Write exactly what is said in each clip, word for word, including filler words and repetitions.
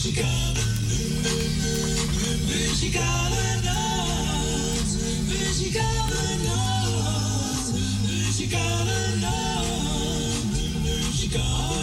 Muzikale, muzikale nacht, muzikale nacht, muzikale nacht, muzikale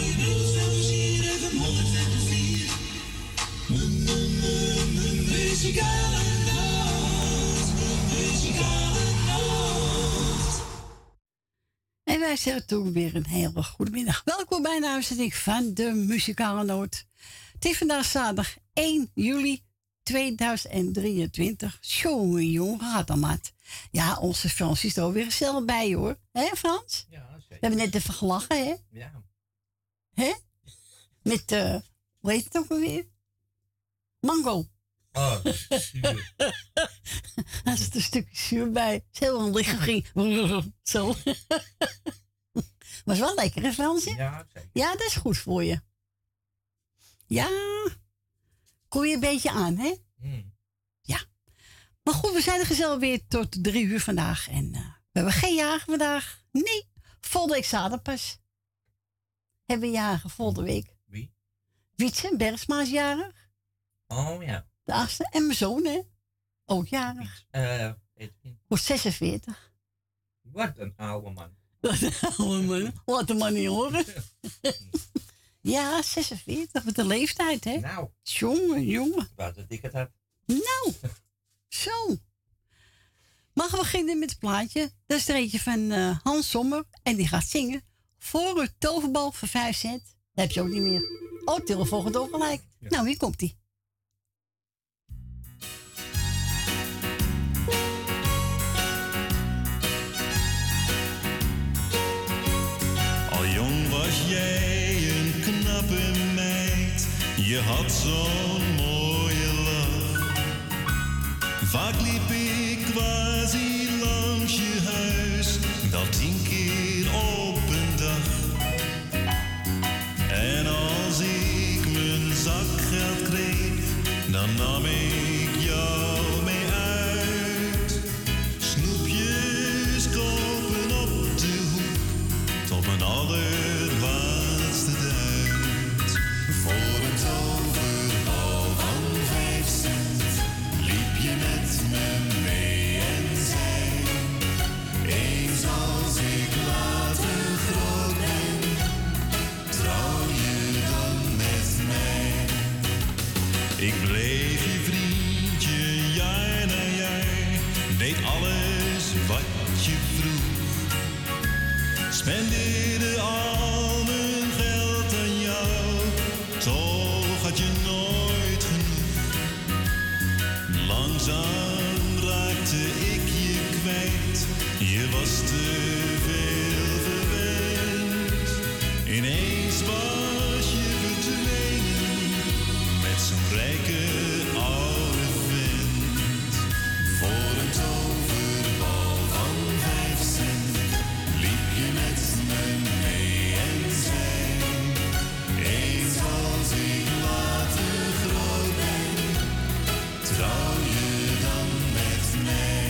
muzikale nacht, muzikale nacht. En wij zeggen toen weer een hele goede middag. Welkom bij de uitzending van de Muzikale Noot. Het is vandaag zaterdag één juli tweeduizend drieëntwintig. Jongen, jongen, gaat dan mat. Ja, onze Frans is er alweer gezellig bij, hoor. Hé, Frans? Ja, zeker. We hebben net even gelachen, hè? Ja. Hè? Met, uh, hoe heet het ook alweer? Mango. Oh, zuur. Daar zit een stukje zuur bij. Het is heel handig ging. Zo. Was wel lekker, hè, Fransje? Ja, zeker. Ja, dat is goed voor je. Ja. Kom je een beetje aan, hè? Mm. Ja. Maar goed, we zijn er gezellig weer tot drie uur vandaag. En uh, we hebben geen jagen vandaag. Nee, volgende week zaterdag pas. Hebben we jagen volgende week. Wie? Wietse Bergsma is jarig. Oh, ja. De achtste. En mijn zoon, hè? Ook jarig. Uh, Edwin. Wordt zesenveertig. Wat een oude man. Wat een oude man. Laat de man niet horen. Ja, zesenveertig. Wat een leeftijd, hè? Nou. Jongen, jongen. Wat dat ik het had. Nou. Zo. Mag we beginnen met het plaatje? Dat is er eentje van uh, Hans Sommer. En die gaat zingen. Voor een toverbal voor vijf cent. Dat heb je ook niet meer. Oh, telefoon gaat ook gelijk. Ja. Nou, hier komt ie. Al jong was jij een knappe meid. Je had zo'n mooie lach. Vaak liep ik quasi langs je huis. Wel tien keer op een dag. En als ik mijn zakgeld kreeg, dan nam ik jou mee uit. Snoepjes kopen op de hoek, tot mijn allerlaatste duit. Voor een toverbal van vijf cent liep je met me mee en zei: eens als ik later groot ben, trouw je dan met mij? Ik bleef je vriendje jaar na jaar, deed alles wat je vroeg. Spendeerde al mijn geld aan jou, toch had je nooit genoeg. Langzaam raakte ik je kwijt, je was te veel verwend. Ineens was je verdwenen, met zo'n rijke oude vent. Voor een toverbal van vijf cent liep je met me mee en zei: eens als ik later groot ben, trouw je dan met mij?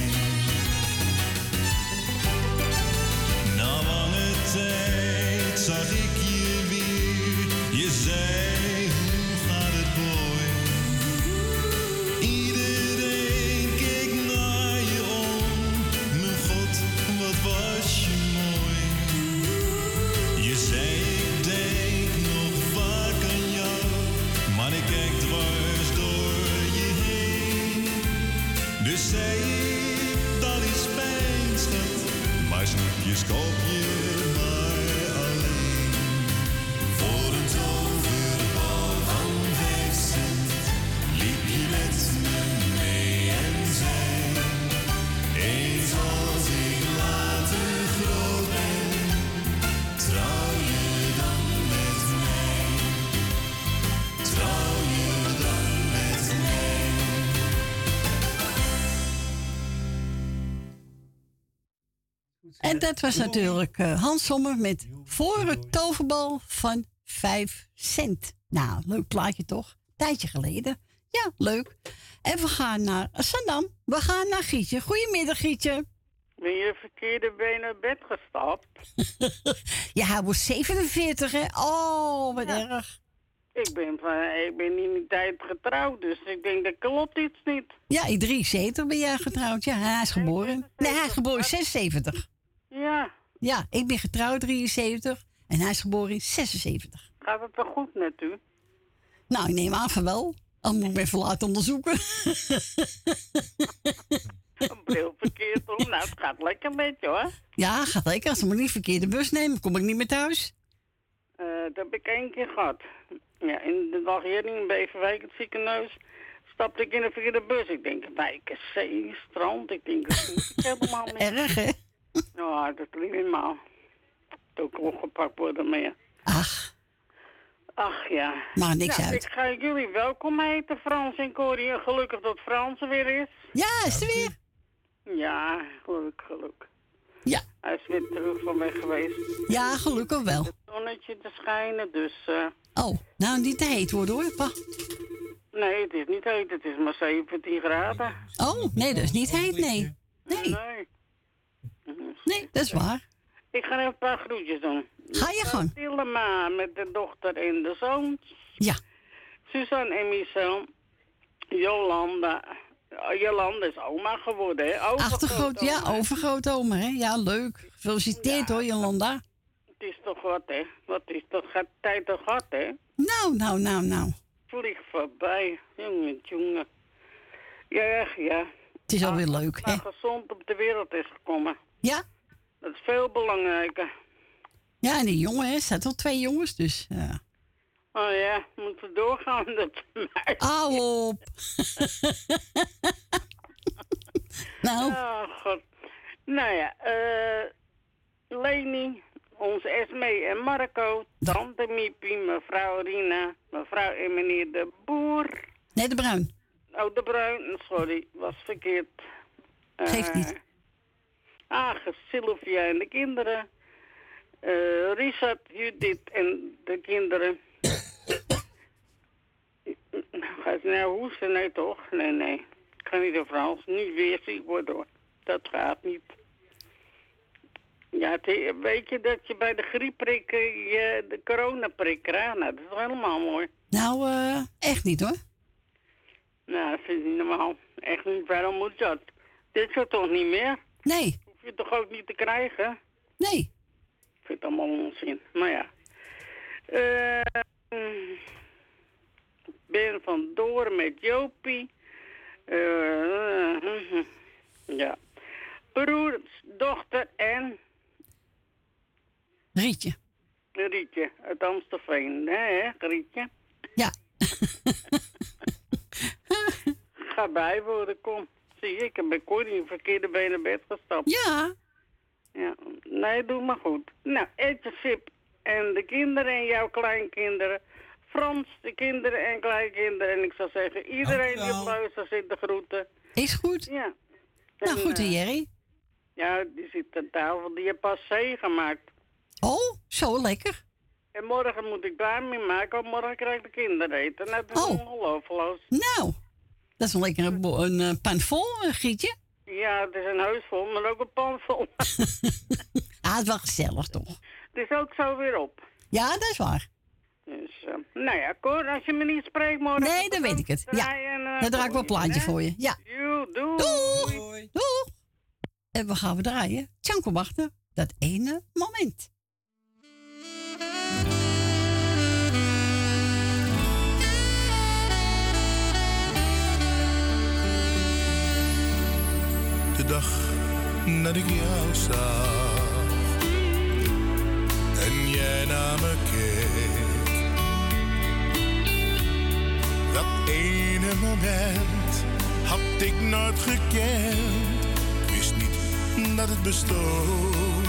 Na lange tijd zag ik je weer. Je zei: hoe gaat het, boy? Iedereen keek naar je om. Mijn god, wat was je mooi. Je zei: ik denk nog vaak aan jou, maar ik kijk dwars door je heen. Dus zei ik: dat is fijn, schat, maar snoepjes koop je maar alleen. Voor een toverbal van vijf cent liep je met me mee en zei: eens als ik later groot ben, trouw je dan met mij? Trouw je dan met mij? En dat was natuurlijk uh, Hans Sommer met Voor het toverbal van vijf cent. Nou, leuk plaatje toch? Tijdje geleden. Ja, leuk. En we gaan naar Sandam. We gaan naar Gietje. Goedemiddag, Gietje. Ben je verkeerde been uit bed gestapt? Ja, hij wordt zevenenveertig, hè? Oh, wat Ja. erg. Ik ben, van, ik ben in die tijd getrouwd, dus ik denk dat klopt iets niet. Ja, in drieënzeventig ben jij getrouwd. Ja, hij is geboren. Nee, hij is geboren in zesenzeventig. Ja. Ja, ik ben getrouwd drieënzeventig en hij is geboren in zesenzeventig. Gaat het wel goed met u? Nou, ik neem aan van wel. Al moet ik me even laten onderzoeken. Een bril verkeerd om. Nou, het gaat lekker met je, hoor. Ja, gaat lekker. Als ik maar niet verkeerde bus neem, kom ik niet meer thuis. Uh, dat heb ik één keer gehad. Ja, in de Waghering, in Beverwijk, het ziekenhuis, stapte ik in de verkeerde bus. Ik denk, wijken, zee, strand. Ik denk, dat moet ik helemaal niet. Erg, hè? Ja, dat liep helemaal. Ook opgepakt worden meer. Ach. Ach ja. Maar niks nou, uit. Ik ga jullie welkom heten, Frans en Corrie. Gelukkig dat Frans er weer is. Ja, is er weer? Ja, gelukkig, gelukkig. Ja. Hij is weer terug van weg geweest. Ja, gelukkig wel. Het zonnetje te schijnen, dus... Uh... Oh, nou niet te heet worden hoor, pa. Nee, het is niet heet. Het is maar zeventien graden. Oh, nee, dat is niet heet, nee. Nee. Nee. Nee, dat is waar. Ik ga even een paar groetjes doen. Ga je gang. Tillema met de dochter en de zoon. Ja. Suzanne en Michel. Jolanda. Jolanda is oma geworden, hè? Achtergroot, ja, overgrootoma, hè? Ja, leuk. Gefeliciteerd ja, hoor, Jolanda. Het is toch wat, hè? Wat is toch, gaat tijd toch wat, hè? Nou, nou, nou, nou. Vlieg voorbij, jongen, jongen. Ja, ja. Het is alweer leuk, hè? Dat gezond op de wereld is gekomen. Ja? Dat is veel belangrijker. Ja, en die jongen, hè? Er zijn toch twee jongens, dus... Ja. Oh ja, moeten we doorgaan. Dat Hou op. Nou. Oh, god. Nou ja, uh, Leni, onze Esme en Marco, tante Miepie, mevrouw Rina, mevrouw en meneer de Boer. Nee, de Bruin. Oh, de Bruin, sorry, was verkeerd. Uh, Geeft niet. Age, Sylvia en de kinderen. Uh, Richard, Judith en de kinderen. Gaat ze nou hoesten? Nee, toch? Nee, nee. Ik ga niet over Frans. Nu weer ziek worden, hoor. Dat gaat niet. Ja, het, weet je dat je bij de griepprik je de coronaprik krijgt? Nou, dat is helemaal mooi. Nou, uh, echt niet, hoor. Nou, dat vind ik niet normaal. Echt niet. Waarom moet dat? Dit is toch niet meer? Nee. Hoef je toch ook niet te krijgen? Nee. Ik vind het allemaal onzin. Maar ja. Eh... Uh, Ben van Door met Jopie. Uh, uh, uh, uh, ja. Broer, dochter en... Rietje. Rietje uit Amstelveen. Hè, Rietje? Ja. Ga bij worden, kom. Zie je, ik heb bij Corrie in verkeerde been naar bed gestapt. Ja. Ja. Nee, doe maar goed. Nou, Etje Sip en de kinderen en jouw kleinkinderen... Frans, de kinderen en kleinkinderen. En ik zou zeggen, iedereen die op luister zit de groeten. Is goed. Ja. Nou, en, goed, uh, Jerry. Ja, die zit aan tafel. Die heeft pas zee gemaakt. Oh, zo lekker. En morgen moet ik daar mee maken, want morgen krijg ik de kinderen eten. Nou, dat is oh. ongelooflijk. Nou, dat is wel lekker een, een, een pan vol, een Gietje. Ja, het is een huis vol, maar ook een pan vol. Ah, het is wel gezellig, toch? Het is ook zo weer op. Ja, dat is waar. Dus, uh, nou ja, Cor, als je me niet spreekt morgen... Nee, dan weet ik het. Ja, en, uh, dan draai ik wel een plaatje voor je. Ja. Doei. Doei. Doei. Doei. En we gaan we draaien. Tjanko wachten. Dat ene moment. De dag dat ik jou zag en jij naar me keek, dat ene moment had ik nooit gekend. Ik wist niet dat het bestond.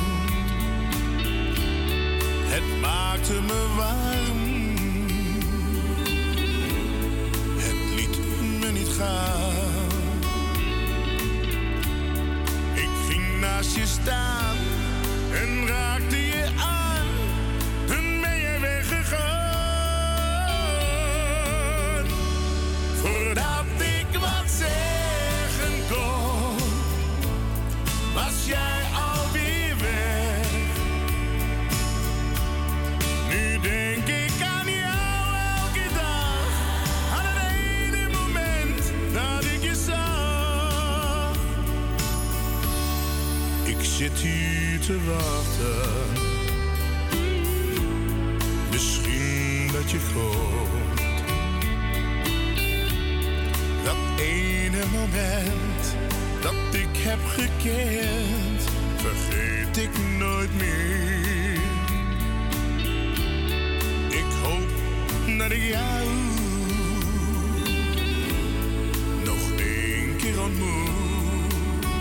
Het maakte me warm, het liet me niet gaan. Naast je staan en raakte je aan, toen ben je weggegaan. Voordat ik wat zeggen kon, was jij alweer weg. Nu denk ik te wachten. Misschien dat je komt. Dat ene moment dat ik heb gekend, vergeet ik nooit meer. Ik hoop dat ik jou nog één keer ontmoet.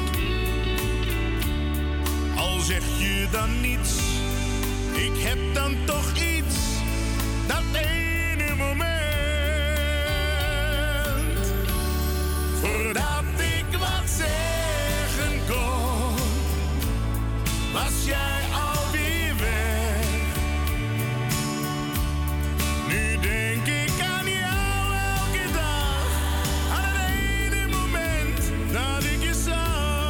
Al zeg je dan niets, ik heb dan toch iets. Dat ene moment, voordat ik wat zeggen kon, was jij alweer weg. Nu denk ik aan jou elke dag, aan het ene moment dat ik je zag.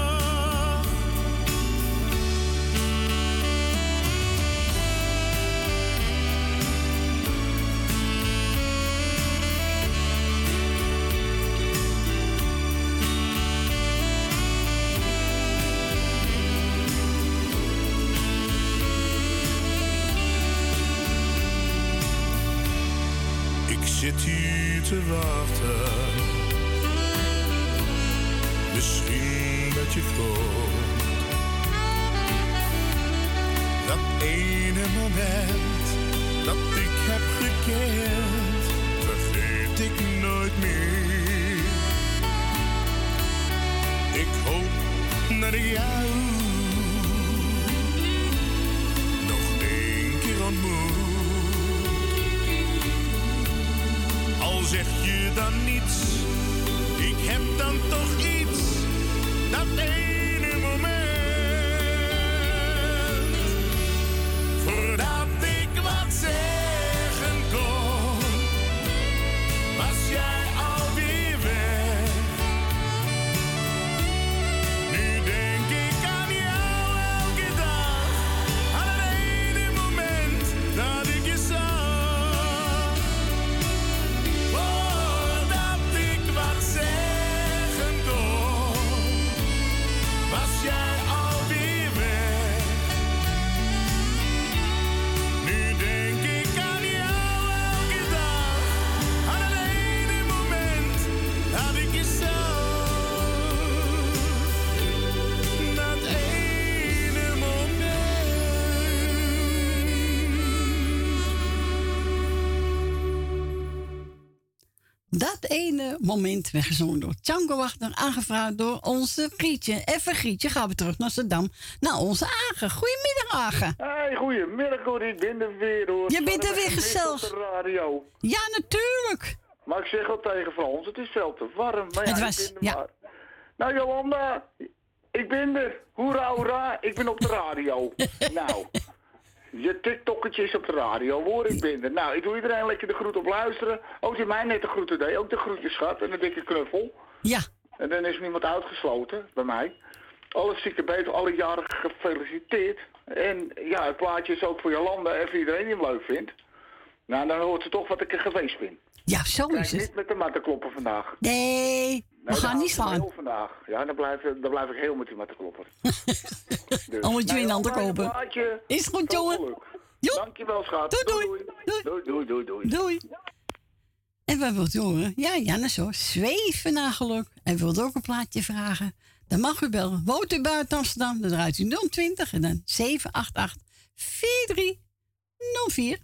Ik zit hier te wachten. Misschien dat je komt. Dat ene moment dat ik heb gekend, vergeet ik nooit meer. Ik hoop dat ik jou nog één keer ontmoet. Al zeg je dan niets, ik heb dan toch iets. Dat ene moment, voordat ik wat zeggen kon, was jij alweer weg. Nu denk ik aan jou elke dag, aan het ene moment dat ik je zag. Dat ene moment werd gezongen door Django Wagner, aangevraagd door onze Grietje. Even Grietje, gaan we terug naar Amsterdam, naar onze Agen. Goedemiddag, Agen. Hey, goedemiddag hoor, ik ben er weer hoor. Je bent er weer gezellig. Op de radio. Ja, natuurlijk. Maar ik zeg al tegen Frans, het is veel te warm. Maar ja, het was, ik ben er ja. maar. Nou Jolanda, ik ben er. Hoera, hoera, ik ben op de radio. Nou, je TikTokketje is op de radio hoor, ik ben er. Nou, ik doe iedereen lekker de groet op luisteren. Ook die mij net de groeten deed, ook de groetjes schat en een dikke knuffel. Ja. En dan is niemand uitgesloten bij mij. Alle zieke beter, alle jaren gefeliciteerd. En ja, het plaatje is ook voor Jolanda en voor iedereen die hem leuk vindt. Nou, dan hoort ze toch wat ik er geweest ben. Ja, zo Kijk, is het. niet met de matten kloppen vandaag. Nee, we Nee, gaan niet slaan. Heel vandaag. Ja, dan blijf, dan blijf ik heel met die matten kloppen. Dus. Dan moet je weer een ander nou, kopen. plaatje, Is goed, jongen. Jo. Dankjewel, schat. Doei, doei. Doei, doei, doei. doei, doei. Doei. En we wilden horen, ja, Janne zo, zweven naar geluk. En wilde ook een plaatje vragen. Dan mag u bellen. Woont u buiten Amsterdam, dan draait u nul twintig en dan zeven acht acht vier drie nul vier.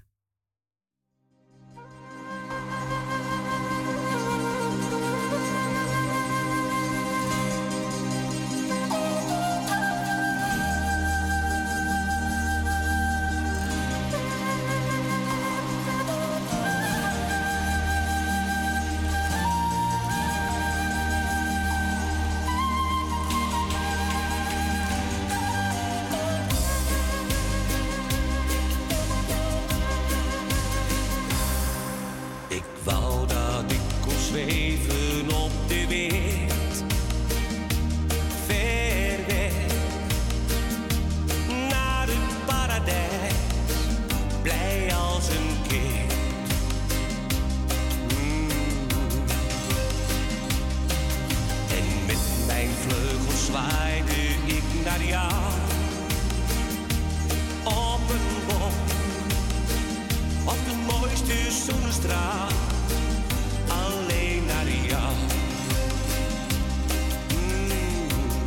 Zweven op de wind, ver weg, naar het paradijs, blij als een kind. Mm. En met mijn vleugels zwaaide ik naar jou, straat, alleen naar jou. Mm.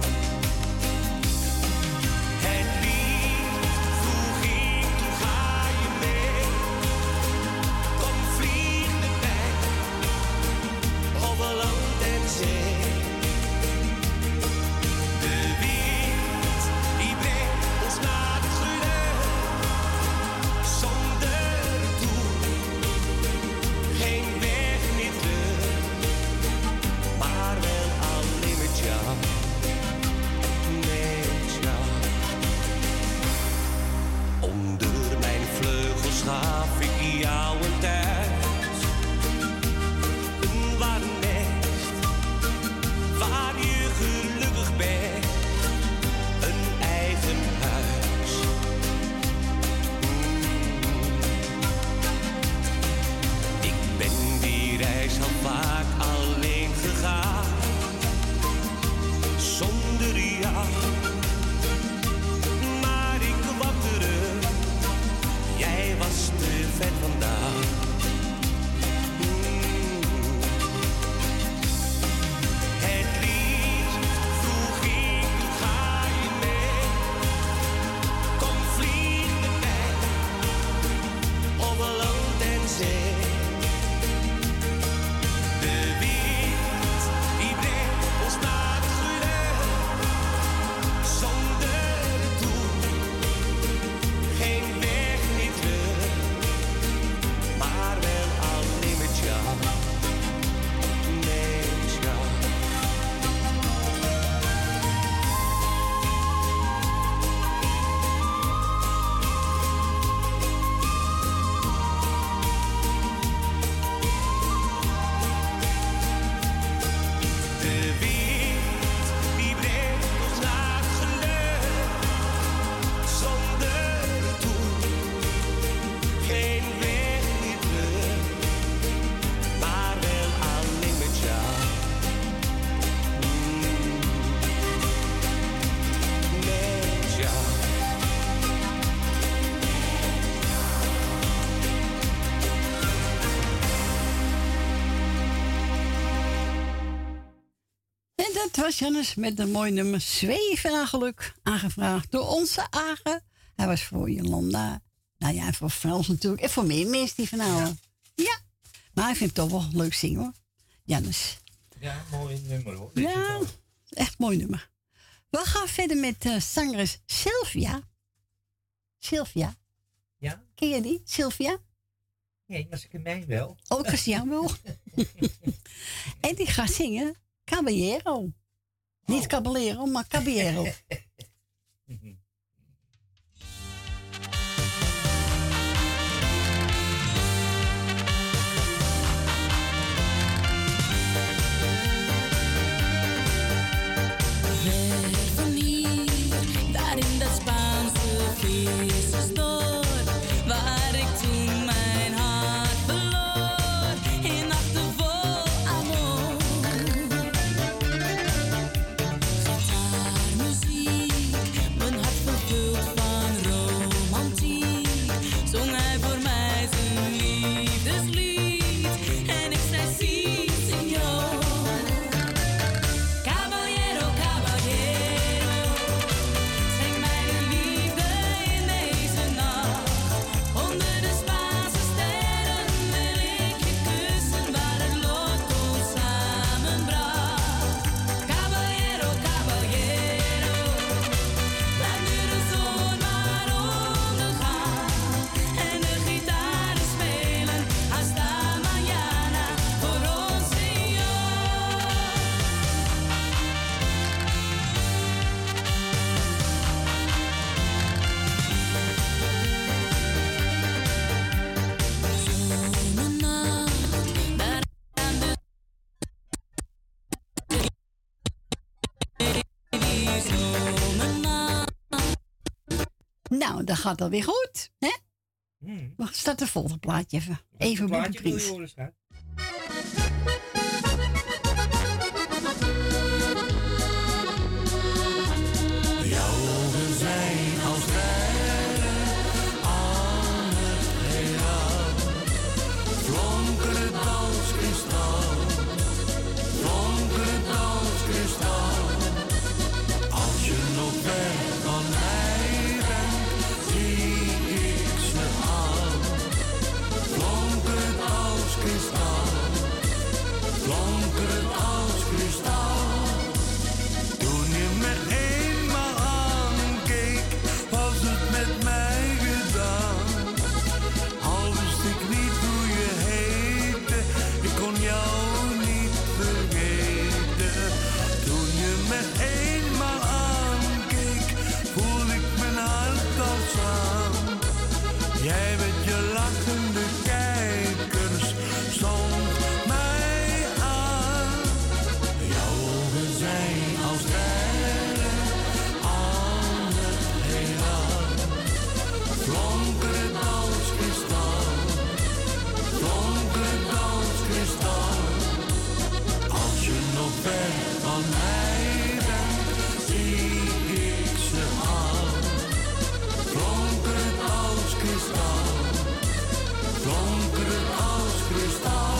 Het lied vroeg ik, toen ga je mee. Kom vlieg met mij, over land en zee. De wind die brengt ons naar het geluk, zonder doel, geen weg meer terug, maar wel alleen met jou, met jou. Onder mijn vleugels gaf ik jou een thuis, een warm nest, waar je gelukkig bent, een eigen huis. Mm. Ik ben die reis al vaak alleen gegaan, zonder jou. Maar ik kwam terug, jij was te ver vandaan. Mm. Het liefst vroeg ik, hoe ga je mee? Kom vlieg met mij, over land en zee. De wind die brengt ons naar het geluk, zonder doel, geen weg meer terug, maar wel alleen met jou, met jou. De wind die brengt ons naar het geluk, zonder doel, geen weg meer terug, maar wel alleen met jou. Mm. Met jou. En dat was Jannes met een mooi nummer Zweven naar geluk, aangevraagd door onze Agen. Hij was voor Jolanda, nou ja, en voor Frans natuurlijk, en voor meer mensen die van houden. Ja, maar hij vindt het toch wel leuk zingen hoor, Jannes. Ja, mooi nummer hoor. Dit is Ja, wel- echt een mooi nummer. We gaan verder met uh, zangeres Sylvia. Sylvia, Ja? ken je die? Sylvia? Nee, maar ze ken mij wel. Oh, ik zie jou wel. En die gaat zingen Caballero. Niet Caballero, maar Caballero. Ver van hier, daar in dat Spaanse vissersdorp, waar ik toen mijn hart verloor, in nachten vol amor. Gitaarmuziek, mijn hart vervuld van romantiek, zong hij voor mij zijn liefdeslied, en ik zei si, señor. Caballero, caballero, schenk mij de liefde in deze nacht. Onder de Spaanse sterren wil ik je kussen, waar het lot ons samenbracht. Caballero, caballero, laat nu de zon maar ondergaan en de gitaren spelen hasta mañana voor ons, señor. Zomernacht, daar aan de die zomernacht. Nou, dat gaat alweer goed, hè? Hmm. We starten het volgende plaatje even. Even Een Boete plaatje wil je Prins. horen, schat? Jouw ogen zijn als sterren aan het heelal. Vlam kristal, donkerend als kristal. Toen je me eenmaal aankeek, was het met mij gedaan. Al wist ik niet hoe je heette, ik kon jou niet vergeten. Toen je me eenmaal aankeek, voelde ik mijn hart al slaan. Jij met je lachende kijkers stond mij aan. Jouw ogen zijn als sterren aan het heelal, flonkerend als kristal, flonkerend als kristal. Als je nog ver van mij bent, zie ik ze aan, flonkerend als kristal, flonkerend als kristal.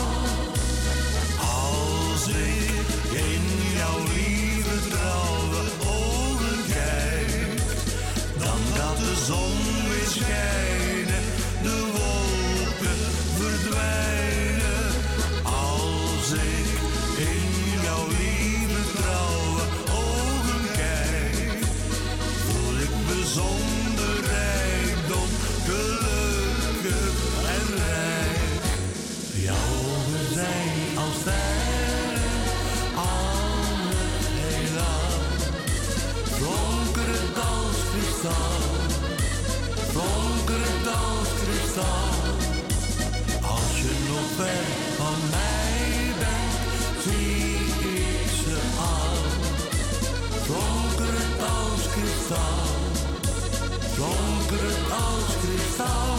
Als ik in jouw lieve trouwe ogen kijk, dan gaat de zon weer schijnen, de wolken verdwijnen. Als ik in jouw lieve trouwe ogen kijk, voel ik bijzonder rijkdom, gelukkig en rijk. Jouw ogen zijn als sterren aan het heelal, flonkerend als kristal, flonkerend als kristal. Als je nog ver van mij bent, zie ik ze aan, flonkerend als kristal, flonkerend als kristal.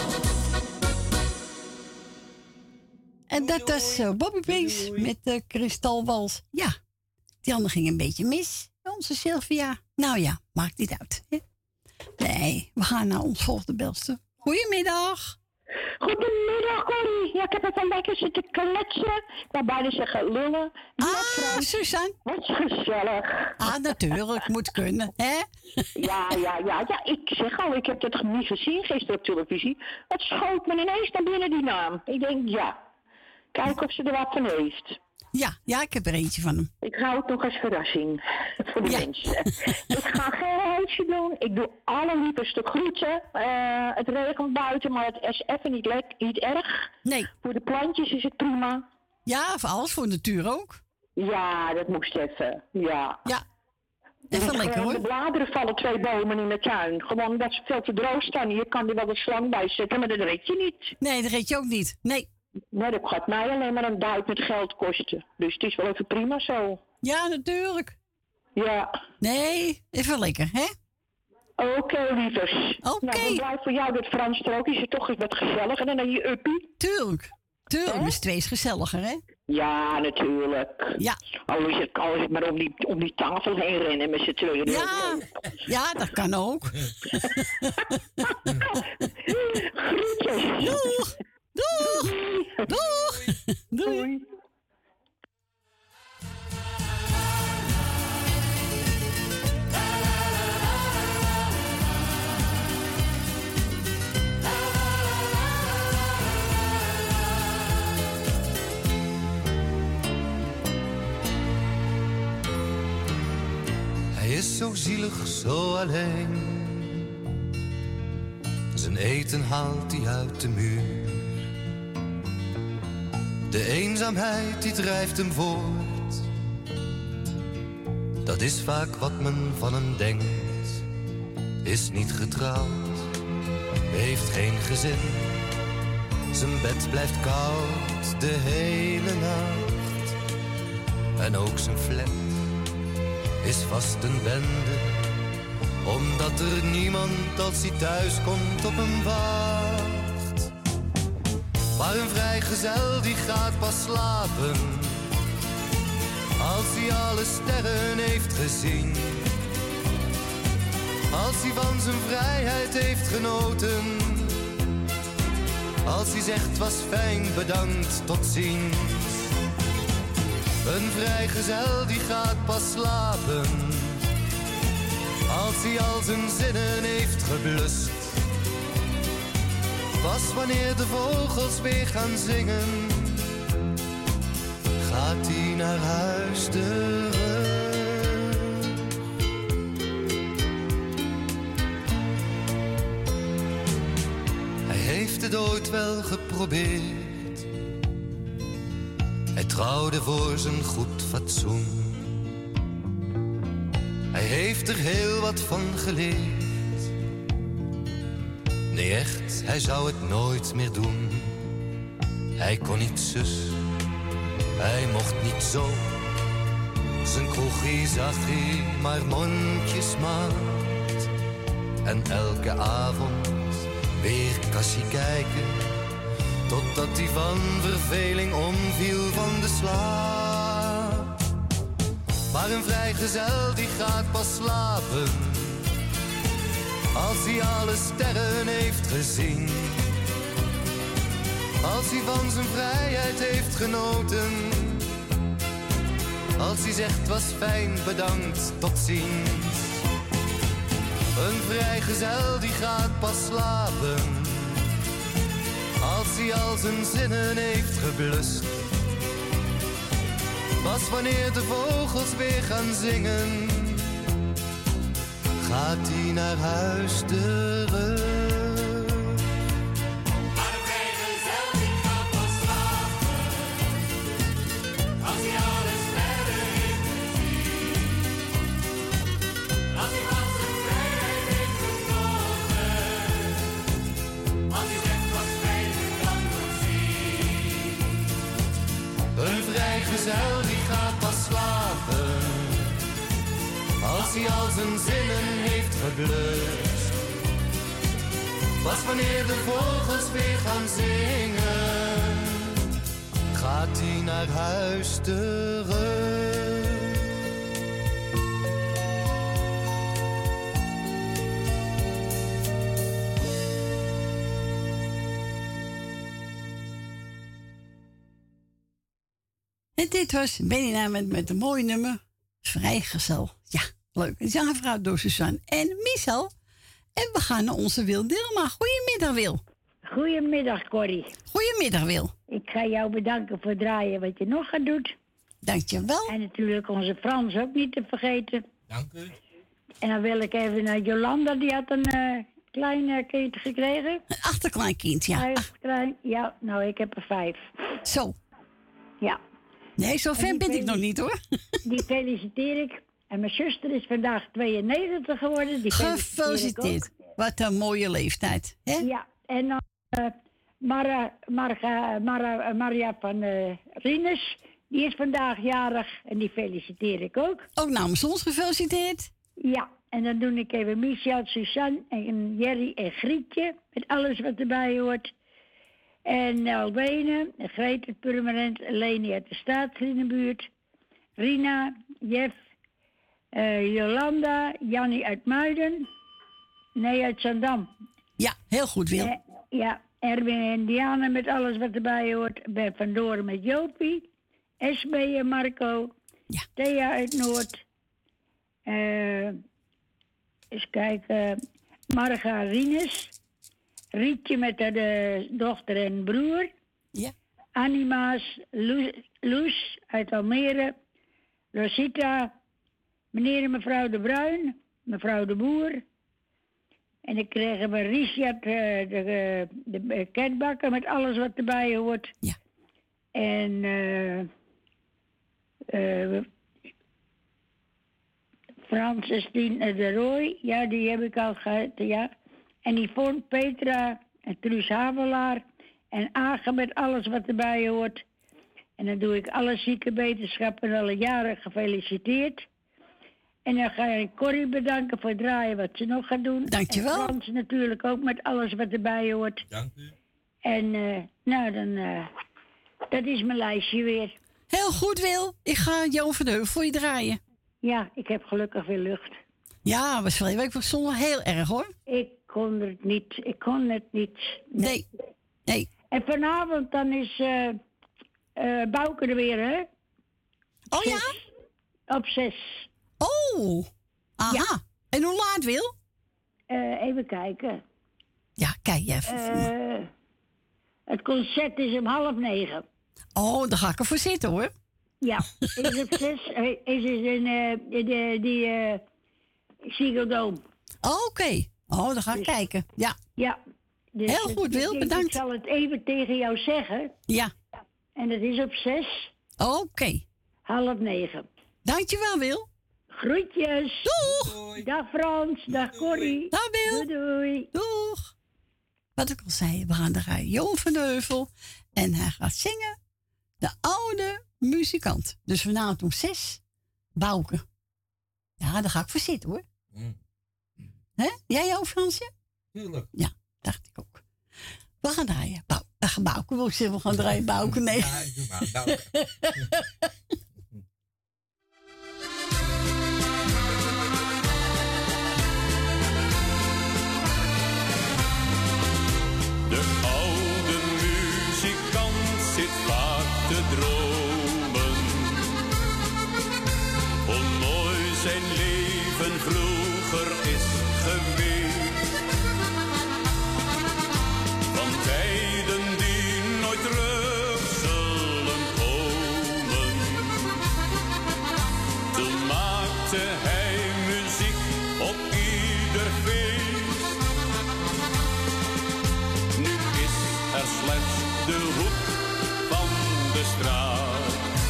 En dat was uh, Bobby Bees met de kristalwals. Ja, die andere ging een beetje mis. Onze Sylvia. Nou ja, maakt niet uit. Hè? Nee, we gaan naar ons volgende belster. Goedemiddag. Goedemiddag, Corrie. Ja, ik heb even lekker zitten kletsen. Ik wou bijna zeggen lullen. Ah, Suzanne. Wat gezellig. Ah, natuurlijk. Moet kunnen, hè? Ja, ja, ja. Ja, ik zeg al, ik heb het niet gezien gisteren op televisie. Het schoot me ineens naar binnen die naam. Ik denk, ja. Kijk of ze er wat van heeft. Ja, ja, ik heb er eentje van hem. Ik hou het nog als verrassing voor de Ja. mensen. Ik ga geen heetje doen. Ik doe alle liefste groeten. Eh, het regent buiten, maar het is even niet, lek, niet erg. Nee. Voor de plantjes is het prima. Ja, voor alles, voor de natuur ook. Ja, dat moest even. Ja. Ja. Even En lekker gewoon hoor. De bladeren vallen twee bomen in de tuin. Gewoon dat ze veel te droog staan. Je kan er wel een slang bij zetten, maar dat red je niet. Nee, dat reed je ook niet. Nee. Nee, dat gaat mij alleen maar een duit met geld kosten. Dus het is wel even prima zo. Ja, natuurlijk. Ja. Nee, even lekker, hè? Oké, okay, lievers. Oké. Nou, dan blijft voor jou dat Frans strook. Is het toch eens wat gezelliger en dan je uppie? Tuurlijk. Tuurlijk, Hè? met z'n twee is gezelliger, hè? Ja, natuurlijk. Ja. Al is het, al is het maar om die, om die tafel heen rennen met z'n tweeën. Ja, ja, dat kan ook. Groetjes. Doeg! Doeg! Doeg! Doei! Hij is zo zielig, zo alleen. Zijn eten haalt hij uit de muur. De eenzaamheid die drijft hem voort. Dat is vaak wat men van hem denkt. Is niet getrouwd, heeft geen gezin. Zijn bed blijft koud de hele nacht. En ook zijn flat is vast een bende, omdat er niemand als hij thuis komt op hem wacht. Maar een vrijgezel die gaat pas slapen als hij alle sterren heeft gezien. Als hij van zijn vrijheid heeft genoten. Als hij zegt was fijn, bedankt, tot ziens. Een vrijgezel die gaat pas slapen als hij al zijn zinnen heeft geblust. Pas wanneer de vogels weer gaan zingen naar huis terug. Hij heeft het ooit wel geprobeerd. Hij trouwde voor zijn goed fatsoen. Hij heeft er heel wat van geleerd. Nee, echt, hij zou het nooit meer doen. Hij kon niet zus, hij mocht niet zo. Zijn kroegie zag hij maar mondjesmaat. En elke avond weer kassie kijken, totdat hij van verveling omviel van de slaap. Maar een vrijgezel die gaat pas slapen als hij alle sterren heeft gezien. Als hij van zijn vrijheid heeft genoten. Als hij zegt was fijn, bedankt, tot ziens. Een vrijgezel die gaat pas slapen als hij al zijn zinnen heeft geblust. Pas wanneer de vogels weer gaan zingen, gaat hij naar huis terug. Vrijgezel die gaat pas slapen als hij al zijn zinnen heeft geblust. Pas wanneer de vogels weer gaan zingen, gaat hij naar huis terug. En dit was Benina met, met een mooi nummer. Vrijgezel. Ja, leuk. Het is aangevraagd door Suzanne en Michel. En we gaan naar onze Wil Dilma. Goedemiddag, Wil. Goedemiddag, Corrie. Goedemiddag, Wil. Ik ga jou bedanken voor het draaien wat je nog gaat doen. Dank je wel. En natuurlijk onze Frans ook niet te vergeten. Dank u. En dan wil ik even naar Jolanda. Die had een uh, klein uh, kind gekregen. Een achterkleinkind, ja. Vijf, klein, ja, nou, ik heb er vijf. Zo. Ja. Nee, zo ver ben ik nog niet, hoor. Die feliciteer ik. En mijn zuster is vandaag tweeënnegentig geworden. Die Gefeliciteerd. Wat een mooie leeftijd, hè? Ja, en dan uh, Mara, Marga, Mara, Maria van uh, Rinus. Die is vandaag jarig en die feliciteer ik ook. Ook namens ons gefeliciteerd. Ja, en dan doe ik even Michel, Suzanne en Jerry en Grietje. Met alles wat erbij hoort. En Albene, Greet het Purmerend, Leni uit de Staatsgriedenbuurt, Rina, Jeff, uh, Jolanda, Jannie uit Muiden, nee, uit Zandam. Ja, heel goed, Wil. Uh, ja, Erwin en Diana met alles wat erbij hoort. Ben van Doren met Jopie, S B en Marco, ja. Thea uit Noord, uh, eens kijken, Marga Rinus. Rietje met haar de dochter en broer. Ja. Anima's, Loes uit Almere. Rosita, meneer en mevrouw de Bruin. Mevrouw de Boer. En dan kregen we Richard, de, de, de ketbakker met alles wat erbij hoort. Ja. En uh, uh, Francis de Roy, ja, die heb ik al gehad, ja. En Yvonne, Petra en Truus Havelaar en Agen met alles wat erbij hoort. En dan doe ik alle zieke wetenschappen alle jaren gefeliciteerd. En dan ga ik Corrie bedanken voor het draaien wat ze nog gaat doen. Dankjewel. En Frans natuurlijk ook met alles wat erbij hoort. Dank u. En uh, nou, dan, uh, dat is mijn lijstje weer. Heel goed, Wil. Ik ga Johan van de Heuvel voor je draaien. Ja, ik heb gelukkig weer lucht. Ja, was vorige week was zondag heel erg, hoor. Ik kon het niet. Ik kon het niet. Nee. Nee. nee. En vanavond dan is uh, uh, Bouke er weer, hè? Oh zes. ja? Op zes. Oh. Aha. Ja. En hoe laat, Wil? Uh, even kijken. Ja, kijk even. Uh, het concert is om half negen. Oh, daar ga ik ervoor zitten, hoor. Ja, is op zes. Hij is in uh, de, die uh, Ziggo Dome. Oké. Okay. Oh, dan ga ik dus, kijken. Ja. Ja. Dus heel goed, Wil. Ik, bedankt. Ik zal het even tegen jou zeggen. Ja. En het is op zes. Oké. Okay. Half negen. Dankjewel, Wil. Groetjes. Doeg. Doei. Dag Frans. Dag Corrie. Dag Wil. Doei, doei. Doeg. Wat ik al zei, we gaan naar Johan van de Heuvel. En hij gaat zingen De Oude Muzikant. Dus vanavond om zes, Bouke. Ja, daar ga ik voor zitten hoor. Mm. Hè? Jij ook, Fransje? Tuurlijk. Ja, dacht ik ook. We gaan draaien. Bou uh, Bouke, wil ik zeggen, we gaan draaien. Bouke, nee. Ja, ik doe maar. Bouke. De oude muzikant zit vaak te dromen, hoe mooi zijn leven vroeger is geweest. Van tijden die nooit terug zullen komen. Toen maakte hij muziek op ieder feest. Nu is er slechts de hoek van de straat.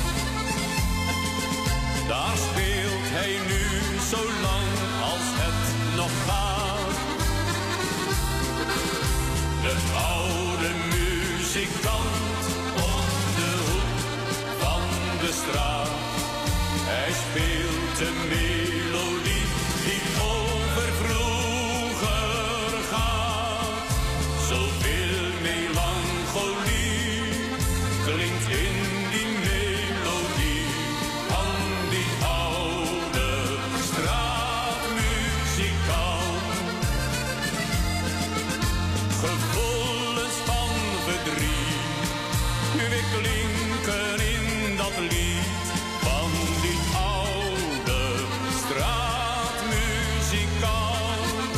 Daar speelt hij nu zo lang als het nog gaat. De oude muzikant op de hoek van de straat. Hij speelt een melodie die over vroeger gaat. Zoveel melancholie klinkt in die melodie van die oude straatmuzikant. Gevoelens van verdriet weer klinken in dat lied van die oude straatmuzikant.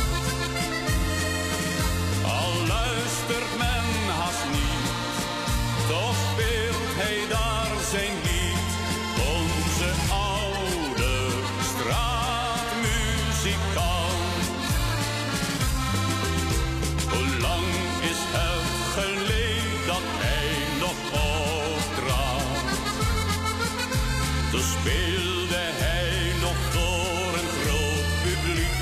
Al luistert men haast niet, toch speelt hij daar zijn lied. Onze oude straatmuzikant. Hoe lang is het geleden dat hij nog optrad? Toen speelde hij nog voor een groot publiek.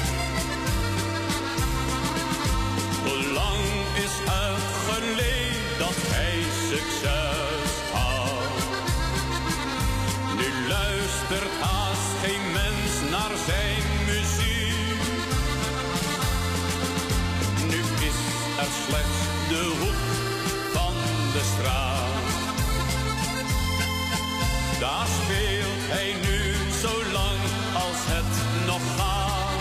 Hoe lang is het geleden dat hij succes had? Nu luistert haast geen mens naar zijn muziek. Nu is er slechts de hoek van de straat. Daar speelt hij nu zo lang als het nog gaat.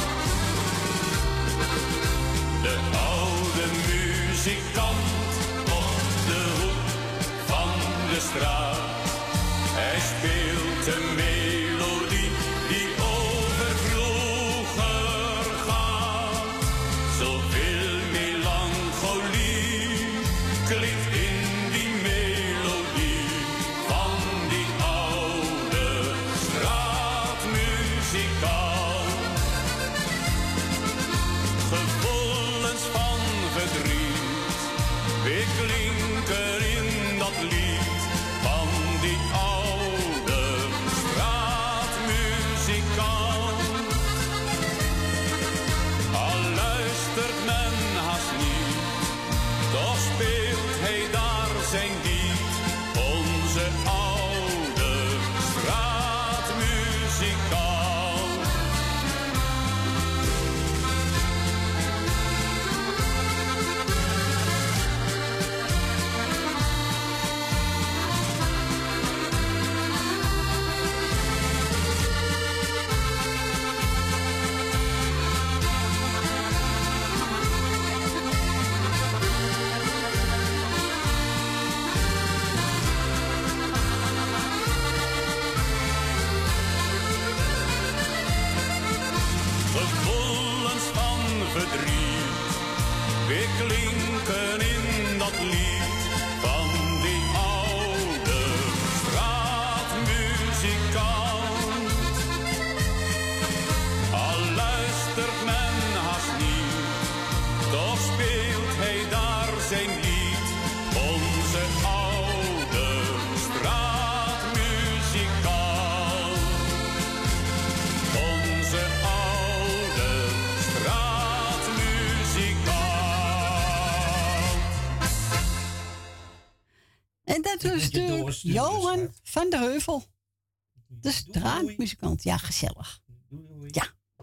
De oude muzikant op de hoek van de straat. Hij speelt een melodie die over vroeger gaat. Zoveel melancholie klinkt in die melodie van die oude straatmuzikant. Gevoelens van verdriet weer klinken in dat lied van die oude straatmuzikant. Al luistert men haast niet, toch speelt hij daar zijn lied. Onze oude straatmuzikant. Gevoelens van verdriet weer klinken in dat lied van die oude straatmuzikant. is de Johan van der Heuvel. De straatmuzikant. Ja, gezellig. Ja.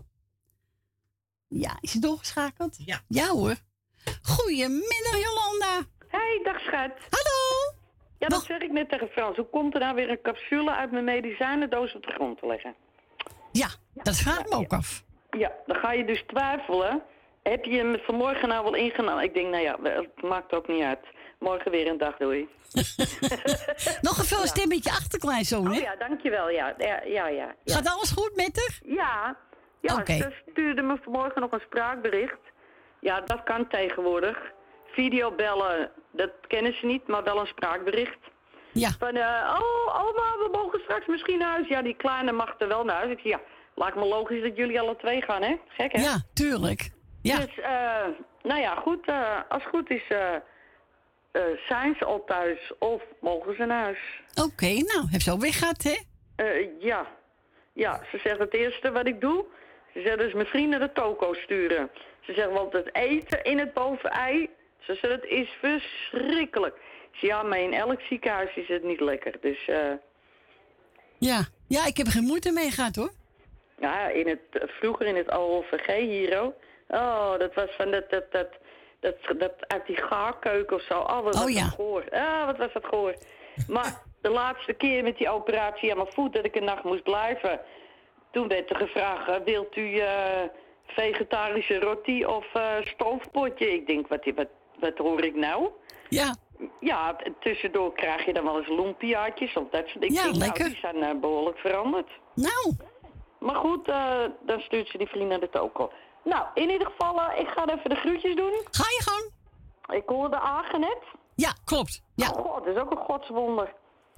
Ja, is het doorgeschakeld? Ja. Ja hoor. Goedemiddag Jolanda. Hey, dag schat. Hallo. Ja, dat zeg ik net tegen Frans. Hoe komt er nou weer een capsule uit mijn medicijnendoos op de grond te leggen? Ja, dat vraag ik me ook af. Ja, dan ga je dus twijfelen. Heb je hem vanmorgen nou wel ingenomen? Ik denk, nou ja, het maakt ook niet uit. Morgen weer een dag, doei. Nog een veel stem met je achterkleinzoon, hè? Oh ja, dankjewel, ja. Ja, ja, ja, ja. Gaat alles goed met haar? Ja. Ja, okay. Ze stuurde me vanmorgen nog een spraakbericht. Ja, dat kan tegenwoordig. Videobellen, dat kennen ze niet, maar wel een spraakbericht. Ja. Van, uh, oh, oma, we mogen straks misschien naar huis. Ja, die kleine mag er wel naar huis. Ik zeg, ja, lijkt me logisch dat jullie alle twee gaan, hè? Gek, hè? Ja, tuurlijk. Ja. Dus, uh, nou ja, goed, uh, als het goed is, uh, uh, zijn ze al thuis of mogen ze naar huis? Oké, okay, nou, heb ze al weg gehad, hè? Uh, ja. Ja, ze zegt het eerste wat ik doe, ze zegt dus mijn vrienden de toko sturen. Ze zegt, want het eten in het bovenei, ze zegt, het is verschrikkelijk. Ik zeg, ja, maar in elk ziekenhuis is het niet lekker, dus... Uh... Ja. ja, ik heb er geen moeite mee gehad, hoor. Ja, in het, vroeger in het O V G hier, oh, dat was van dat, dat, dat, dat, dat uit die gaarkeuken of zo. Oh, wat oh, was ja. dat goor. Ah, wat was dat goor. Maar de laatste keer met die operatie aan mijn voet, dat ik een nacht moest blijven, toen werd er gevraagd, wilt u uh, vegetarische roti of uh, stoofpotje? Ik denk, wat, wat, wat hoor ik nou? Ja. Ja, tussendoor krijg je dan wel eens lumpiaatjes of dat soort dingen. Ja, nou, lekker. Die zijn uh, behoorlijk veranderd. Nou. Maar goed, uh, dan stuurt ze die vriend naar de toko. Nou, in ieder geval, uh, ik ga even de groetjes doen. Ga je gang. Ik hoorde Agen net. Ja, klopt. Ja. Oh, god, dat is ook een godswonder.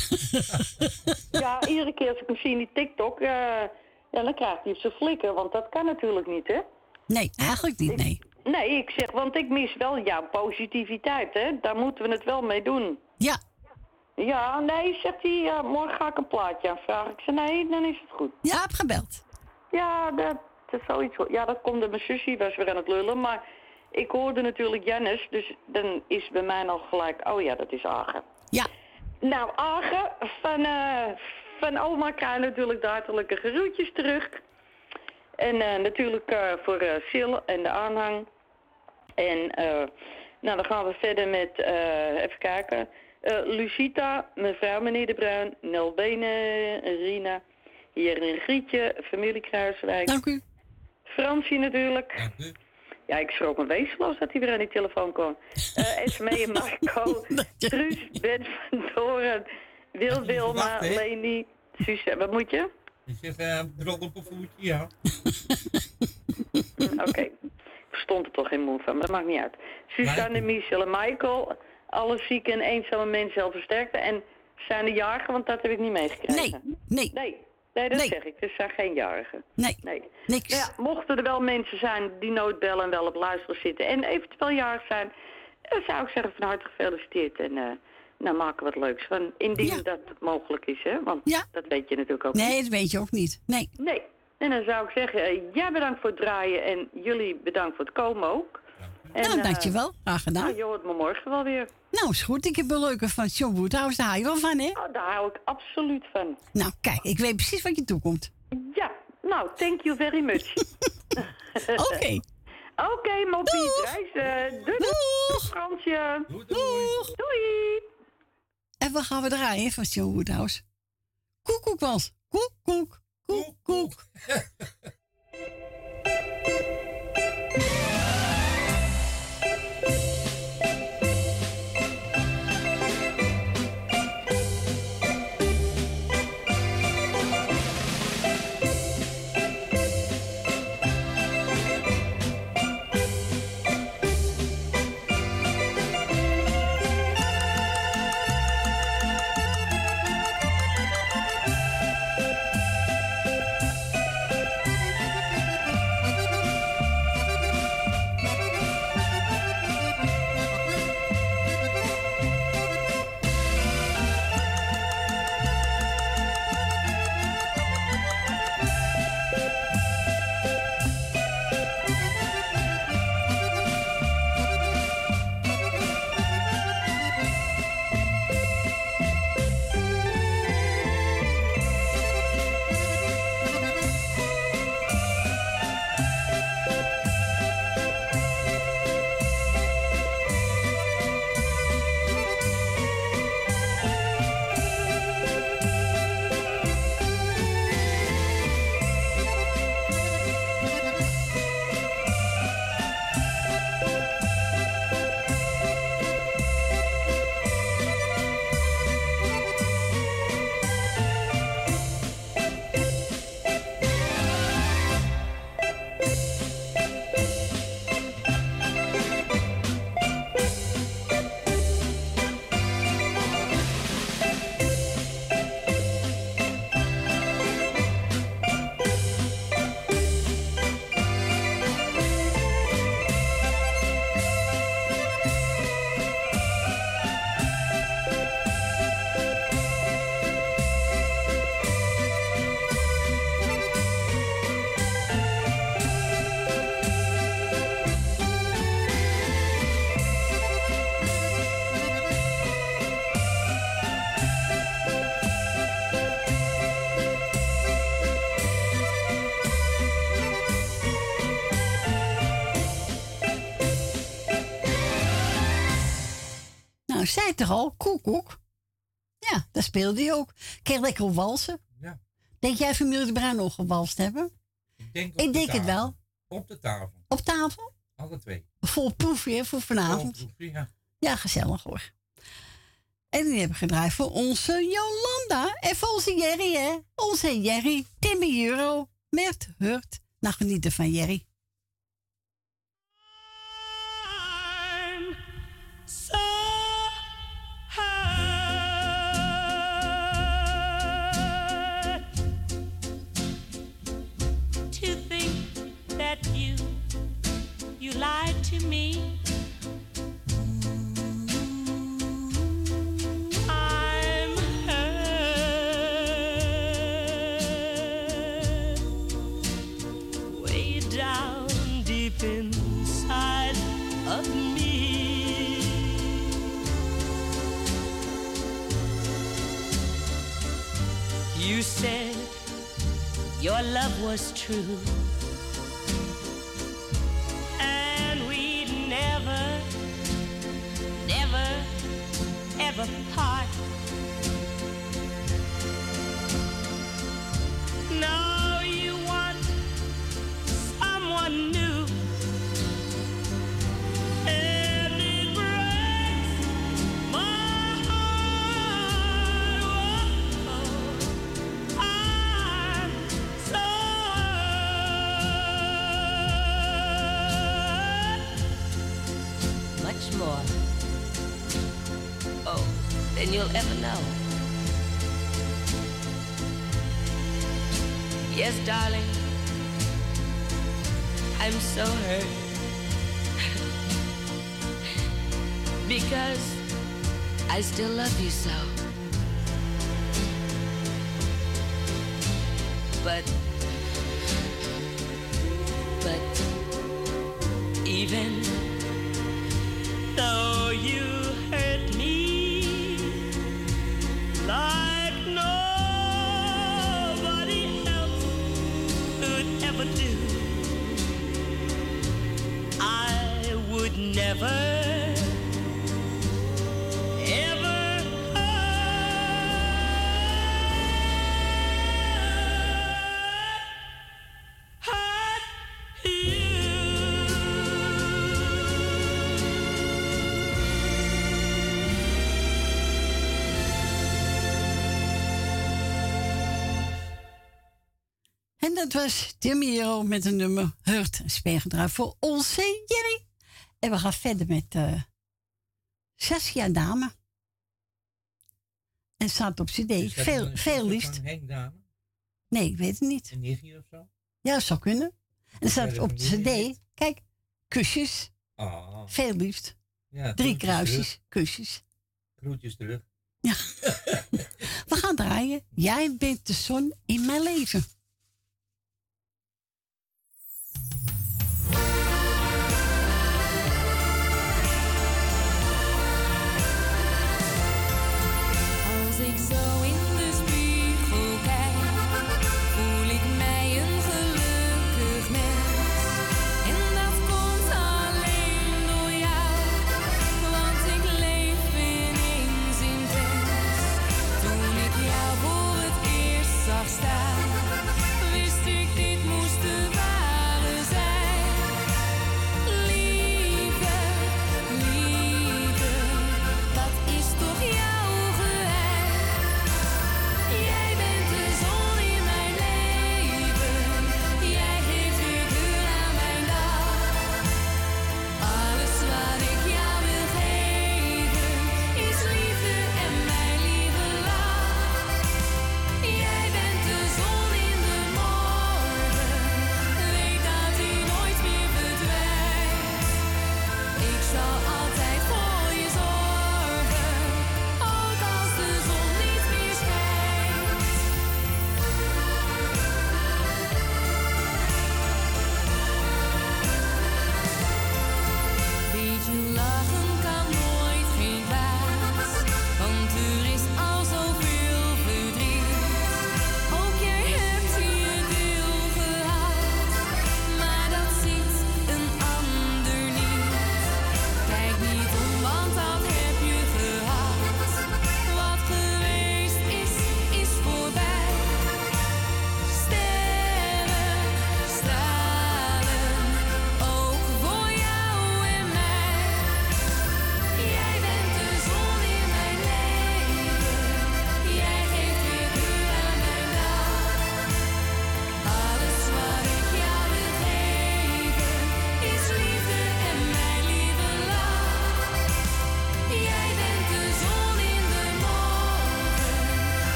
Ja, iedere keer als ik hem zie in die TikTok, uh, ja, dan krijgt hij op zijn flikken, want dat kan natuurlijk niet, hè? Nee, eigenlijk niet, nee. Ik, nee, ik zeg, want ik mis wel jouw positiviteit, hè? Daar moeten we het wel mee doen. Ja. Ja, nee, zegt hij, uh, morgen ga ik een plaatje aanvragen. Ik zeg, nee, dan is het goed. Ja, heb gebeld. Ja, dat, dat is zoiets. Ja, dat komt door mijn zusje, was weer aan het lullen, maar ik hoorde natuurlijk Jannes, dus dan is bij mij al gelijk, oh ja, dat is Agen. Ja. Nou, Agen, van, uh, van oma krijg je natuurlijk de hartelijke groetjes terug. En uh, natuurlijk uh, voor uh, Sil en de aanhang. En uh, nou, dan gaan we verder met, uh, even kijken, uh, Lucita, mevrouw meneer De Bruin, Nelbene, Rina, hier in Grietje, familie Kruiswijk. Dank u. Fransje natuurlijk. Dank u. Ja, ik schrok me wezenloos dat hij weer aan die telefoon kwam. Uh, Esmee en Marco, Truus, Ben van Doren, Wil Wilma, Leni, Suzanne. Wat moet je? Ik zeg, uh, drol op een voetje, ja. Oké. Okay. Ik verstond er toch geen moe van, maar dat maakt niet uit. Suzanne, Michel en Michael, alle zieke en eenzame mensen al versterkte. En zijn de jarigen, want dat heb ik niet meegekregen. Nee, nee. Nee, nee dat nee. zeg ik. Het zijn geen jarigen. Nee, nee. niks. Nou ja, mochten er wel mensen zijn die nooit bellen en wel op luisteren zitten en eventueel jarig zijn, dan zou ik zeggen van harte gefeliciteerd. En uh, nou maken we het leuks van. Indien ja. dat mogelijk is, hè? Want ja. dat weet je natuurlijk ook nee, niet. Nee, dat weet je ook niet. Nee. Nee. En dan zou ik zeggen, uh, jij bedankt voor het draaien en jullie bedankt voor het komen ook. En, nou, dankjewel. Graag gedaan. Nou, je hoort me morgen wel weer. Nou, is goed. Ik heb een leuke van John Woodhouse. Daar hou je wel van, hè? Oh, daar hou ik absoluut van. Nou, kijk, ik weet precies wat je toekomt. Ja, nou, thank you very much. Oké. Okay. Oké, okay, Moppie, reizen. Doei, doei, Fransje. Doei, doei. Doei. En wat gaan we draaien van John Woodhouse? Koekoek was. Koek, koek, koek, koek. Net er al, koekoek. Ja, daar speelde hij ook. Kreeg lekker op walsen. Ja. Denk jij familie de Bruin nog gewalst hebben? Ik denk, op Ik de denk het tafel. wel. Op de tafel. Op tafel? Alle twee. Vol proefje voor vanavond. Vol proefje, ja. Ja, gezellig hoor. En die hebben gedraaid voor onze Jolanda. En voor onze Jerry, hè. Onze Jerry. Timmy Euro. Met Hurt. Nou, genieten van Jerry. I'm so hurt to think that you, you lied to me. I'm hurt way down deep inside of me. You said your love was true, and we'd never, never, ever part. Now you want someone new, and it breaks my heart. Oh, I'm so hurt. Much more. Oh, than you'll ever know. Yes, darling, I'm so hurt because I still love you so. But, but even though you hurt me like nobody else could ever do, I would never, ever hurt, hurt you. En dat was Timmy Hero met een nummer Hurt. Een speelgedrag voor onze Jerry. En we gaan verder met uh, Saskia Dame. En staat op cd. Is dat Veel, een veel zuster liefst. van Henk Dame? Nee, ik weet het niet. Een nichtje of zo? Ja, dat zou kunnen. En er staat Ja, op dat de weet ik cd. Kijk, kusjes. Ah. Veel liefst. Ja, Drie groetjes kruisjes, terug. kusjes. Groetjes terug. Ja. We gaan draaien. Jij bent de zon in mijn leven. Als ik zo in de spiegel kijk, voel ik mij een gelukkig mens. En dat komt alleen door jou, want ik leef ineens intens. Toen ik jou voor het eerst zag staan,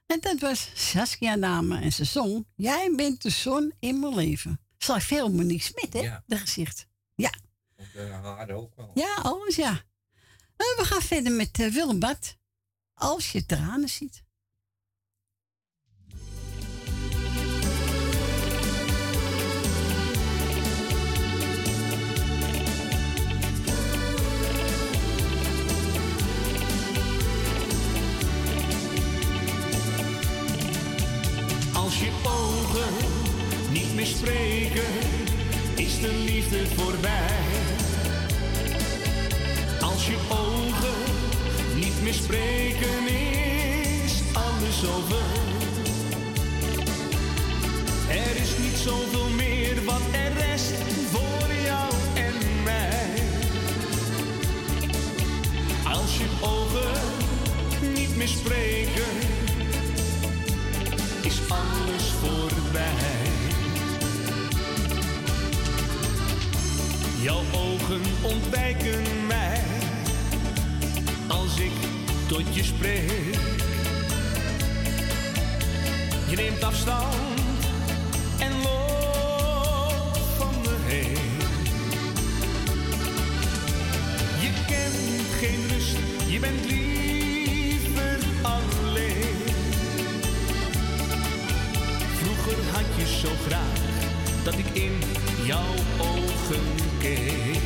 En dat was Saskia Dame en ze zong Jij bent de zon in mijn leven. Zal veel Monique Smit, hè? Ja. De gezicht. Ja. Op de haren ook wel. Ja, alles ja. En we gaan verder met uh, Willem Bad. Als je tranen ziet. Als je ogen niet meer spreken, is de liefde voorbij. Als je ogen niet meer spreken, is alles over. Er is niet zoveel meer wat er rest voor jou en mij. Als je ogen niet meer spreken, is alles voorbij. Jouw ogen ontwijken mij als ik tot je spreek. Je neemt afstand en loopt van me heen. Je kent geen rust, je bent liever alleen. Vroeger had je zo graag dat ik in jouw ogen keek.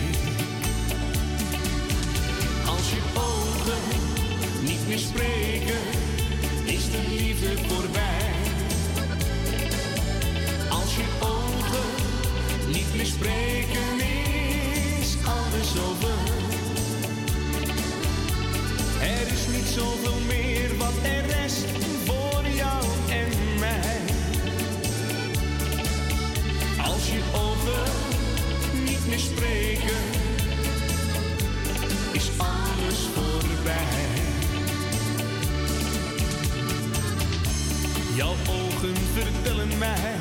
Als je ogen niet meer spreken, is de liefde voorbij. Als je ogen niet meer spreken, is alles over. Er is niet zoveel meer wat er rest voor jou en mij. Als je ogen niet meer spreken, is alles voorbij. Jouw ogen vertellen mij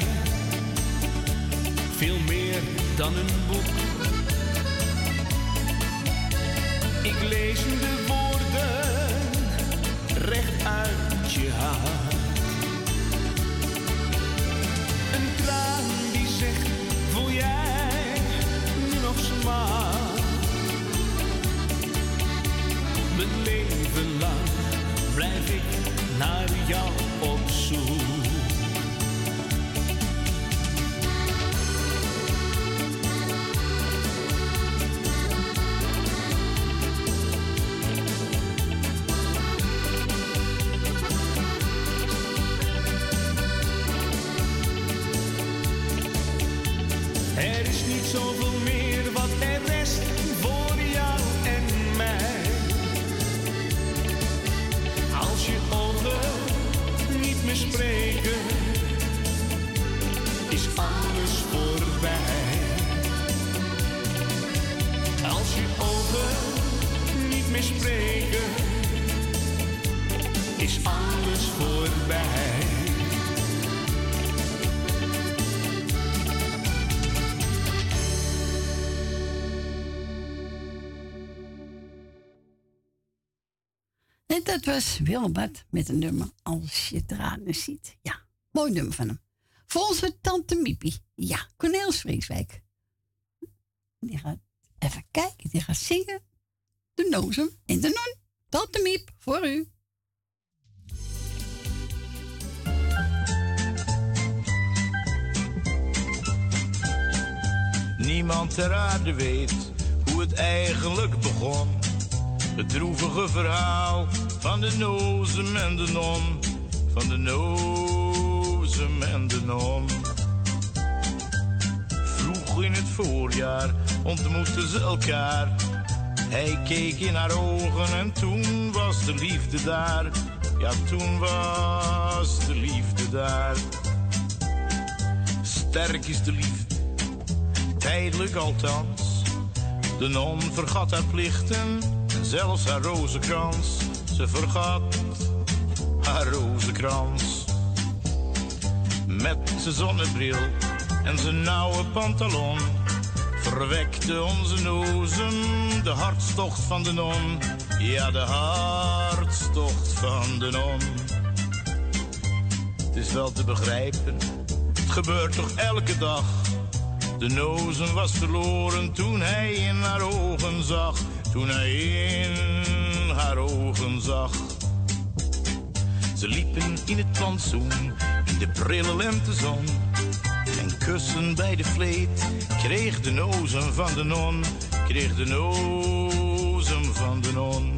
veel meer dan een boek. Ik lees de woorden recht uit je hart. Een traan die zegt, voel jij nu nog smaak? Mijn leven lang blijf ik naar jou op zoek. Er is niet zoveel meer wat er rest voor jou en mij. Als je ogen niet meer spreken, is alles voorbij. Als je ogen niet meer spreken, is alles voorbij. En dat was Willem Bad met een nummer Als je tranen ziet. Ja, mooi nummer van hem. Voor onze tante Miepie. Ja, Cornelis Vreeswijk. Die gaat even kijken, die gaat zingen. De Nozem en de Non. Tante Miep, voor u. Niemand ter aarde weet hoe het eigenlijk begon. Het droevige verhaal van de nozem en de non. Van de nozem en de non. Vroeg in het voorjaar ontmoetten ze elkaar. Hij keek in haar ogen en toen was de liefde daar. Ja, toen was de liefde daar. Sterk is de liefde, tijdelijk althans. De non vergat haar plichten en zelfs haar rozenkrans. Ze vergat haar rozenkrans. Met zijn zonnebril en zijn nauwe pantalon verwekte onze nozem de hartstocht van de non. Ja, de hartstocht van de non. het is wel te begrijpen. Het gebeurt toch elke dag. De nozen was verloren toen hij in haar ogen zag. Toen hij in haar ogen zag. Ze liepen in het plantsoen, in de prille lentezon. En kussen bij de vleet, kreeg de nozen van de non. Kreeg de nozen van de non.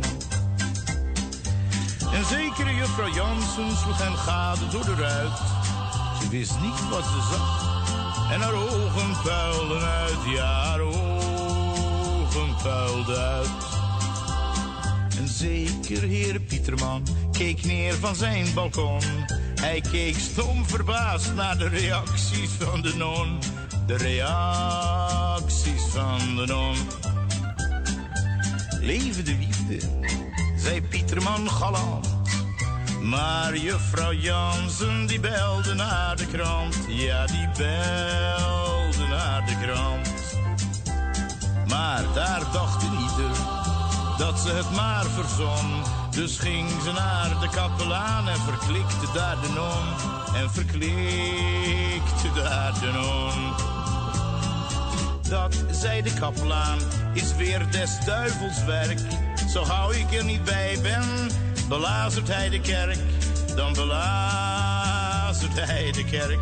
En zekere juffrouw Jansen sloeg hem gade door de ruit. Ze wist niet wat ze zag. En haar ogen puilden uit, ja, haar ogen puilden uit. En zeker heer Pieterman keek neer van zijn balkon. Hij keek stom verbaasd naar de reacties van de non. De reacties van de non. Leven de liefde, zei Pieterman galant. Maar juffrouw Jansen die belde naar de krant. Ja, die belde naar de krant. Maar daar dacht ieder dat ze het maar verzon. Dus ging ze naar de kapelaan en verklikte daar de non. En verklikte daar de non. Dat, zei de kapelaan, is weer des duivels werk. Zo gauw ik er niet bij ben, belazert hij de kerk. Dan belazert hij de kerk.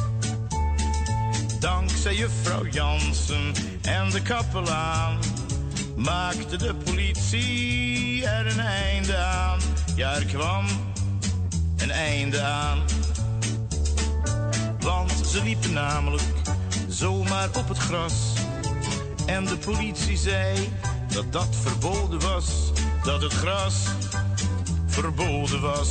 Dankzij juffrouw Jansen en de kapelaan maakte de politie er een einde aan. Ja, er kwam een einde aan. Want ze liepen namelijk zomaar op het gras. En de politie zei dat dat verboden was. Dat het gras verboden was.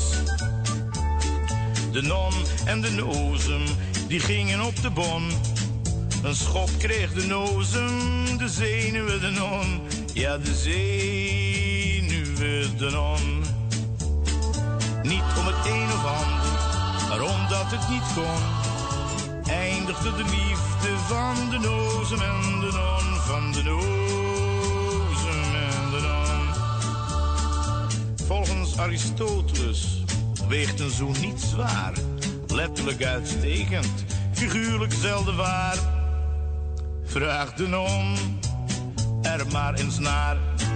De non en de nozem, die gingen op de bon. Een schop kreeg de nozem, de zenuwen de non. Ja, de zenuwen de non. Niet om het een of ander, maar omdat het niet kon. Eindigde de liefde van de nozem en de non. Van de nozem en de non. Volgens Aristoteles weegt een zoen niet zwaar. Letterlijk uitstekend, figuurlijk zelden waar. Vraag de non er maar eens naar.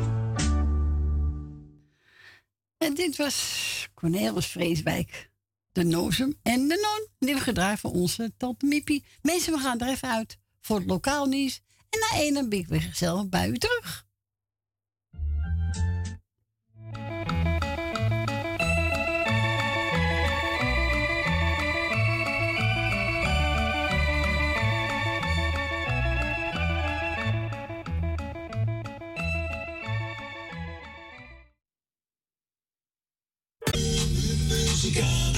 En dit was Cornelis Vreeswijk, de nozem en de non. Die hebben gedraaid voor onze tante Miepie. Mensen, we gaan er even uit voor het lokaal nieuws. En na één ben ik weer gezellig bij u terug. Muzikale,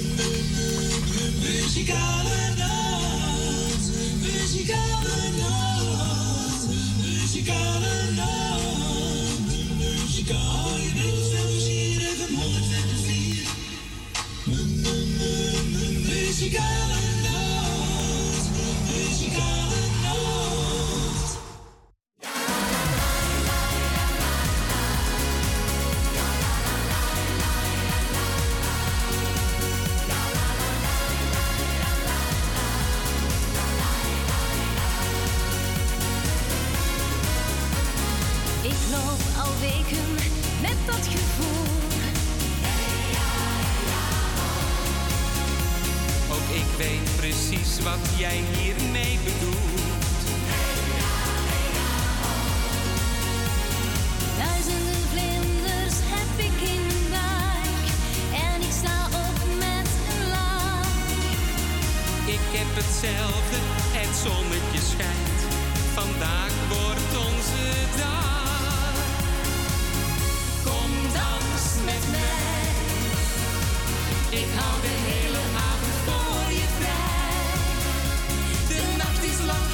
muzikale nacht, muzikale nacht, muzikale nacht, muzikale nacht, muzikale nacht, muzikale nacht. Ik loop al weken met dat gevoel. Ook ik weet precies wat jij hiermee bedoelt. Duizenden vlinders heb ik in mijn buik. En ik sta op met een lach. Ik heb hetzelfde, het zonnetje schijnt. Vandaag wordt onze dag. Kom dans met mij. Ik hou de hele avond voor je vrij. De nacht is lang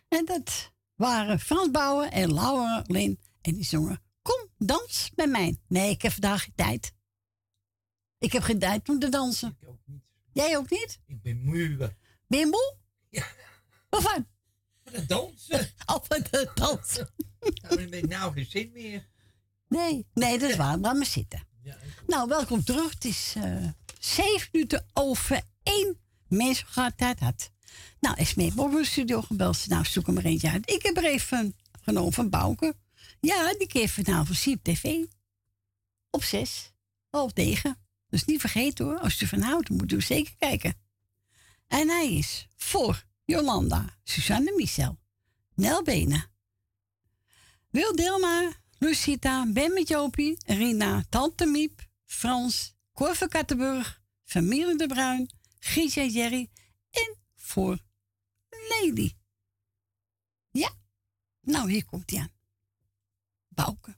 En dat waren Frans Bauer en Laura Lin. En die zongen, kom, dans met mij. Nee, ik heb vandaag geen tijd. Ik heb geen tijd om te dansen. Ik ook niet. Jij ook niet? Ik ben moe. Ben je moe? Ja. Waarvan? Van het dansen. Al van het dansen. Nou, dan ben ik nou geen zin meer. Nee, nee, dat is waar. Laat maar zitten. Ja, ik- Nou, welkom terug. Het is uh, zeven minuten over één. Mensen gaat dat had. Nou, Esmee heeft ook in de studio gebeld. Nou, zoek er maar eentje uit. Ik heb er even genomen van Bouke. Ja, die keer vanavond zie op tv. Op zes. Half negen. Dus niet vergeten hoor. Als je ervan houdt, dan moet u zeker kijken. En hij is voor Jolanda, Suzanne Michel, Nel Benen, Wil Dilma, Lucita, Ben met Jopie, Rina, Tante Miep, Frans, Cor van Kattenburg, Familie de Bruin, Gietje Jerry en voor Lady. Ja, nou hier komt hij aan. Bouke.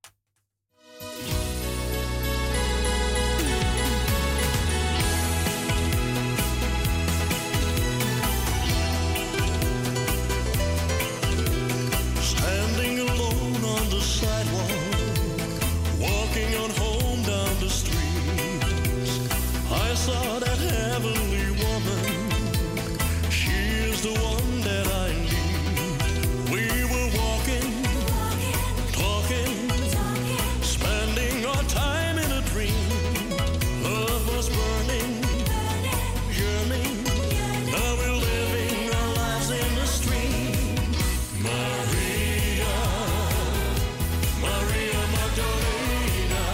Standing alone on the sidewalk, walking on home down the street, I saw that heavenly woman. She is the one that I need. We were walking, talking, spending our time in a dream. Love was burning, yearning. Now we're living our lives in the stream. Maria, Maria Magdalena,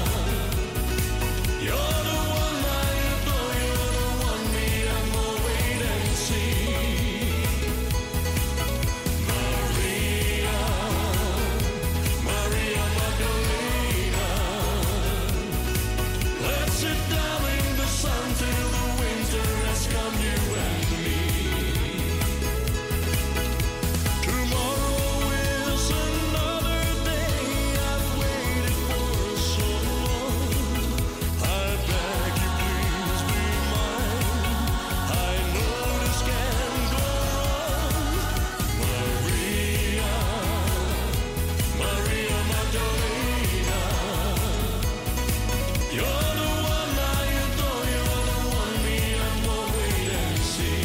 you're the one I adore, you're the one me I'm gonna wait and see. Maria, Maria Magdalena, let's sit down in the sun till the winter has come, you and me. Tomorrow is another day I've waited for so long. I beg you please be mine. I know this can go wrong. Maria, Maria Magdalena, you're the one I adore, you're the one me I'm gonna wait and see.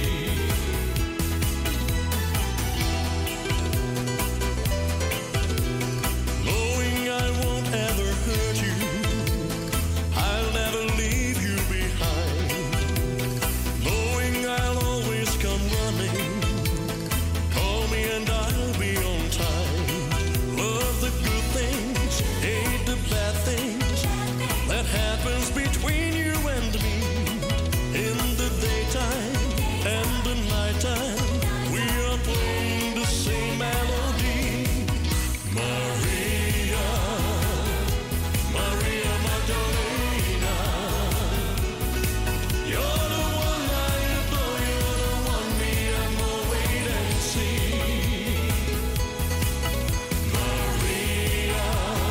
Knowing I won't ever hurt you, I'll never leave you behind. Knowing I'll always come running, call me and I'll be on time. Love the good things, hate the bad things that happens between you and me. In the daytime and the nighttime, we are playing the same melody. Maria, Maria Magdalena, you're the one I adore, you're the one me I'm gonna wait and see. Maria,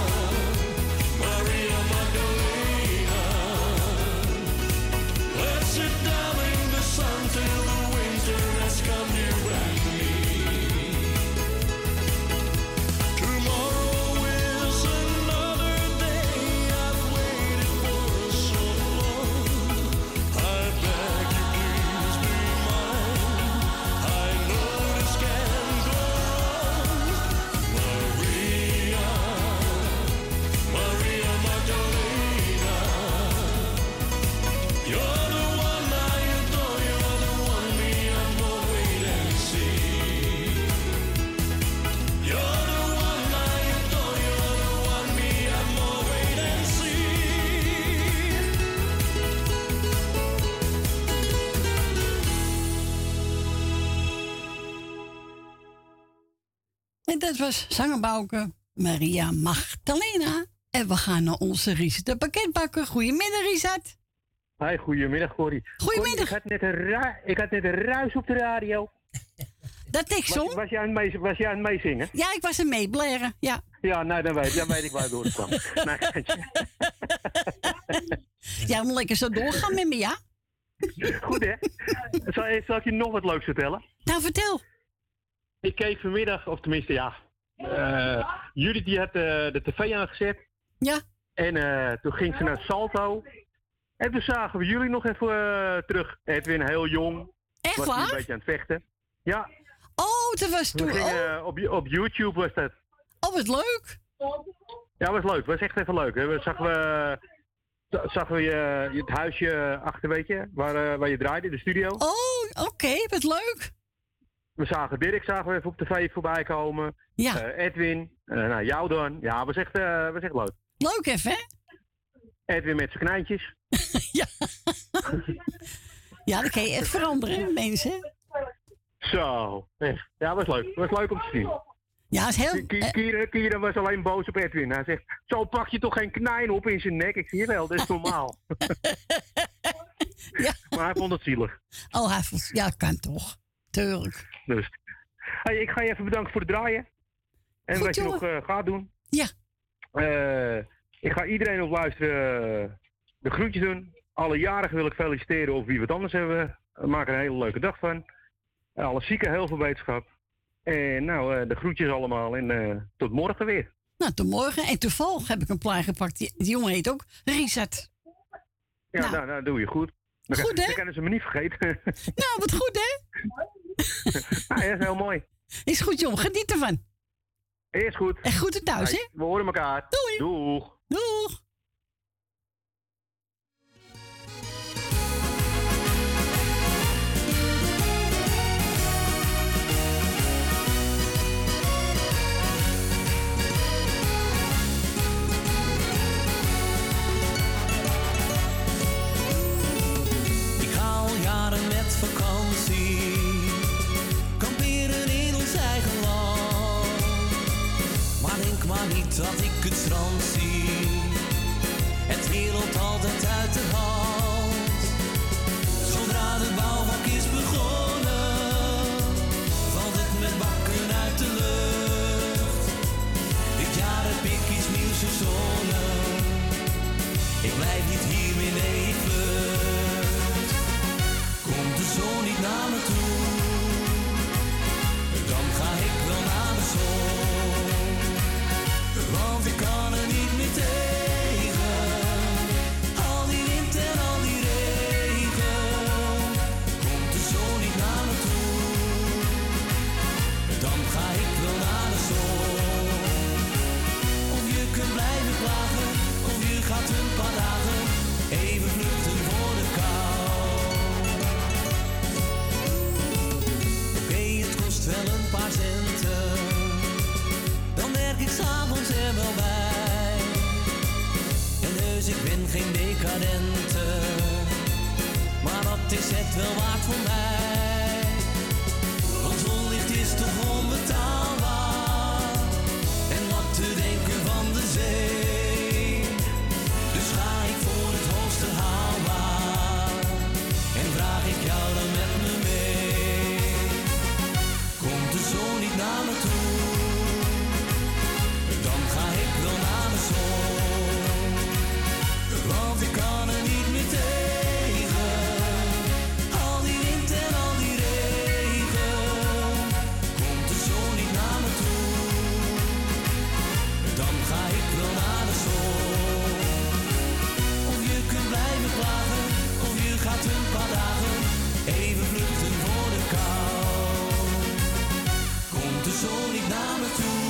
Maria Magdalena, let's sit down in the sun till the winter has come, you and me. Tomorrow is another day I've waited for so long. I beg you please be mine. I know this can go wrong. Maria, Maria Magdalena, you're the one I adore, you're the one me I'm gonna wait and see. You're the one I adore, you're the one me I'm gonna wait and see. En dat was zangerbouke Maria Magdalena. En we gaan naar onze Richard de pakketbakker. Goedemiddag, Richard. Hi, goedemiddag, Corrie. Goedemiddag. Corrie, ik, had net een ru- ik had net een ruis op de radio. Dat ik zo? Was, was, jij aan het mee, was jij aan het meezingen? Ja, ik was er mee blaren, ja. Ja, nou, dan weet, dan weet ik waardoor het kwam. Nou, Jij moet lekker zo doorgaan met me, ja? goed, hè? Zal, zal ik je nog wat leuks vertellen? Nou, vertel. ik keek vanmiddag, of tenminste ja, uh, Judith die had uh, de tv aangezet. Ja. En uh, toen ging ze naar Salto. En toen zagen we jullie nog even uh, terug. Edwin, heel jong. Echt was waar? een beetje aan het vechten. Ja. Oh, dat was toen. We gingen, oh. op, op YouTube was dat. Oh, wat leuk. Ja, was leuk. Was echt even leuk. Hè. We zagen we, zagen we je, het huisje achter, weet je, waar, uh, waar je draaide, de studio. Oh, oké, okay, wat leuk. We zagen Dirk zagen we even op tv voorbij komen. Ja. Uh, Edwin, uh, nou, jou dan. Ja, was echt, uh, was echt leuk. Leuk even, hè? Edwin met zijn knijntjes. Ja. Ja, dan kan je even veranderen, mensen. Zo, echt. Ja, was leuk. Was leuk om te zien. Ja, is heel... Kieran Kier, was alleen boos op Edwin. Hij zegt, zo pak je toch geen knijn op in zijn nek? Ik zie je wel, dat is normaal. Ja. Maar hij vond het zielig. Oh, hij vond... Ja, kan toch. Tuurlijk. Dus. Hey, ik ga je even bedanken voor het draaien. En Goed, wat je jongen. nog uh, gaat doen. Ja. Uh, ik ga iedereen op luisteren uh, de groetjes doen. Alle jarigen wil ik feliciteren of wie wat anders hebben. We maken er een hele leuke dag van. Uh, alle zieken heel veel wetenschap. En nou, uh, de groetjes allemaal en uh, tot morgen weer. Nou, tot morgen. En toevallig heb ik een plaat gepakt. Die, die jongen heet ook Richard. Ja, nou. nou, nou doe je goed. Dan, Goed, hè? Dan kunnen ze me niet vergeten. Nou, wat goed, hè? Ah, ja, dat is heel mooi. Is goed, jongen. Geniet ervan. Is goed. En groeten thuis, hey, hè? We horen elkaar. Doei. Doeg. Doeg. Vakantie, kamperen in ons eigen land. Maar denk maar niet dat ik het strand zie. Het weer loopt altijd uit de hand. Zodra de bouwvak is begonnen, valt het met bakken uit de lucht. Dit jaar heb ik iets nieuws verzonnen. Ik blijf niet hier meer, nee, ik vlucht. Komt de zon niet naar me toe, dan ga ik wel naar de zon. Want ik kan er niet meer tegen, al die wind en al die regen. Komt de zon niet naar me toe, dan ga ik wel naar de zon. Of je kunt blijven klagen, of je gaat een paar dagen even vluchten voor de kou. Wel een paar centen, dan werk ik s'avonds er wel bij. En dus ik ben geen decadente, maar dat is het wel waard voor mij. Want zonlicht is toch onbetaalbaar, en wat te denken van de zee. Dus ga ik voor het hoogste haalbaar, en vraag ik jou dan met me mee. Komt de zon niet naar me toe, dan ga ik wel naar de zon. Want ik kan er niet meer tegen, al die wind en al die regen. Komt de zon niet naar me toe, dan ga ik wel naar de zon. Of je kunt blijven klagen, of je gaat een paar dagen even vluchten voor de kou. Komt de zon niet naar me toe,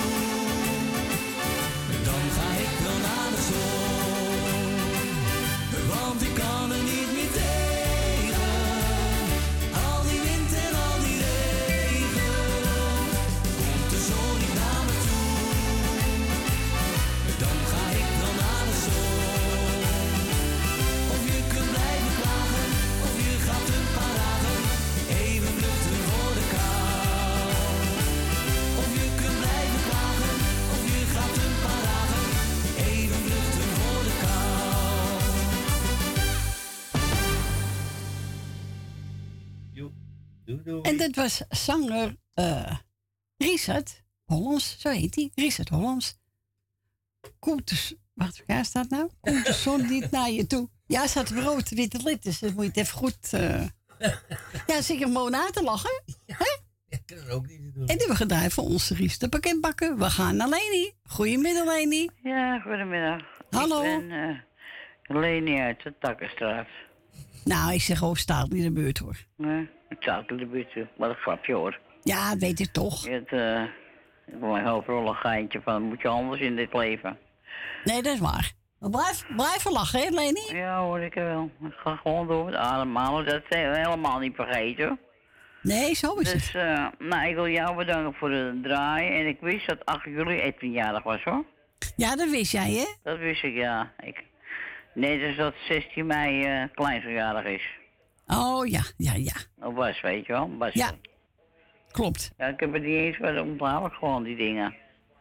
dan ga ik wel naar de zon. Want ik kan er niet meer tegen, al die wind en al die regen. Komt de zon niet naar me toe, dan ga ik wel naar de zon. Of je kunt blijven klagen, of je gaat een paar dagen even vluchten voor de kou. Of je kunt blijven klagen, of je gaat een paar dagen even vluchten voor de kou. En dat was zanger uh, Richard Hollands, zo heet hij, Richard Hollands. Komt de, z- wacht, waar staat nou? Komt de zon niet naar je toe? Ja, staat er rood witte lid, dus dan moet je het even goed... Uh... Ja, zeker mooi na te lachen. Hè? kan ook niet doen. En die hebben we gedraaid voor onze Ries de pakketbakker. We gaan naar Leni. Goedemiddag, Leni. Ja, goedemiddag. Hallo. Ik ben uh, Leni uit de Takkenstraat. Nou, ik zeg ook, staat niet in de buurt, hoor. Nee, het staat in de buurt. Wat een grapje, hoor. Ja, weet je toch. Je hebt, uh, ik wil mijn overal een geintje van, moet je anders in dit leven? Nee, dat is waar. Maar blijf, blijf lachen, hè, Leni? Ja hoor, ik wel. Ik ga gewoon door met ademhalen. Dat zijn we helemaal niet vergeten. Nee, zo is dus, het. Uh, nou, ik wil jou bedanken voor het draaien. En ik wist dat acht juli Edwinjarig was, hoor. Ja, dat wist jij, hè? Dat wist ik, ja. Ik, net als dat zestien mei uh, kleinzoonjarig is. Oh, ja, ja, ja. Of was, weet je wel. Bas. Ja, klopt. Ja, ik heb het niet eens bij de onthouden, gewoon die dingen.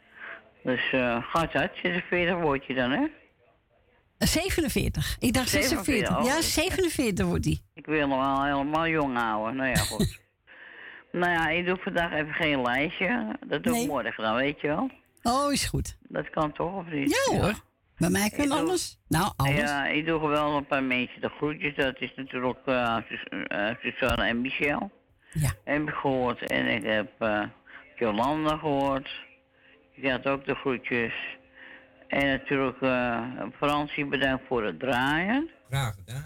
Dus, uh, gaat uit. zesenveertig word je dan, hè? zevenenveertig. Ik dacht zesenveertig. Oh. Ja, zevenenveertig wordt die. Ik wil hem al helemaal jong houden. Nou ja, goed. Nou ja, ik doe vandaag even geen lijstje. Dat doe Nee. ik morgen dan, weet je wel. Oh, is goed. Dat kan toch, of niet? Ja, hoor. Bij mij kan Ik doe- alles. Nou, alles. Ja, ik doe wel een paar mensen de groetjes. Dat is natuurlijk uh, Sus- uh, Suzanne en Michel. Ja. Heb ik gehoord. En ik heb uh, Jolanda gehoord. Die had ook de groetjes. En natuurlijk uh, Fransie bedankt voor het draaien. Graag gedaan.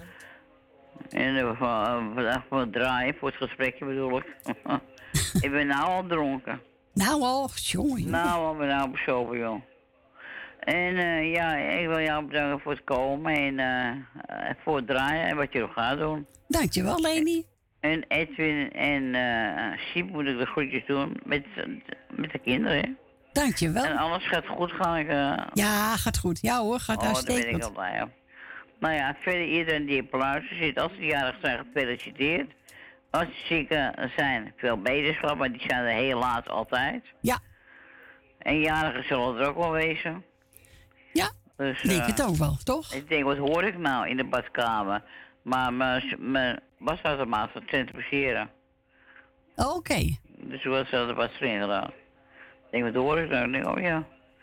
En uh, bedankt voor het draaien, voor het gesprekje bedoel ik. Ik ben nou al dronken. Nou al, jongen. Nou al, ben nou besopen, joh. En uh, ja, ik wil jou bedanken voor het komen en uh, voor het draaien en wat je nog gaat doen. Dankjewel, Leni. En Edwin en uh, Siep moet ik de groetjes doen met, met de kinderen, hè. Dankjewel. En alles gaat goed, ga ik... Uh... Ja, gaat goed. Ja hoor, gaat oh, daar ben ik uitstekend. al blij op. Nou ja, verder iedereen die op luistert zit, als ze jarig zijn, gefeliciteerd. Als ze zieken zijn, veel beterschap, maar die zijn er heel laat altijd. Ja. En jarigen zullen er ook wel wezen. Ja, dus, denk uh, het ook wel, toch? Ik denk, wat hoor ik nou in de badkamer? Maar mijn- mijn wasautomaat van centrifugeren. Oké. Dus hoe was dat wat erin gedaan? Ik denk, wat hoor ik nou? Ik denk, oh ja.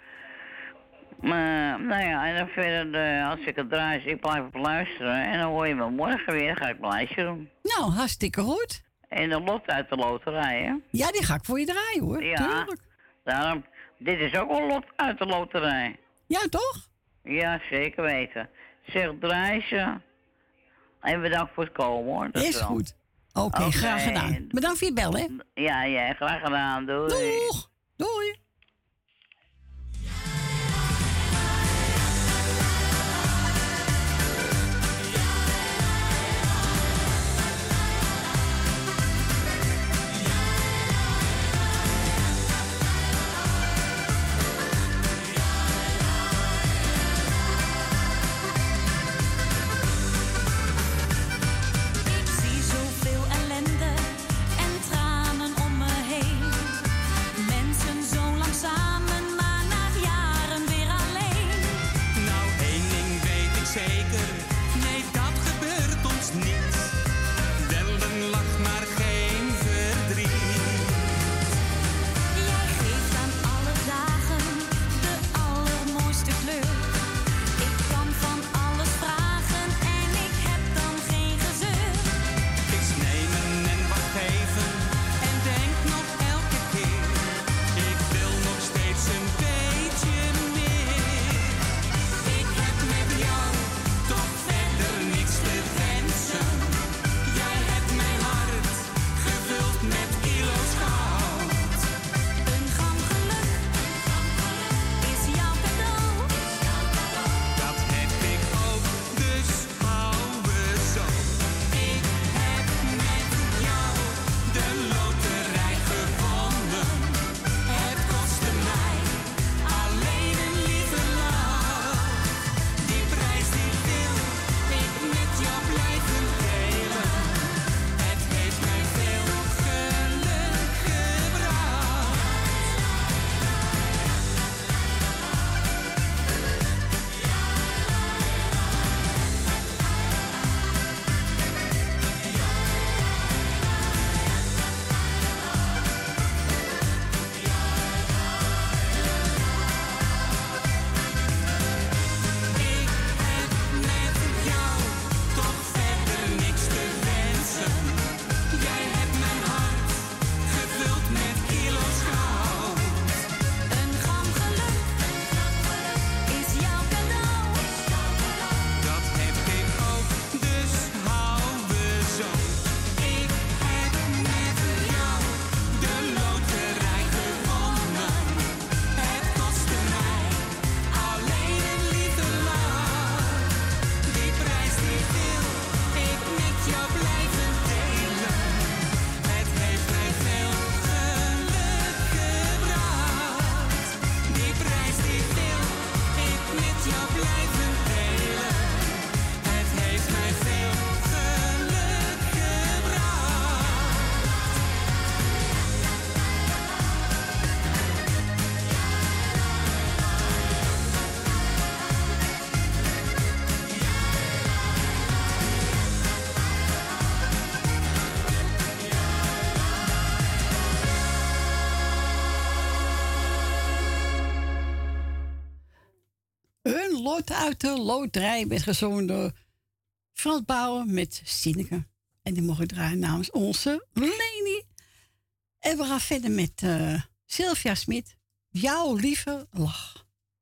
Maar, nou ja, en dan verder, uh, als ik het draai, is, ik blijf op luisteren. En dan hoor je me morgen weer, ga ik mijn lijstje doen. Nou, hartstikke goed. En de lot uit de loterij, hè? Ja, die ga ik voor je draaien, hoor. Ja, Tuurlijk. daarom, dit is ook een lot uit de loterij. Ja, toch? Ja, zeker weten. Zeg, draai ze. En bedankt voor het komen, hoor. Dat Is wel. goed. Oké, Oké. graag gedaan. Bedankt voor je bel, hè? Ja, ja, graag gedaan. Doei. Doeg. Doei. Ik zie zoveel ellende en tranen om me heen. lot uit de loterij werd gezongen door Frans Bauer met Sineke. En die mogen draaien namens onze Leni. En we gaan verder met uh, Sylvia Smit. Jouw lieve lach.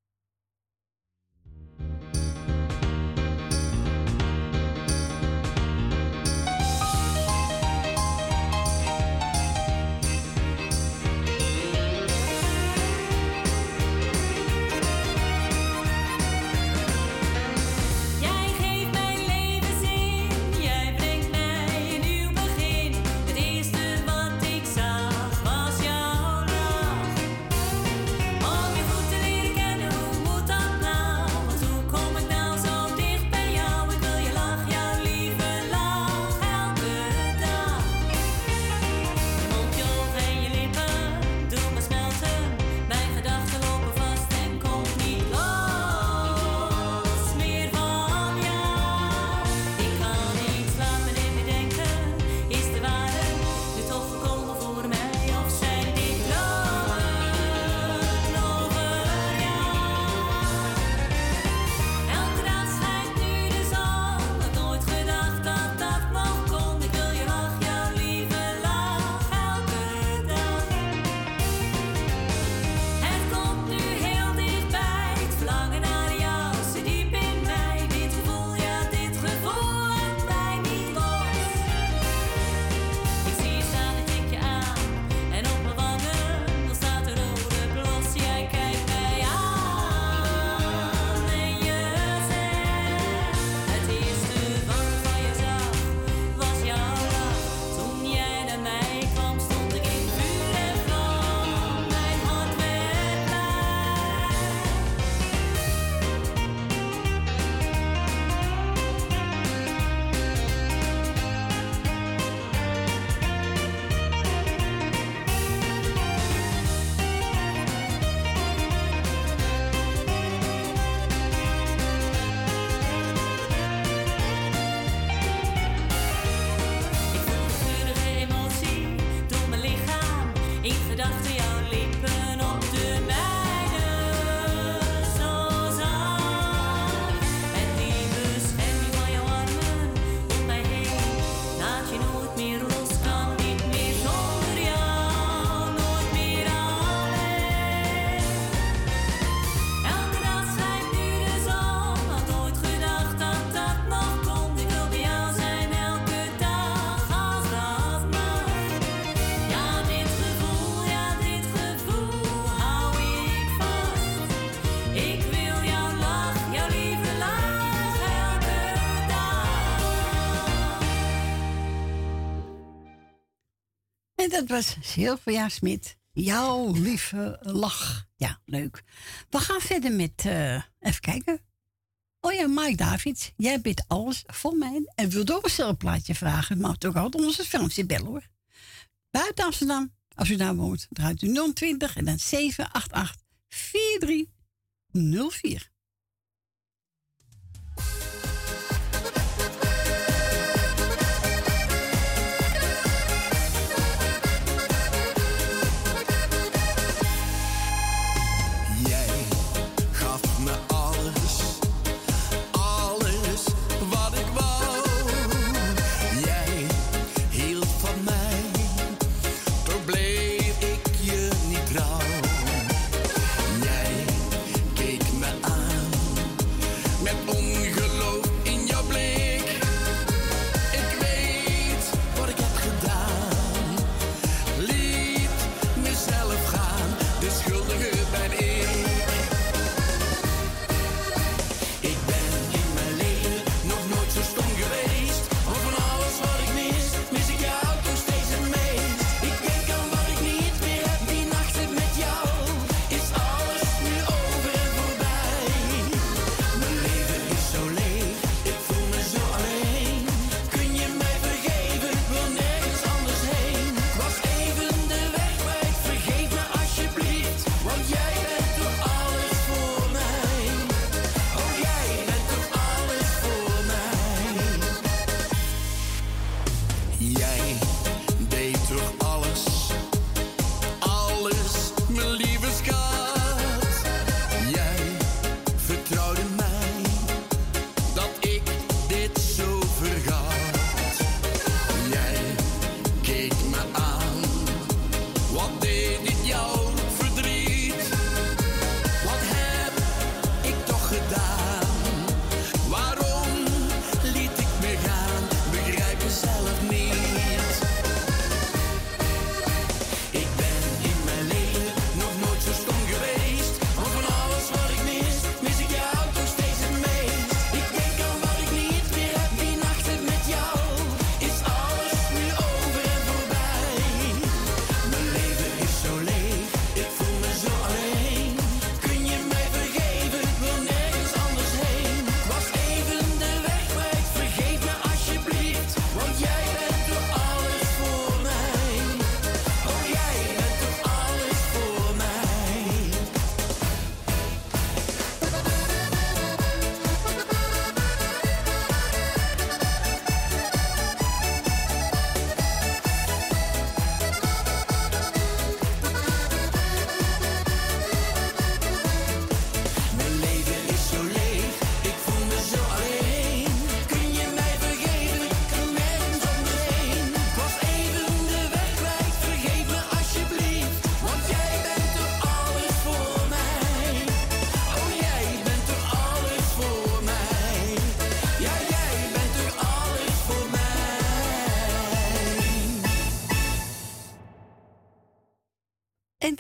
Dat was Sylvia Smit. Jouw lieve lach. Ja, leuk. We gaan verder met... Uh, even kijken. Oh ja, Mike Davids. Jij bent alles voor mij. En wil door een plaatje vragen. Mag ook altijd onze Fransje bellen hoor. Buiten Amsterdam. Als u daar woont. Draait u nul twintig en dan zeven acht acht vier drie nul vier. Vergeef me alsjeblieft.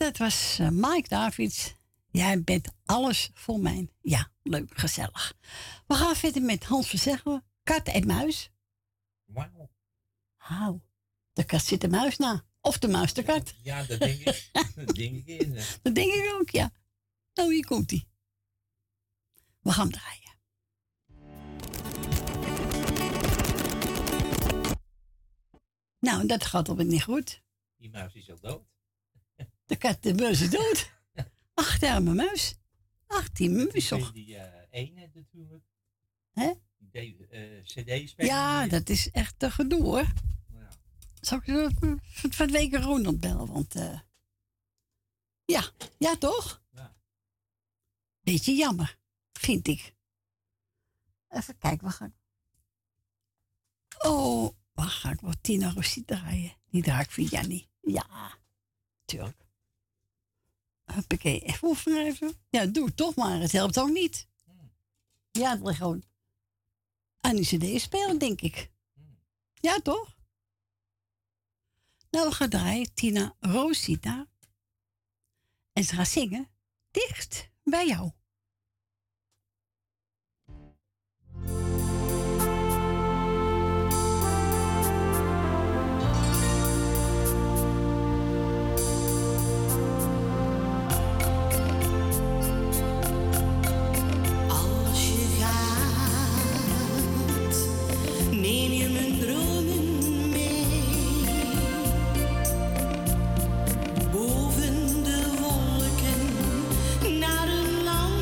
dat was uh, Mike Davids. Jij bent alles voor mij. Ja, leuk, gezellig. We gaan verder met Hans Verzeggen. Kat en muis. Wauw. Wauw. De kat zit de muis na. Of de muis de kat. Ja, dat denk ik. Dat denk ik in. Dat denk ik ook, ja. Nou, hier komt hij. We gaan draaien. Nou, dat gaat alweer niet goed. Die muis is al dood. De kat, de muis is dood. Ach, de arme muis. Ach, die muis toch. Die uh, ene natuurlijk. Hè? Die uh, cd-speler. Ja, dat is echt te gedoe hoor. Ja. Zal ik uh, van de week Ronald bellen? Want uh, ja, ja toch? Ja. Beetje jammer, vind ik. Even kijken, we gaan. Oh, waar ga ik wel Tina Rossi draaien? Die draai ik voor Jannie. Ja, tuurlijk. Huppakee, even oefenen even. Ja, doe het toch maar, het helpt ook niet. Hmm. Ja, het ligt gewoon aan die cd spelen, denk ik. Hmm. Ja, toch? Nou, we gaan draaien Tina Rosita. En ze gaat zingen Dicht bij jou. Neem je mijn dromen mee, boven de wolken, naar een land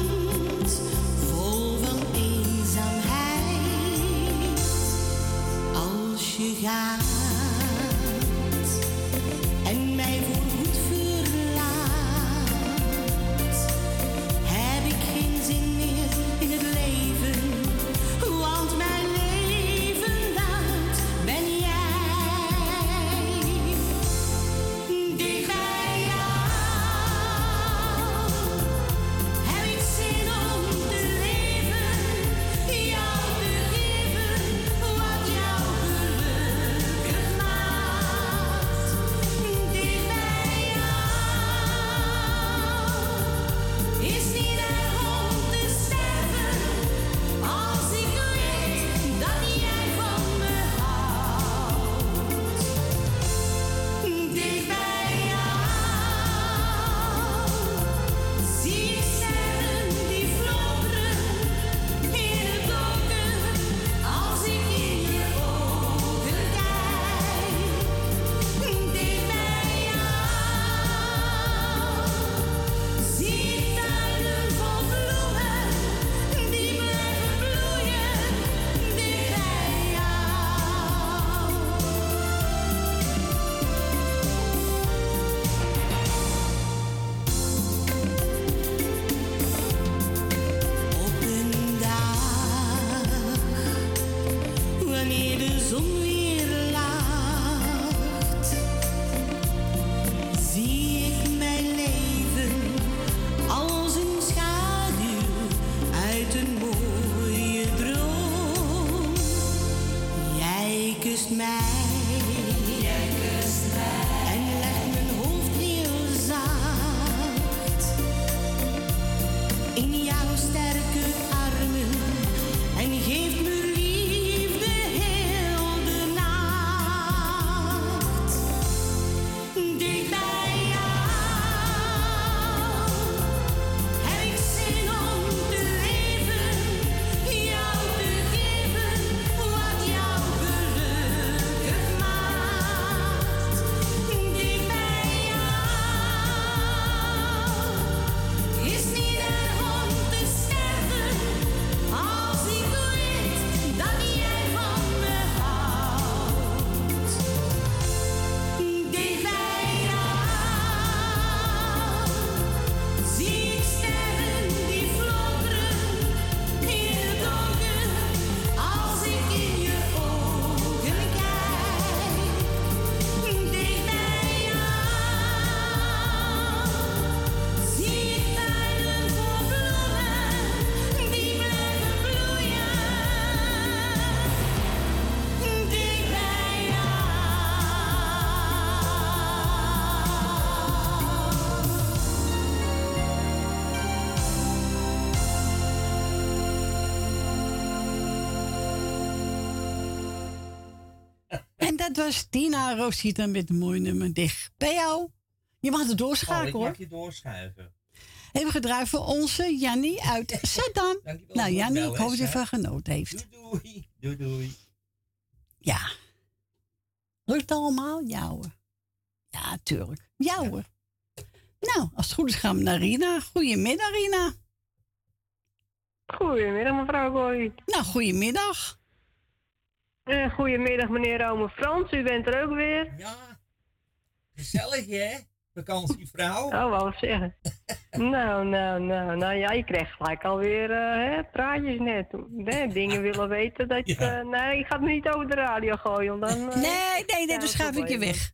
was Tina Rosita met een mooi nummer dicht bij jou. Je mag er Oh, doorschakelen ik hoor. mag je doorschuiven. Even gedraaid voor onze Jannie uit Saddam. Dankjewel Nou, voor het Jannie, ik bellen, hoop dat je hè. ervan genoten heeft. Doei, doei. Doei, doei. Ja. Lukt allemaal? Ja hoor. Ja, tuurlijk. Ja hoor. Nou, als het goed is gaan we naar Rina. Goedemiddag, Rina. Goedemiddag, mevrouw Corrie. Nou, goedemiddag. Uh, goedemiddag, meneer Ome Frans. U bent er ook weer. Ja. Gezellig, hè? Vakantievrouw. Oh, wou ik zeggen. nou, nou, nou, nou ja, je krijgt gelijk alweer uh, hè, praatjes net. Nee, dingen willen weten dat je... Ja. Uh, nee, ik ga het niet over de radio gooien. Dan, uh, nee, nee, nee, dan schuif ik je weg.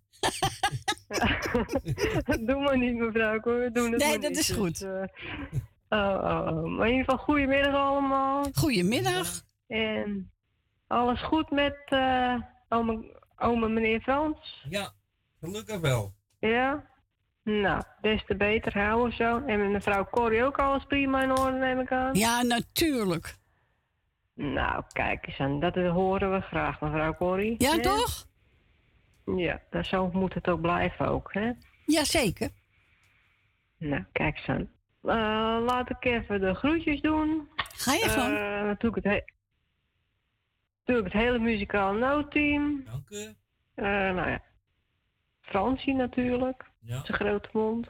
Doe maar niet, mevrouw Corrie. Doe het nee, maar dat niet. is goed. Dus, uh, oh, oh, oh. Maar in ieder geval, goedemiddag allemaal. Goedemiddag. En alles goed met uh, ome, ome meneer Frans? Ja, gelukkig wel. Ja? Nou, des te beter, houden zo. En met mevrouw Corrie ook alles prima in orde, neem ik aan? Ja, natuurlijk. Nou, kijk eens aan, dat horen we graag, mevrouw Corrie. Ja, hè? toch? Ja, dat zo moet het ook blijven ook, hè? Jazeker. Nou, kijk eens aan. Uh, laat ik even de groetjes doen. Ga je gang. Uh, natuurlijk, het he- natuurlijk het hele muzikaal noodteam. Dank u. Uh, nou ja, Fransie natuurlijk. Ja. Zijn grote mond.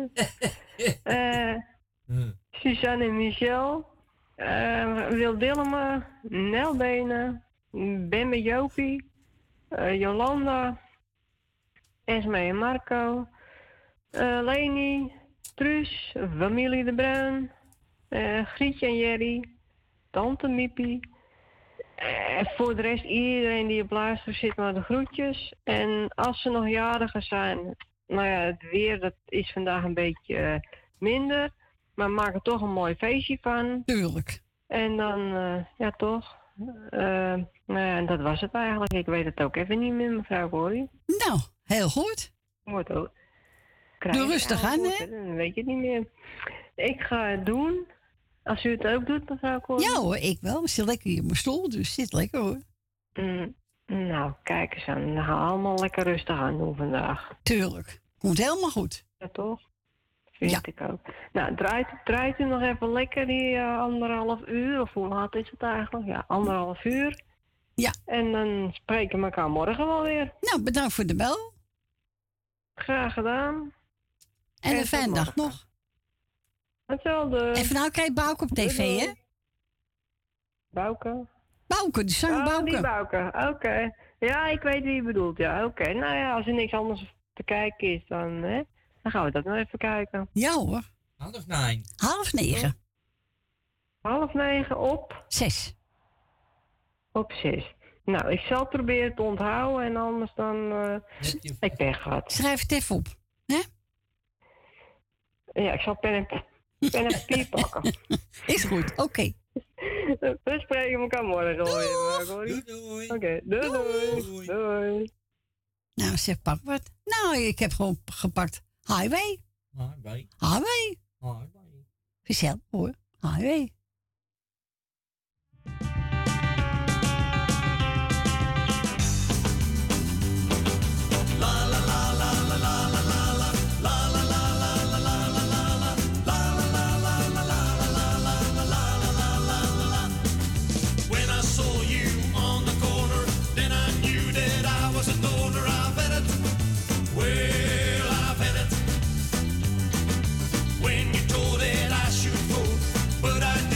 uh, Suzanne en Michel. Uh, Wil Dillema. Nel Benen. Ben met Jopie. Uh, Jolanda. Esme en Marco. Uh, Leni. Truus. Familie de Bruin. Uh, Grietje en Jerry. Tante Miepie. Uh, voor de rest iedereen die op luister zit maar de groetjes. En als ze nog jarigen zijn, nou ja, het weer dat is vandaag een beetje uh, minder. Maar maak er toch een mooi feestje van. Tuurlijk. En dan, uh, ja toch. Uh, nou ja, en dat was het eigenlijk. Ik weet het ook even niet meer, mevrouw Corrie. Nou, heel goed. Wordt ook. Doe rustig aan, hè? Dan weet je het niet meer. Ik ga het doen. Als u het ook doet, mevrouw Corrie. Ja hoor, ik wel. Ik zit lekker hier op mijn stoel, dus zit lekker hoor. Mm, nou, kijk eens aan. We gaan allemaal lekker rustig aan doen vandaag. Tuurlijk. Komt helemaal goed. Ja, toch? Vind ja. ik ook. Nou, draait, draait u nog even lekker die uh, anderhalf uur. Of hoe laat is het eigenlijk? Ja, anderhalf uur. Ja. En dan spreken we elkaar morgen wel weer. Nou, bedankt voor de bel. Graag gedaan. En, en een fijne dag nog. Hetzelfde. En van nou krijg je Bouke op tv, doei, doei. Hè? Bouke? Bouke, die zanger oh, Bouke. die Bouke, oké. Okay. Ja, ik weet wie je bedoelt, ja, oké. Okay. Nou ja, als er niks anders te kijken is, dan, hè, dan gaan we dat nog even kijken. Ja hoor. Half negen. Half negen. Half negen op? Zes. Op zes. Nou, ik zal proberen te onthouden en anders dan... Uh, ik ben gehad. Schrijf het even op, hè? Ja, ik zal pen en, pen en papier pakken. Is goed, oké. Okay. We spreken elkaar morgen weer. Doei, doei. Oké, okay, doei, doei, doei. Doei. Nou, zeg, pak wat. Nou, ik heb gewoon gepakt Highway. Highway. Highway. Highway. Gezellig hoor. Highway. When you told it I should go, but I didn't.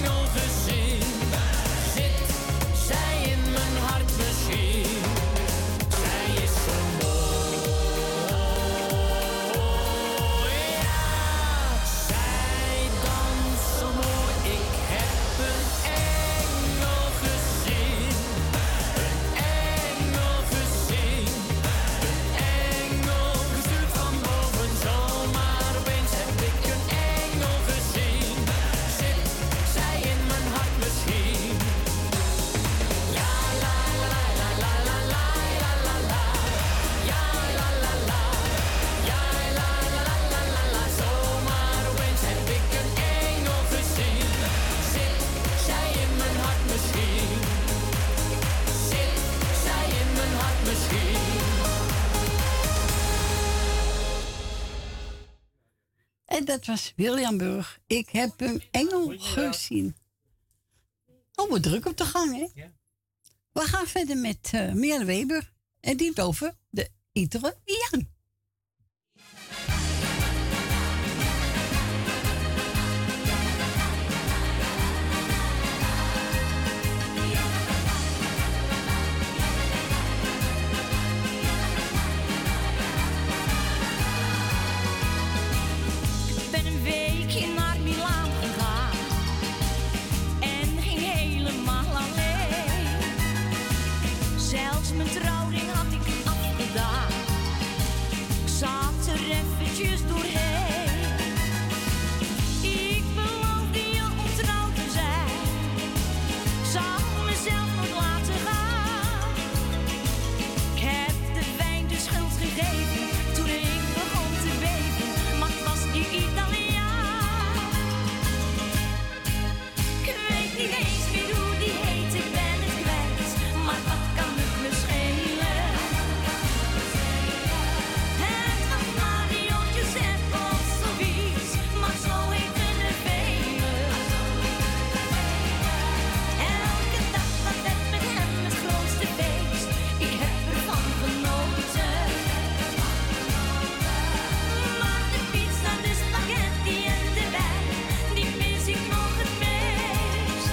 dat was William Burg. Ik heb een engel gezien. Oh, wat druk op de gang, hè? Ja. We gaan verder met uh, Miele Weber. En die heeft over de Italiaan. Mijn trouwring had ik afgedaan. Ik zat er eventjes doorheen. Ik beloofde je ontrouw te zijn. Ik zou mezelf nooit laten gaan. Ik heb de wijn de schuld gegeven toen ik begon te beven. Maar het was die Italiaan. Ik weet niet eens meer hoe die heet, ik ben het kwijt. Maar wat kan het me schelen? Het was Mario, Giuseppe of zoiets, maar zo heten er velen. Elke dag was het met hem het grootste feest. Ik heb ervan genoten. Maar de pizza, de spaghetti en de wijn, die mis ik nog het meest.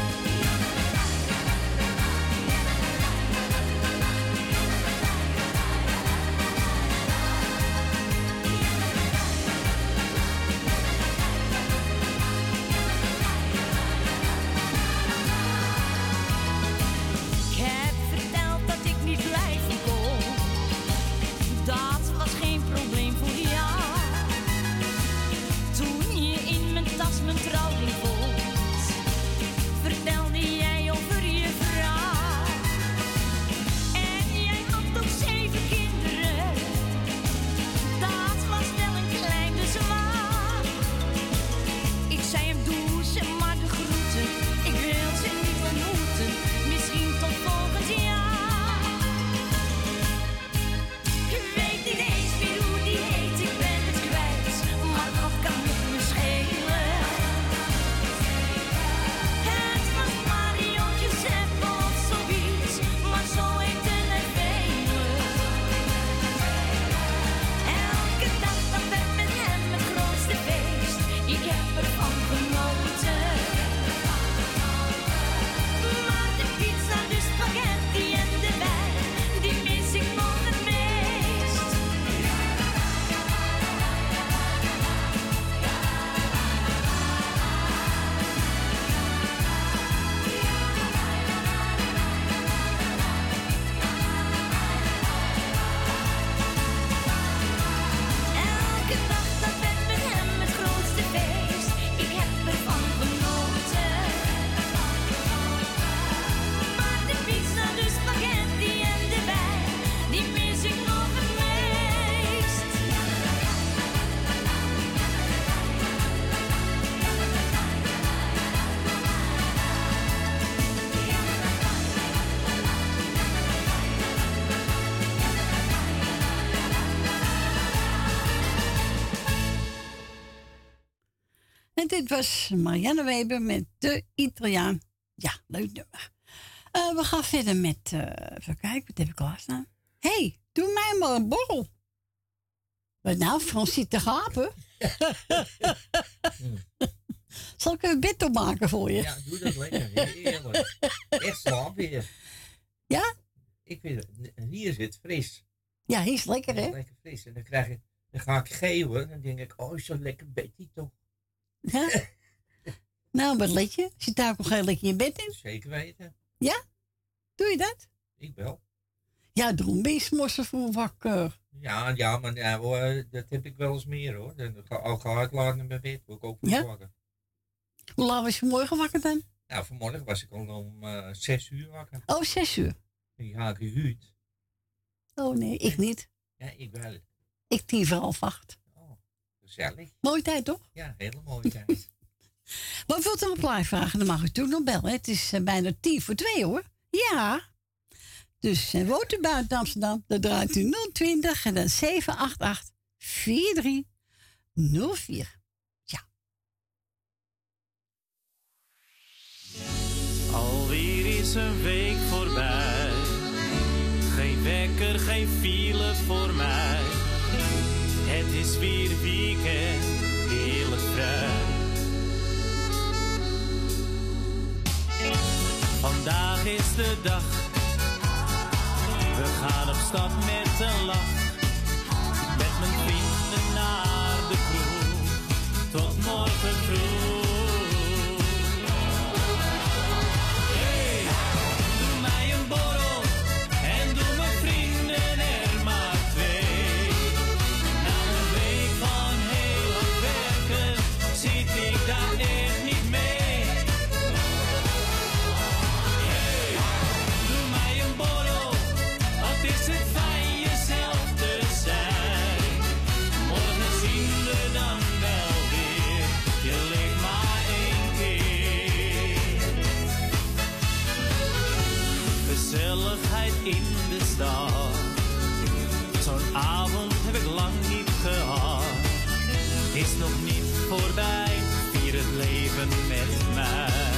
Ik heb verteld dat ik niet blijven kon. Dat was geen probleem voor jou. Toen je in mijn tas mijn trouwring vond, vertelde jij over je vrouw. En jij had ook zeven kinderen. Dat was wel een klein bezwaar. Ik zei hem doe ze maar de groeten. Ik wil ze niet ontmoeten. Misschien tot volgend jaar. Ik weet niet eens meer hoe die heet. Ik ben het kwijt. Maar wat kan het me schelen? Het was Mario, Giuseppe of zoiets. Maar zo heten er velen. Elke dag dat werd met hem het grootste feest. Ik heb ervan genoten. Maar de pizza, de spaghetti en de wijn, die mis ik nog het meest. Elke dag dat werd met hem het grootste feest. Ik heb ervan genoten. Maar de pizza, de spaghetti en de wijn, die mis ik nog het meest. En dit was Marianne Weber met de Italiaan. Ja, leuk nummer. Uh, we gaan verder met, uh, even kijken, wat heb ik klaarstaan? Hé, hey, doe mij maar een borrel. Wat nou, Frans zit te gapen? Zal ik een bed opmaken voor je? Ja, doe dat lekker. Heerlijk. Echt slaap weer. Ja? Ik vind het, hier zit fris. Ja, hier is lekker, hè? Lekker fris. En dan, krijg ik, dan ga ik geeuwen. Dan denk ik, oh, zo'n lekker bedje toch. Ja? Nou, wat let je? Zit daar ook nog heel lekker in je bed in? Zeker weten. Ja? Doe je dat? Ik wel. Ja, daarom ben je 's morgens voor wakker. Ja, ja, maar ja, hoor, dat heb ik wel eens meer hoor. Dan ga, al ga ik laat naar mijn bed, word ik ook weer Ja? wakker. Hoe laat was je vanmorgen wakker dan? Nou, vanmorgen was ik al om uh, zes uur wakker. Oh, zes uur. Ik ga gehuurd. Oh nee, ik niet. Ja, ik wel. Ik tien voor half acht. Gezellig. Mooie tijd, toch? Ja, hele mooie tijd. Maar wilt u nog een plaat vragen, dan mag u toen nog bellen. Het is uh, bijna tien voor twee, hoor. Ja. Dus uh, woont u buiten Amsterdam, dan draait u nul twintig en dan zeven acht acht vier drie nul vier. Ja. er geen file voor mij. Het is weer weekend, heerlijk vrij. Vandaag is de dag, we gaan op stap met een lach. Met mijn vrienden naar de kroeg, tot morgen vroeg. Hey, doe mij een borrel en doe mijn vrienden er maar twee. Na een week van heel hard werken zit ik daar echt niet mee. Hey, doe mij een borrel, wat is het fijn jezelf te zijn. Morgen zien we dan wel weer, je leeft maar één keer. Gezelligheid in de stad, zo'n avond heb ik lang niet gehad. Is nog niet voorbij, vier het leven met mij.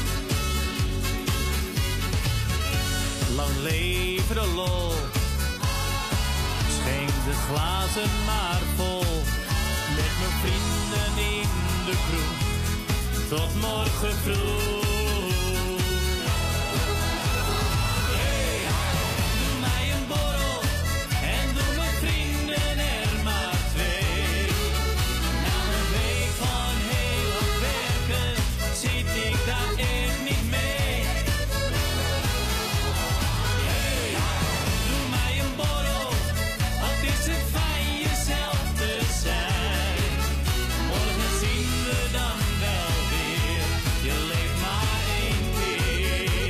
Lang leven de lol, schenk de glazen maar vol. Met mijn vrienden in de kroeg, tot morgen vroeg. Hey, doe mij een borrel en doe mijn vrienden er maar twee. Na een week van heel hard werken zit ik daar echt niet mee. Hey, doe mij een borrel, wat is het fijn jezelf te zijn. Morgen zien we dan wel weer, je leeft maar één keer.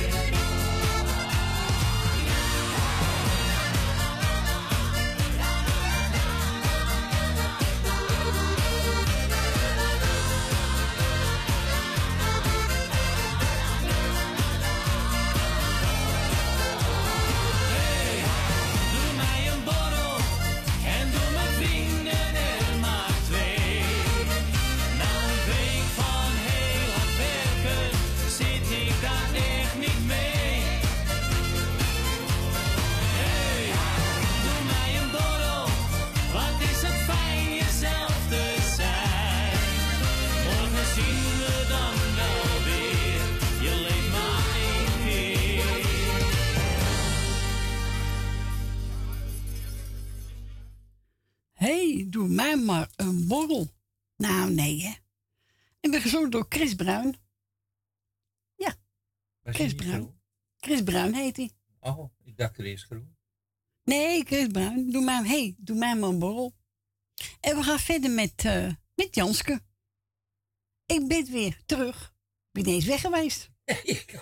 Hey, doe mij een borrel en doe mijn vrienden er maar twee. Na een week van heel hard werken zit ik daar echt niet mee. Hey, doe mij een borrel, wat is het fijn jezelf te zijn. Morgen zien we dan wel weer, je leeft maar één keer. Hey, doe mij maar een borrel. Nou, nee, hè. Ik ben gezongen door Chris Bruin. Ja, Was Chris je niet Bruin. groen? Chris Bruin heet hij. Oh, ik dacht er is groen. Nee, Chris Bruin. Doe mij, hey, doe mij maar een borrel. En we gaan verder met, eh, met Janske. Ik ben weer terug. Ik ben ineens weg geweest. ik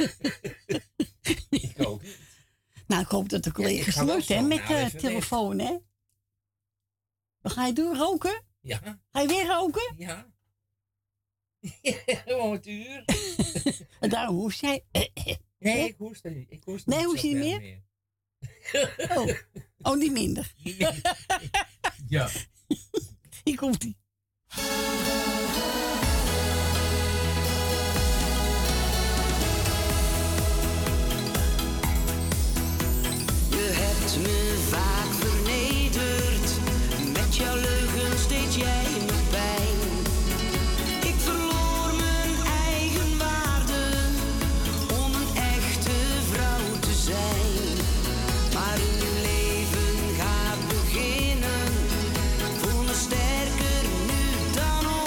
ook niet. Nou, ik hoop dat de Ja, collega's ik ga wel lukt, hè, zo met nou de even telefoon, hè. Wat ga je doen? Roken? Ja. Ga je weer roken? Ja. Gewoon het uur. En daarom hoest jij... Nee, ik hoest er niet. Ik hoest Nee, niet hoest je niet zoveel meer? Oh. Oh, niet minder. Ja. Hier komt ie. Je hebt me vaak vernederd, met jouw leugens deed jij me pijn. Ik verloor mijn eigen waarde om een echte vrouw te zijn. Maar een leven gaat beginnen, voel me sterker nu dan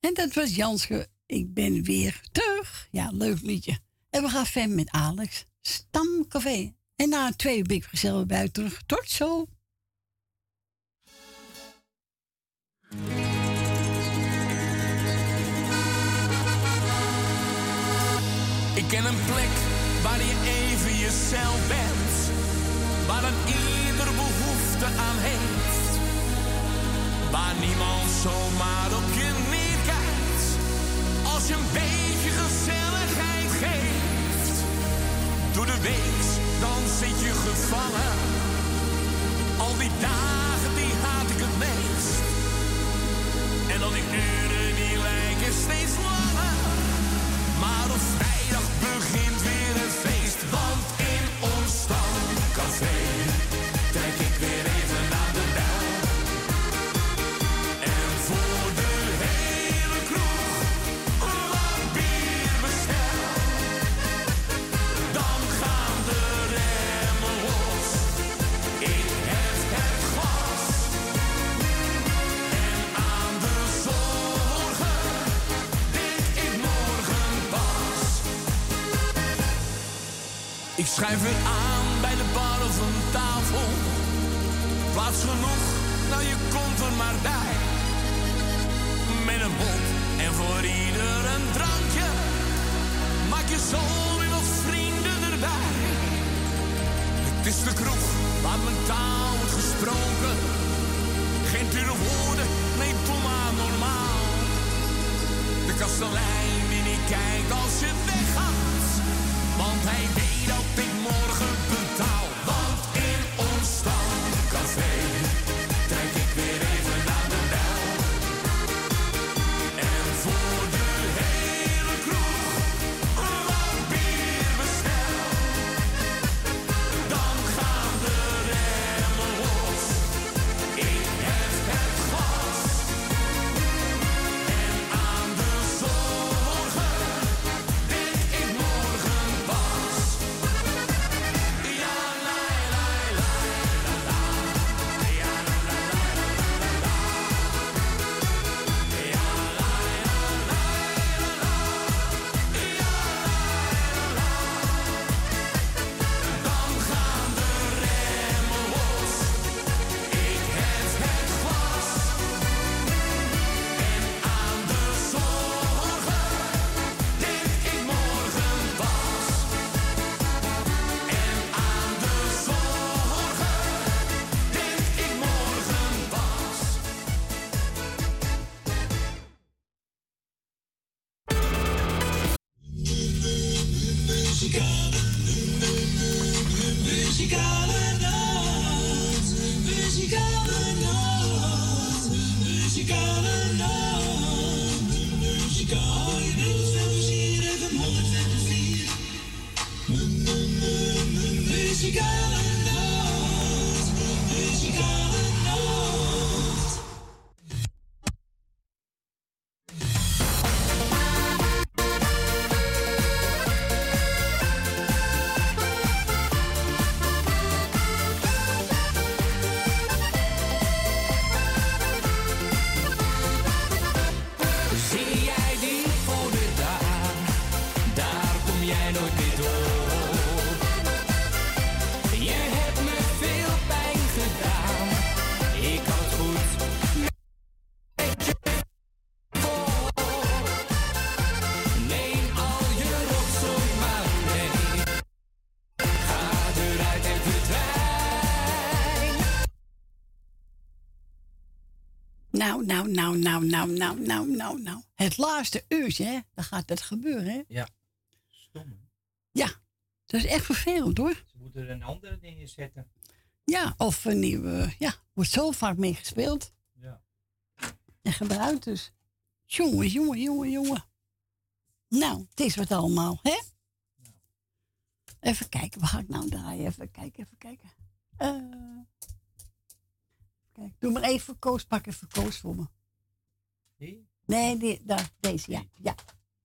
En dat was Janske. Ik ben weer terug. Ja, leuk liedje. En we gaan verder met Alex. Stamcafé. En na een twee ben ik gezellig bij terug. Tot zo. Ik ken een plek waar je even jezelf bent, waar een ieder behoefte aan heeft, waar niemand zomaar op je neerkijkt, als je een beetje gezelligheid geeft. Door de week, dan zit je gevangen, al die dagen die haat ik het meest, en al die uren die lijken steeds langer. Maar op vrijdag begint weer het feest, want in ons stamcafé trek ik weer even aan de bel. En voor de hele kroeg wat bier bestel. Dan gaan de remmen los, ik heb het glas. En aan de zorgen denk ik morgen pas. Ik schuif weer aan bij de bar of een tafel. Plaats genoeg, nou je komt er maar bij. Met een mond en voor ieder een drankje. Maak je zo weer wat vrienden erbij. Het is de kroeg waar mijn taal wordt gesproken. Geen dure woorden, nee doe maar normaal. De kastelein die niet kijkt als je weggaat, want hij weet dat ik morgen betaal. Want in ons stamcafé trek ik weer even aan de bel. En voor de hele kroeg wat bier bestel. Dan gaan de remmen los, ik heb het glas. En aan de zorgen denk ik morgen pas. Ja, la, la, la, la, la. Ja, la, la, la, la, la, la. Ja, la, la, la, la, la. Ja, la, la, la. Dan gaan de remmen los, ik heb het glas. En aan de zorgen denk ik morgen pas. En aan de zorgen denk ik morgen pas. Muzikale nacht, muzikale nacht, muzikale nacht, muzikale plezier even honderd vier. Muzikale nacht, muzikale nacht. Zie jij die foto daar? Daar kom jij nooit meer door. Je hebt me veel pijn gedaan. Ik had goed met je voor. Neem al je rotzooi maar mee. Ga eruit en verdwijn. Nou, nou, nou, nou, nou, nou, nou, nou, nou. Het laatste uurtje, hè? Dan gaat het gebeuren, hè? Ja. Stom, hè? Ja. Dat is echt vervelend, hoor. Ze moeten er een andere dingen zetten. Ja, of een nieuwe... Ja, wordt zo vaak mee gespeeld. Ja. En gebruikt dus. Jongen, jongen, jongen, jongen. Nou, het is wat allemaal, hè? Even kijken, waar ga ik nou draaien? Even kijken, even kijken. Eh... Kijk, doe maar even Koos, pak even Koos voor me. Die? Nee, die, daar, deze, ja. ja.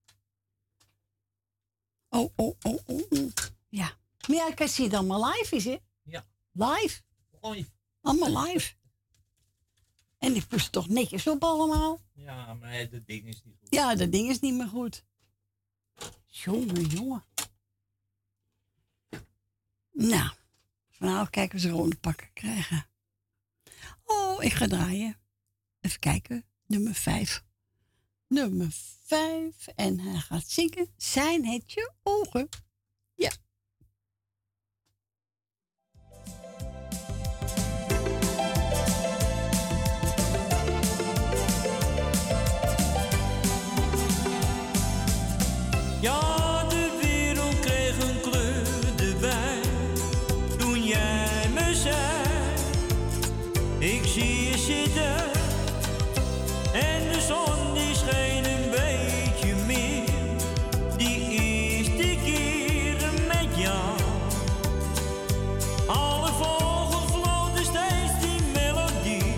Oh, oh, oh, oh, oh. Ja. Maar ja, ik zie het allemaal live is, hè? Ja. Live. Live. Allemaal live. En En die poest toch netjes op allemaal. Ja, maar dat ding is niet goed. Ja, dat ding is niet meer goed. Jongen, jongen. Nou, vanavond kijken of ze rode pakken krijgen. Oh, ik ga draaien. Even kijken. Nummer vijf. Nummer vijf. En hij gaat zingen. Zijn het je ogen? Ja. Ja, de wereld kreeg een kleur erbij toen jij me zei: ik zie je zitten en de zon die scheen een beetje meer. Die eerste keer met jou, alle vogels floten steeds die melodie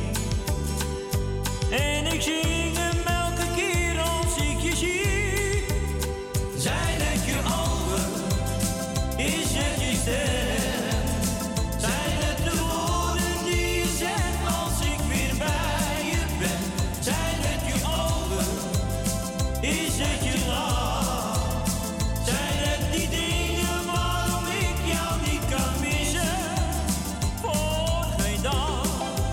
en ik zing hem elke keer als ik je zie. Zijn het je ogen? Is het je stem? Zijn het de woorden die je zegt als ik weer bij je ben? Zijn het je ogen? Is het je lach? Zijn het die dingen waarom ik jou niet kan missen? Voor geen dag.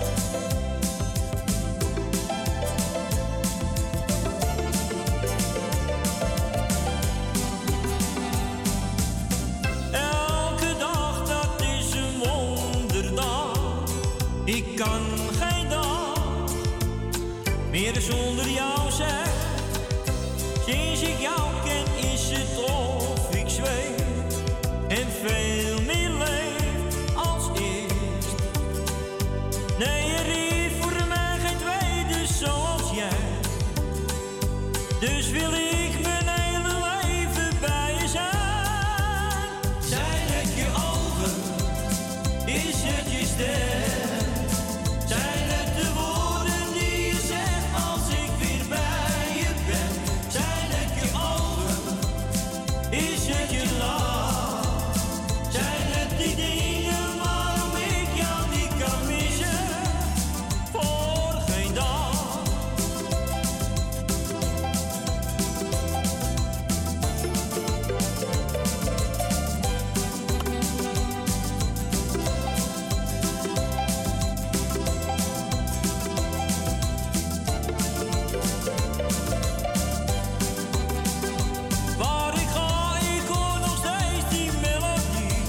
Elke dag dat is een wonderdag. Ik kan geen dag meer zonder jou zijn. Sinds ik jou ken is het of ik zweef en veel meer leef als eerst. Nee, er is voor mij geen tweede zoals jij. Dus wil ik mijn hele leven bij je zijn. Zijn het je ogen? Is het je stem? Zijn het de woorden die je zegt als ik weer bij je ben? Zijn het je ogen? Is het je lach? Zijn het die dingen waarom ik jou niet kan missen? Voor geen dag. Waar ik ga, ik hoor nog steeds die melodie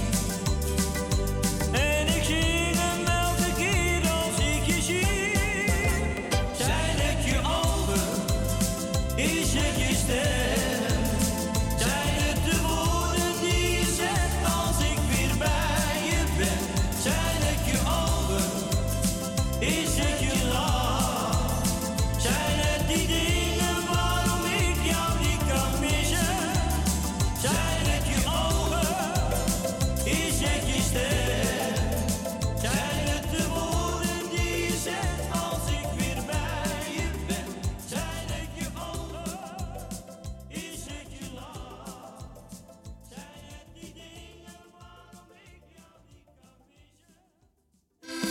en ik zing hem elke keer als ik je zie. Zijn het je ogen? Is het je stem? Zijn het de woorden die je zegt als ik weer bij je ben? Zijn het je ogen? Is het je lach? Zijn het die dingen waarom ik jou niet kan missen? Zijn het je ogen? Is het je stem? Zijn het de woorden die je zegt als ik weer bij je ben? Zijn het je ogen? Is het je lach? Zijn het die dingen waarom ik jou niet kan missen?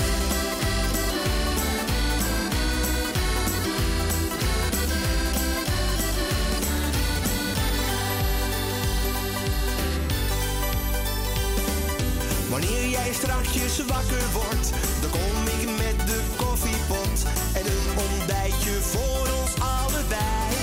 Wanneer jij strakjes wakker wordt, dan kom ik met de koffiepot en een ontbijtje voor ons allebei.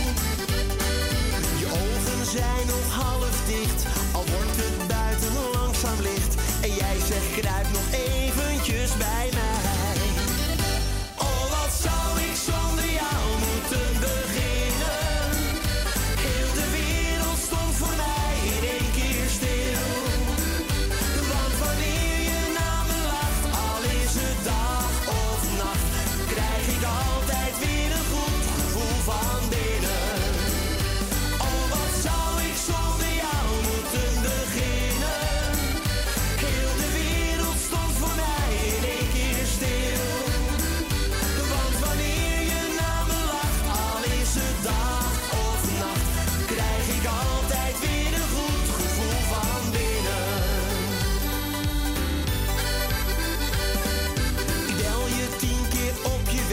Je ogen zijn nog half dicht, al wordt het buiten langzaam licht. En jij zegt kruip nog eventjes bij mij. Oh, wat zou ik zonder jou moeten beginnen? Heel de wereld stond voor mij in één keer stil. Want wanneer je naar me lacht, al is het dag of nacht, krijg ik altijd weer een goed gevoel van binnen. Oh, wat zou ik zonder jou moeten beginnen? Heel de wereld stond voor mij in één keer stil. Want wanneer je naar me lacht, al is het dag of nacht, krijg ik altijd weer een goed gevoel van binnen. Ik bel je tien keer op je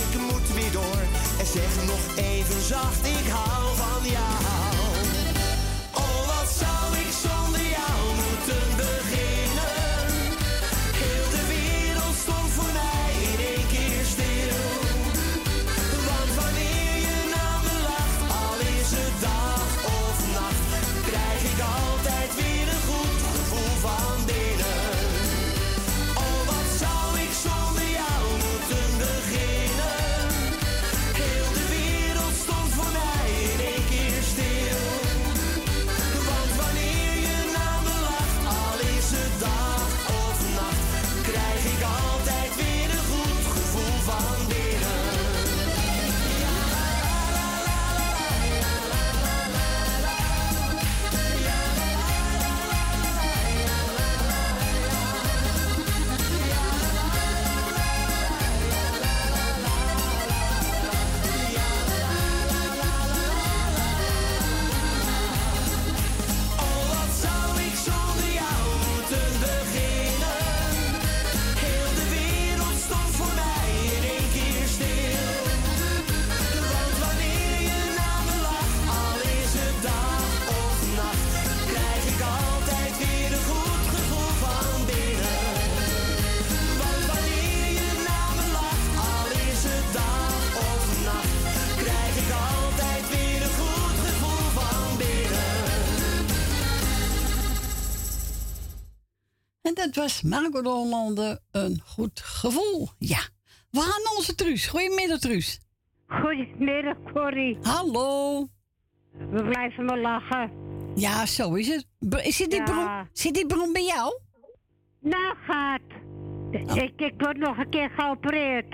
ik moet weer door. En zeg nog even zacht, ik hou van jou. Oh, wat zou ik zonder jou moeten beginnen? Heel de wereld stond voor mij in één keer stil. Want wanneer je naar me lacht, al is het dag of nacht, krijg ik altijd weer een goed gevoel van binnen. Oh, wat zou ik zonder jou moeten beginnen? Heel de wereld stond voor mij in één keer stil. Want wanneer je naar me lacht, al is het dag of nacht, krijg ik altijd weer een goed gevoel van binnen. Oh, wat zou ik zonder jou moeten beginnen? Heel de wereld stond voor mij in één keer stil. Want wanneer je naar me lacht, al is het dag of nacht, krijg ik altijd weer een goed gevoel van binnen. Want wanneer je naar me lacht, al is het dag of nacht, krijg ik altijd weer een goed gevoel van binnen. En dat was Marco de Hollander, een goed gevoel. Ja, we gaan naar onze Truus. Goedemiddag, Truus. Goedemiddag, Corrie. Hallo. We blijven maar lachen. Ja, zo is het. Br- Zit die, Ja. bron, zit die bron bij jou? Nou, gaat. Ik, ik word nog een keer geopereerd.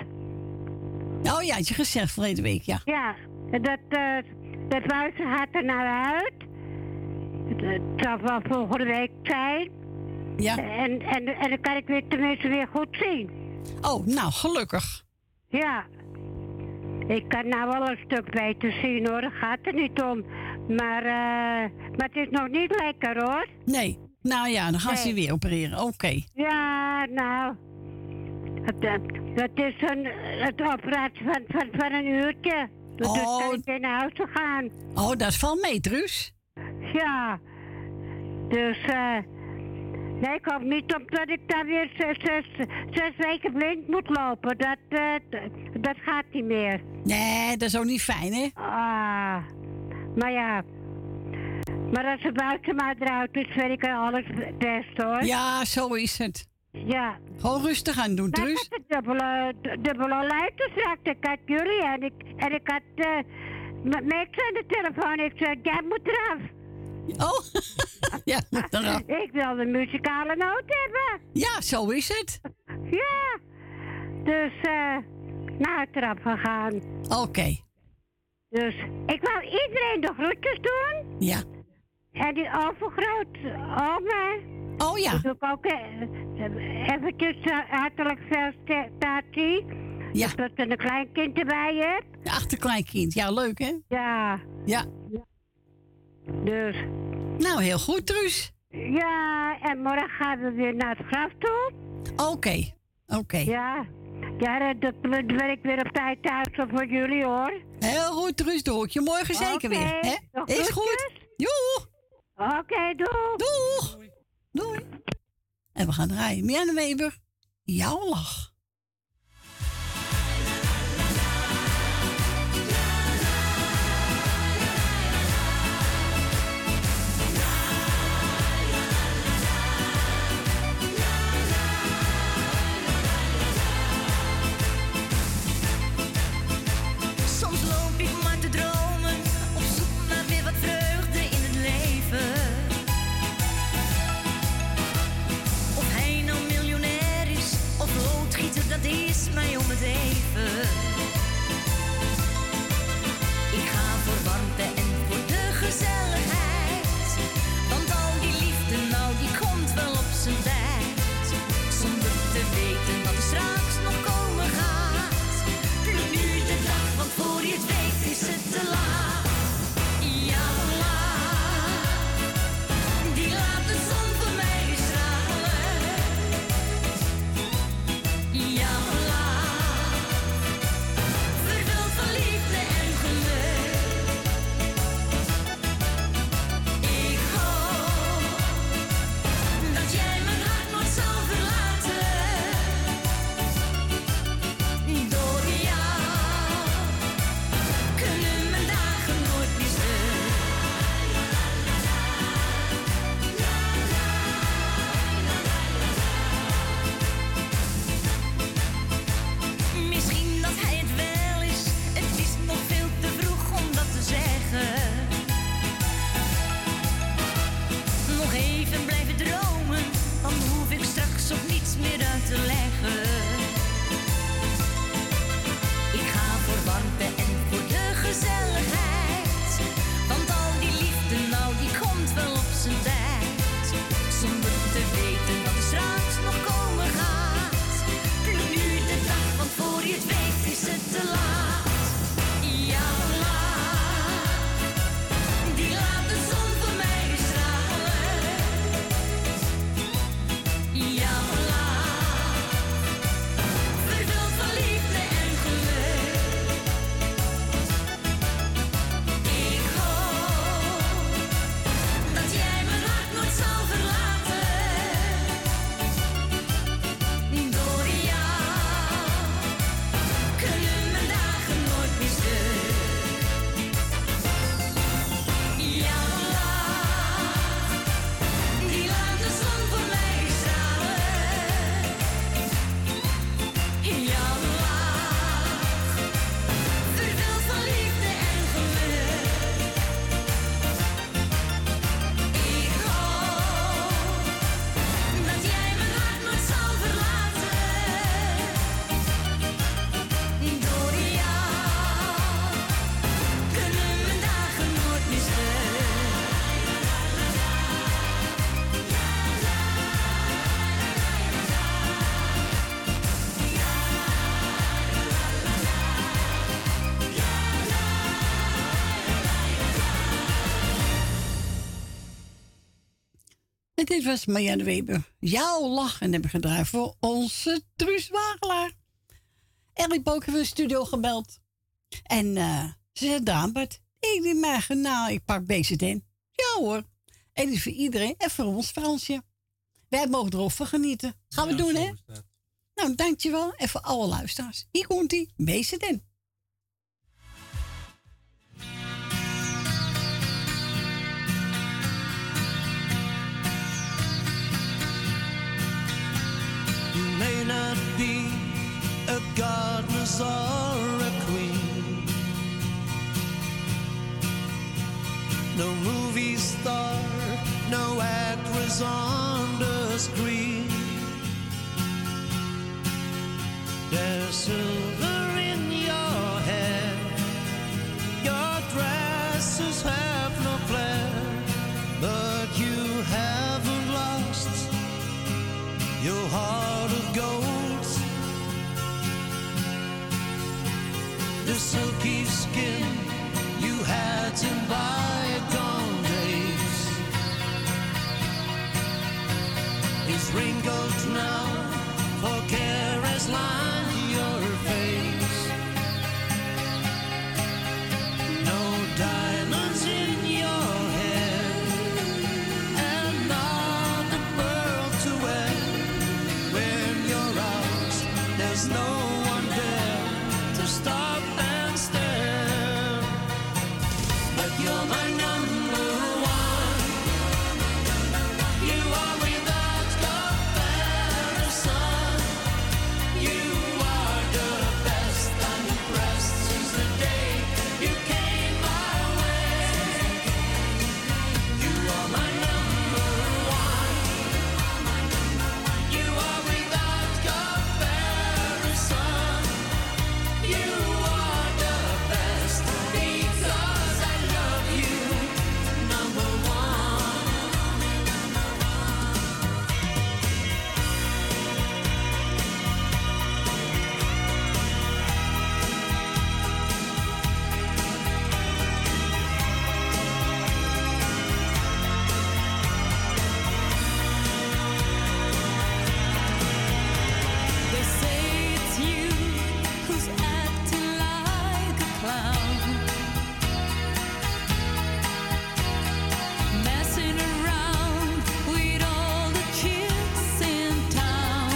Oh ja, had je gezegd verleden week, ja. Ja, dat, uh, dat buiten gaat er naar uit. Het, het zal wel volgende week zijn. Ja. En, en, en dan kan ik weer tenminste weer goed zien. Oh, nou, gelukkig. Ja. Ik kan nou wel een stuk beter zien hoor, dat gaat er niet om. Maar, uh, maar het is nog niet lekker hoor. Nee. Nou ja, dan gaan ze je Nee. weer opereren. Oké. Ja, nou. Dat, dat, dat is een, het operatie van, van, van een uurtje. Dus Oh. dan kan ik weer naar huis gaan. Oh, dat valt mee, Truus. Ja. Dus, eh. nee, ik hoop niet omdat ik daar weer zes, zes, zes weken blind moet lopen. Dat, eh, d- dat gaat niet meer. Nee, dat is ook niet fijn, hè? Ah. Maar ja. Maar als het buiten maar eruit is, vind ik alles best hoor. Ja, zo is het. Ja. Gewoon rustig aan doen, Maar ik Truus. had de dubbele, de dubbele lijntjes straks. Ik had jullie en ik, en ik had uh, Max aan de telefoon. Ik zei, jij moet eraf. Oh, ja, moet eraf. Ik wil de muzikale noot hebben. Ja, zo is het. Ja. Dus, eh, naar het eraf gegaan. Oké. Dus, ik wou iedereen de groetjes doen. Ja. En die overgroot oma. Oh ja. Dat doe ik ook eh, eventjes uh, hartelijk felicitatie. Ja. Dat er een kleinkind erbij hebt. De achterkleinkind. Ja, leuk, hè? Ja. Ja. Dus. Nou, heel goed, Truus. Ja, en morgen gaan we weer naar het graf toe. Oké. Oké. Ja. Ja, dat dat ben ik weer op tijd thuis voor jullie, hoor. Heel goed, Truus. Doe ik je morgen zeker Oké, weer. Hè? nog Is groetjes? goed. Joe. Oké, doei. Doeg. Doei. En we gaan draaien. Mianne Weber. Jouw lach. Soms loop ik maar te dromen, op zoek naar weer wat vreugde in het leven. Of hij nou miljonair is, of loodgieter, dat is mij om het even. Ik ga voor warmte en voor de gezelligheid, want al die liefde, nou die komt wel op zijn tijd. Zonder te weten wat er straks nog komen gaat. Pluk nu de dag, want voor je het weet is het te laat. Ja, laat. Die laat de zon voor mij weer stralen. Ja, laat. En dit was Marianne Weber. Jouw lach. En heb ik gedraaid voor onze Truus Wagelaar. Ellie Pook heeft in de studio gebeld. En uh, ze zei, Daanbert, ik die maar, nou, ik pak deze den. Ja hoor. En die is voor iedereen en voor ons Fransje. Wij mogen erop van genieten. Gaan we Ja, doen, zo hè? is dat. Nou, dankjewel. En voor alle luisteraars. Hier komt ie, deze den. You may not be a gardener's or a queen, no movie star, no actress on the screen. There's silver in your hair, your dresses have no flair, but you haven't lost your heart of gold. The silky skin you had in bygone days is wrinkled now, for care has lined your face. No diamonds in your hair, and not a pearl to wear. When you're out, there's no one there to stop and stare. But you're my number one. You are without comparison. You are the best. I'm impressed since the day you came my way. You are my number one. You are without comparison. You are the best because I love you, number one. They say it's you who's acting like a clown, messing around with all the chicks in town.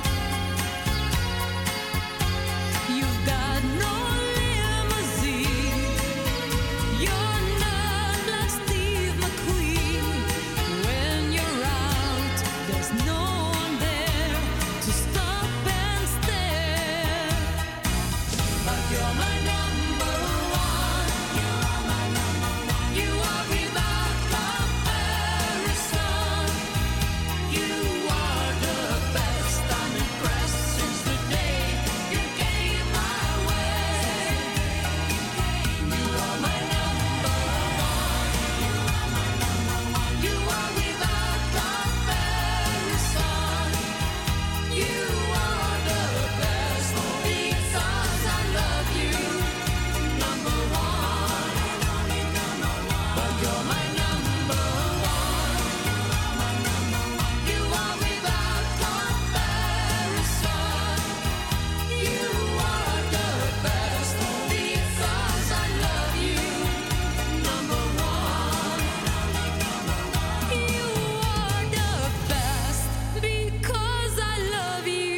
You've got no limousine, you're not like Steve McQueen. When you're out, there's no one there to stop and stare. But you're my number one. You are my number one. You are without comparison. You are the best. I'm impressed since the day you came my way. You are my number one. You are without comparison. You are the best because I love you, number one. But you're my number one. You are without comparison. You are the best because I love you, number one. You are the best because I love you,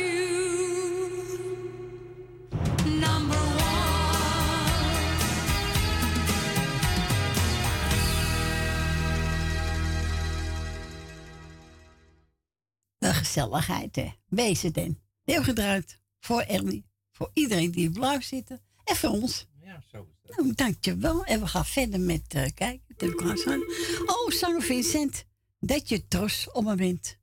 number one. De gezelligheid, hè. Wees het den. Heel gedraaid voor Ellie. Voor iedereen die op live zitten. En voor ons. Ja, zo is dat. Nou, dankjewel. En we gaan verder met, uh, kijk, het heb ik klaarstaan. Oh, zanger Vincent. Dat je trots op me bent.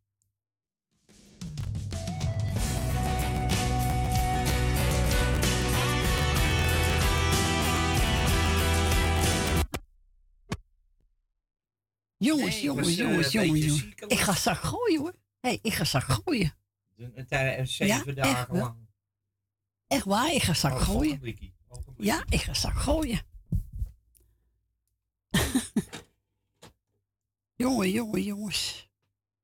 Jongens, Nee, jongens, was, eh, jongens, een jongens, beetje jongens. ziekelijk. Ik ga straks gooien, hoor. Hé, hey, ik ga straks gooien. Een- een tij- een Zeven Ja, dagen echt wel. lang. Echt waar, ik ga straks Oh, gooien. ogenblikkie, ogenblikkie. Ja, ik ga straks gooien. jongen, jongen, jongens.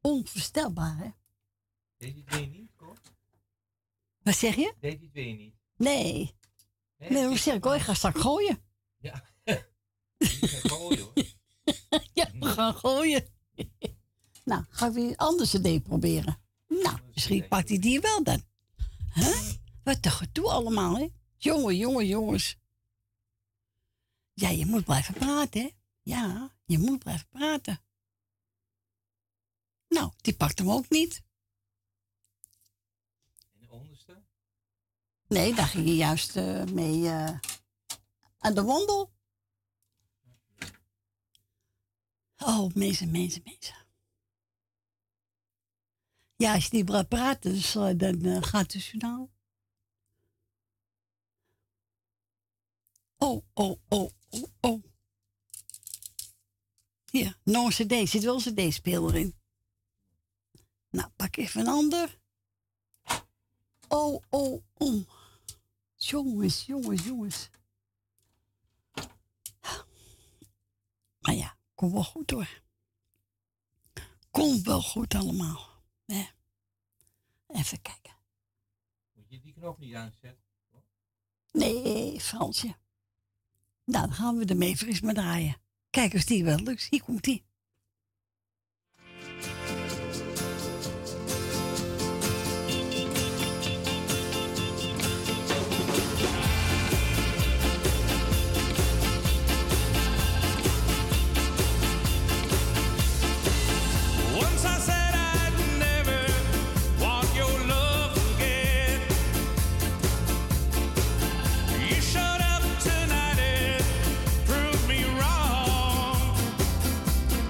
onvoorstelbaar, hè? Deed hij het weer niet, hoor? Wat zeg je? Deed hij het weer niet? Nee. Hè, Nee, hoe het is zeg ik? Oh, ik ga straks gooien. Ja. Je gaat gooien, hoor. Ja, we gaan gooien. Nou, ga ik weer een andere cd proberen. Nou, misschien pakt hij die wel dan. Huh? Wat een gedoe allemaal, hè? Jongen, jongen, jongens. Ja, je moet blijven praten, hè? Ja, je moet blijven praten. Nou, die pakt hem ook niet. En de onderste? Nee, daar ging je juist uh, mee uh, aan de wandel. Oh, mensen, mensen, mensen. Ja, als je niet blijft praten, dus, uh, dan uh, gaat het journaal. Oh, oh, oh, oh, oh. Hier, nog een cd. Zit wel een cd-speler in. Nou, pak even een ander. Oh, oh, oh. Jongens, jongens, jongens. Maar ja, komt wel goed hoor. Komt wel goed allemaal. Nee. Even kijken. Moet je die knop niet aanzetten? Nee, Fransje. Nou, dan gaan we ermee fris maar draaien. Kijk eens die wel lukt. Hier komt die. Once I said I'd never want your love again. You showed up tonight and proved me wrong.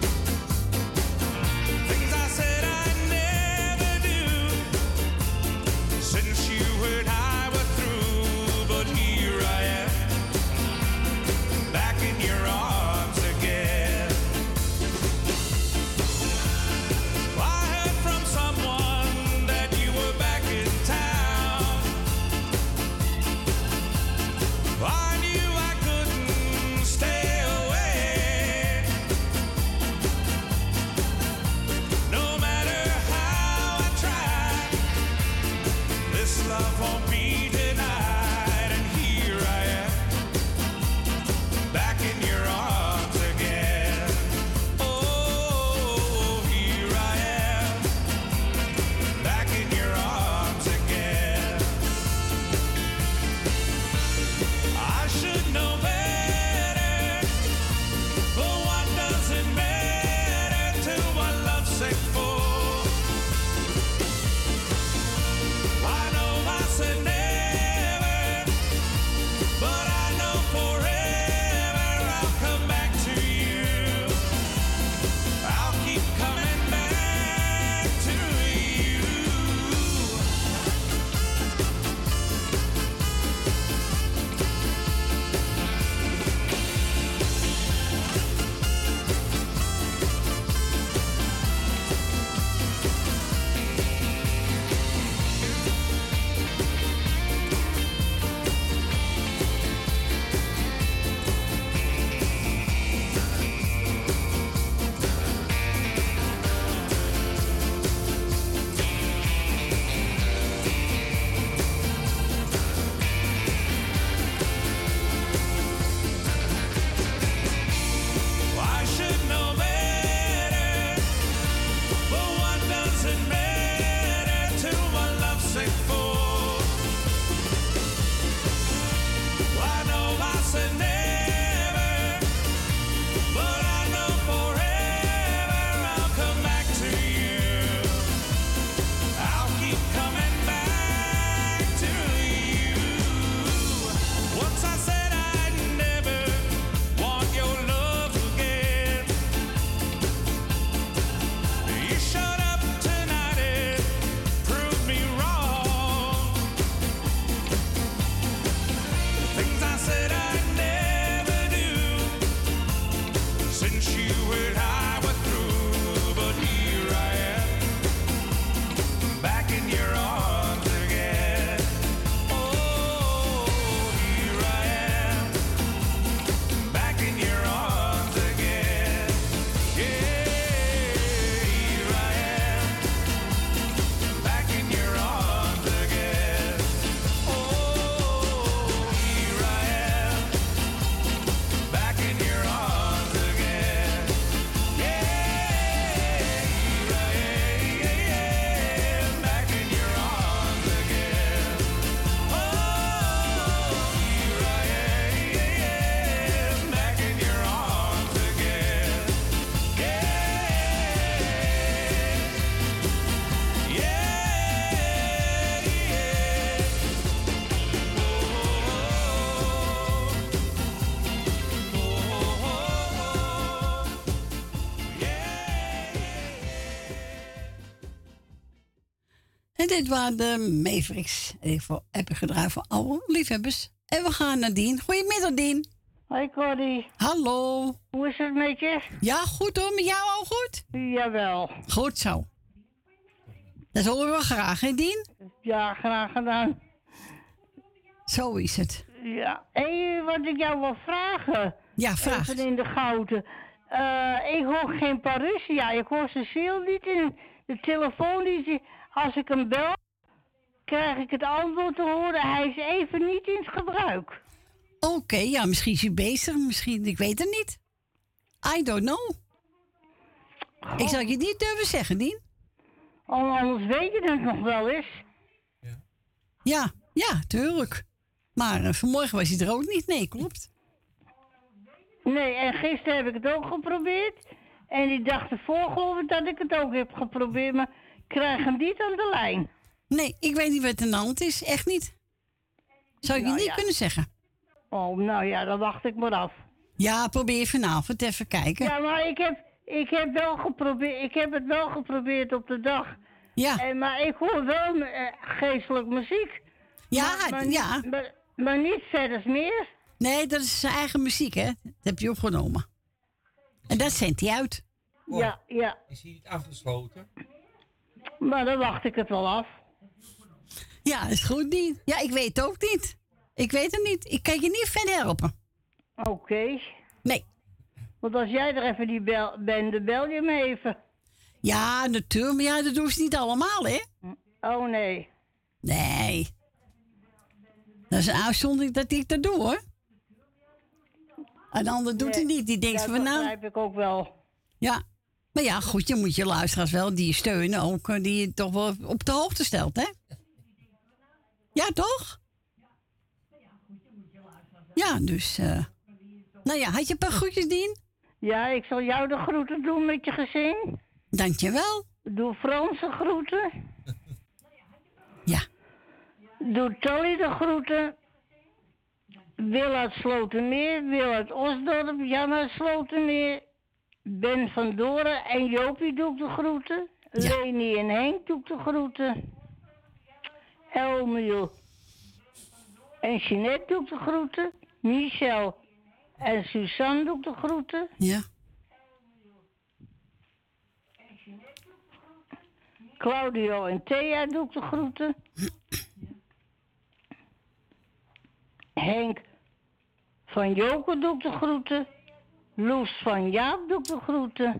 En dit waren de Mavericks. Ik heb ik gedraaid voor alle liefhebbers. En we gaan naar Dien. Goedemiddag, Dien. Hoi, Corrie. Hallo. Hoe is het met je? Ja, goed hoor. Met jou al goed? Jawel. Goed zo. Dat horen we graag, hè, Dien? Ja, graag gedaan. Zo is het. Ja. Hé, hey, wat ik jou wil vragen. Ja, vraag. Even in de gouden. Uh, ik hoor geen Parousia. Ik hoor Cecile niet in de telefoon. Die, als ik hem bel, krijg ik het antwoord te horen. Hij is even niet in gebruik. Oké, okay, ja, misschien is hij bezig. Misschien, ik weet het niet. I don't know. Oh. Ik zal je niet durven zeggen, Dien. Anders weet je het nog wel eens. Ja, ja, ja tuurlijk. Maar uh, vanmorgen was hij er ook niet. Nee, klopt. Nee, en gisteren heb ik het ook geprobeerd. En die dag ervoor geloof ik dat ik het ook heb geprobeerd. Maar ik krijg hem niet aan de lijn. Nee, ik weet niet wat er aan de hand is. Echt niet. Zou ik nou, je niet ja. kunnen zeggen. Oh, nou ja, dan wacht ik maar af. Ja, probeer vanavond even kijken. Ja, maar ik heb, ik heb, wel geprobeerd, ik heb het wel geprobeerd op de dag. Ja. En, maar ik hoor wel uh, geestelijk muziek. Ja, maar, maar ja. Niet, maar, maar niet verder meer. Nee, dat is zijn eigen muziek, hè. Dat heb je opgenomen. En dat zendt hij uit. Oh, ja, ja. Is hij niet afgesloten? Maar dan wacht ik het wel af. Ja, is goed niet. Ja, ik weet het ook niet. Ik weet het niet. Ik kan je niet verder helpen. Oké. Okay. Nee. Want als jij er even die bel, bent, dan bel je me even. Ja, natuurlijk. Maar ja, dat doen ze niet allemaal, hè? Oh, nee. Nee. Dat is een uitzondering dat ik dat doe, hoor. Een ander doet nee. het niet. Die denkt ja, van nou... dat begrijp ik ook wel. Ja. Maar ja, goed, je moet je luisteraars wel die je steunen ook. Die je toch wel op de hoogte stelt, hè? Ja, toch? Ja, dus... Uh, nou ja, had je een paar groetjes, Dien? Ja, ik zal jou de groeten doen met je gezin. Dankjewel. Doe Franse groeten. Ja. Doe Tolly de groeten. Wil uit Slotermeer, Wil uit Osdorp, Jan uit Slotermeer. Ben van Doren en Jopie doe ik de groeten. Ja. Leni en Henk doe ik de groeten. Elmiel en Jeanette doe ik de groeten. Michel en Suzanne doe ik de groeten. Ja. Claudio en Thea doe ik de groeten. Henk van Joker doe ik de groeten. Loes van Jaap doe ik de groeten.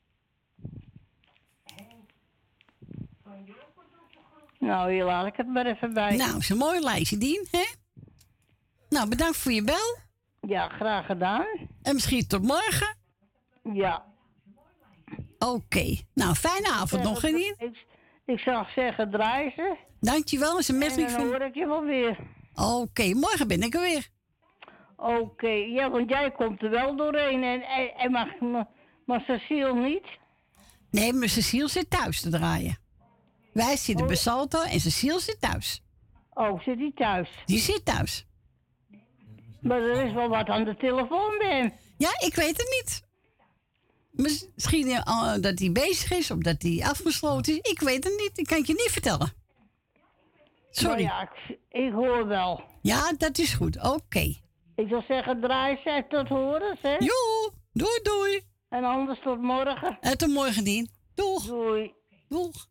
Nou, hier laat ik het maar even bij. Nou, is een mooi lijstje, Dien, hè? Nou, bedankt voor je bel. Ja, graag gedaan. En misschien tot morgen. Ja. Oké. Okay. Nou, fijne avond nog, hè, Dien? Ik, ik zou zeggen, draai ze. Dankjewel. Is een en dan van... hoor ik je wel weer. Oké, okay, morgen ben ik er weer. Oké, okay. Ja, want jij komt er wel doorheen en, en, en mag, maar Cecile niet? Nee, maar Cecile zit thuis te draaien. Wij zitten oh. bij Salto en Cecile zit thuis. Oh, zit die thuis? Die zit thuis. Maar er is wel wat aan de telefoon, Ben. Ja, ik weet het niet. Misschien uh, dat hij bezig is of dat hij afgesloten is. Ik weet het niet. Ik kan het je niet vertellen. Sorry. Nou ja, ik, ik hoor wel. Ja, dat is goed. Oké. Okay. Ik zou zeggen, draai ze tot horen, hè? Jo, doei, doei. En anders tot morgen. En tot morgen, Dien. Doeg. Doei. Doeg.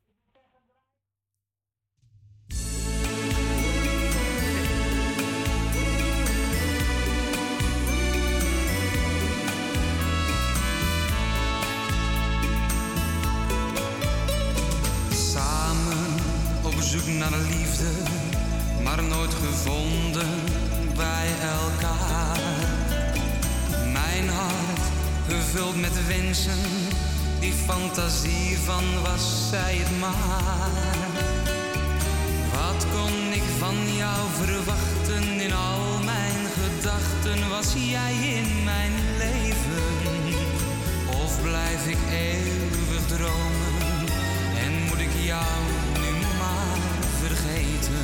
Samen op zoek naar de liefde, maar nooit gevonden bij elkaar. Mijn hart gevuld met wensen, die fantasie van was zij het maar. Wat kon ik van jou verwachten? In al mijn gedachten was jij in mijn leven. Of blijf ik eeuwig dromen en moet ik jou nu maar vergeten?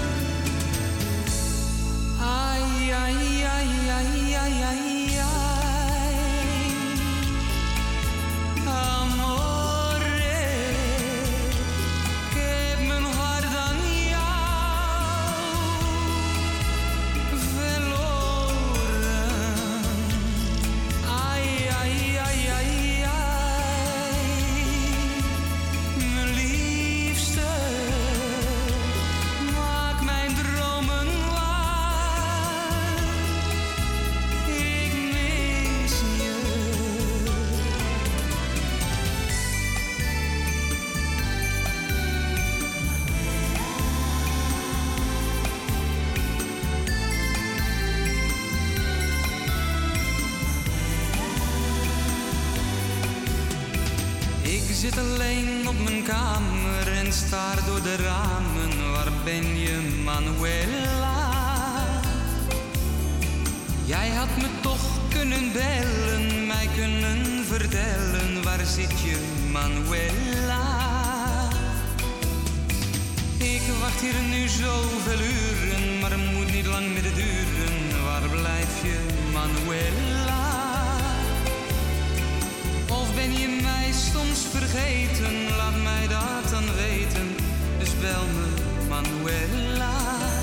Ai, ai, ai, ai, ai, ai, ai. Amore, ik heb mijn hart zit alleen op mijn kamer en staar door de ramen. Waar ben je, Manuela? Jij had me toch kunnen bellen, mij kunnen vertellen. Waar zit je, Manuela? Ik wacht hier nu zoveel uren, maar het moet niet lang meer duren. Waar blijf je, Manuela? Of ben je mij soms vergeten? Laat mij dat dan weten. Dus bel me, Manuela.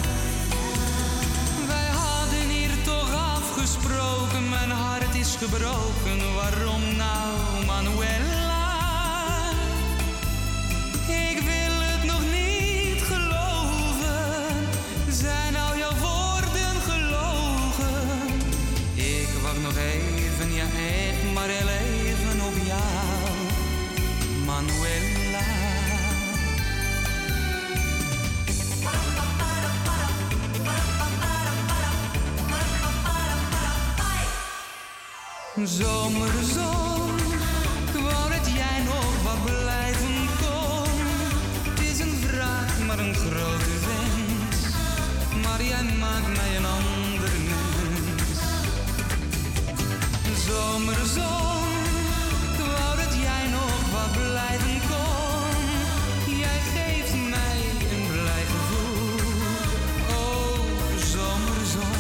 Wij hadden hier toch afgesproken. Mijn hart is gebroken. Waarom nou, Manuela? Ik wil het nog niet geloven. Zijn al jouw woorden gelogen? Ik wacht nog even, ja echt maar heel even op jou, Manuela. Zomerzon, ik wou dat jij nog wat blijven kon. Het is een vraag, maar een grote wens. Maar jij maakt mij een ander mens. Zomerzon, ik wou dat jij nog wat blijven kon. Jij geeft mij een blij gevoel. Oh, zomerzon.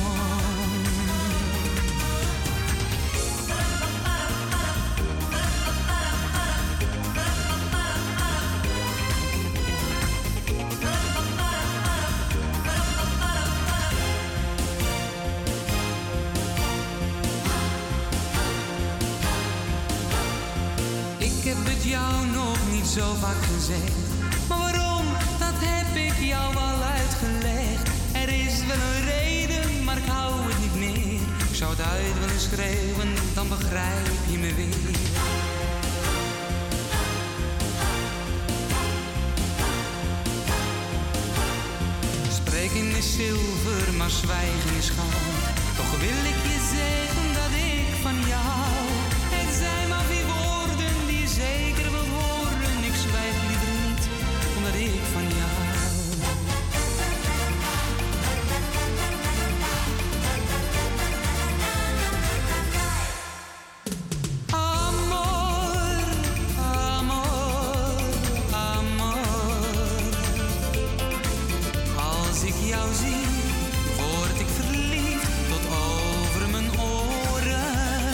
Ik heb het jou nog niet zo vaak gezegd. Maar waarom, dat heb ik jou al uitgelegd. Er is wel een reden, maar ik hou het niet meer. Ik zou het uit willen schreeuwen, dan begrijp je me weer. Spreken is zilver, maar zwijgen is goud. Toch wil ik je zeggen dat ik van jou hou. Het zijn maar vier woorden die je zeker wilt horen. Ik zwijg liever niet, omdat ik van jou hou. Amor, amor, amor. Als ik jou zie, word ik verliefd tot over mijn oren.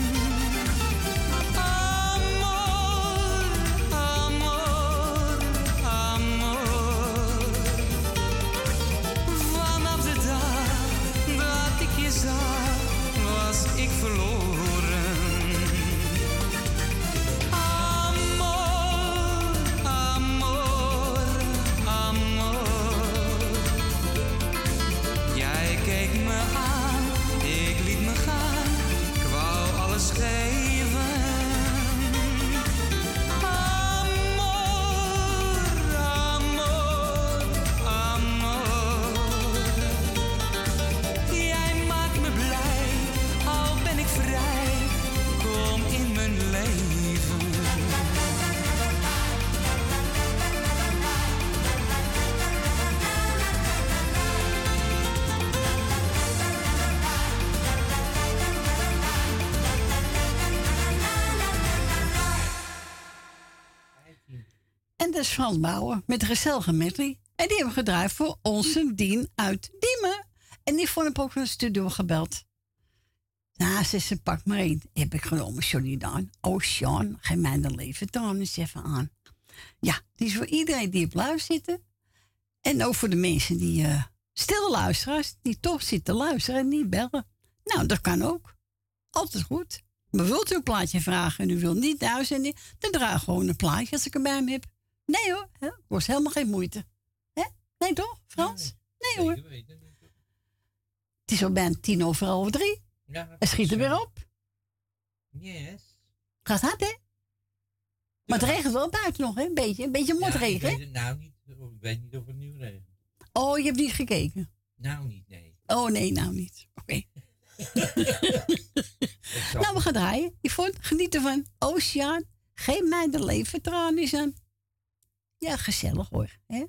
Amor, amor, amor. Vanaf de dag dat ik je zag, was ik verloren. Amor, amor, amor. Jij keek me aan, ik liet me gaan, ik wou alles geven. Amor, amor, amor. Jij maakt me blij, al ben ik vrij, kom in mijn leven. En dat is Frans Bauer met de gezellige medley. En die hebben we gedraaid voor onze Dien uit Diemen. En die vond ik ook naar de studio gebeld. Nou, ze zei, pak maar één. Heb ik genomen, Johnny Dan. Oh, Sean, geef mij de leven dan eens even aan. Ja, die is voor iedereen die op luister zitten. En ook voor de mensen die uh, stille luisteraars, die toch zitten luisteren en niet bellen. Nou, dat kan ook. Altijd goed. Maar wilt u een plaatje vragen en u wilt niet thuis en die, dan draai gewoon een plaatje als ik hem bij hem heb. Nee hoor, hè? Kost helemaal geen moeite. Hè? Nee toch, Frans? Nee, nee hoor. Het is al bijna tien over half drie. Ja, het schiet er weer op. Yes. Gaat hard, hè? Maar het regent wel buiten nog, hè? Een beetje, een beetje motregen, ja, hè? ik weet het nou niet. Ik weet niet of het nu regent. Oh, je hebt niet gekeken? Nou niet, nee. Oh, nee, nou niet. Oké. Okay. Nou, we gaan draaien. Yvonne, geniet ervan. Oceaan, geef mij de levertranen aan. Ja, gezellig hoor, hè?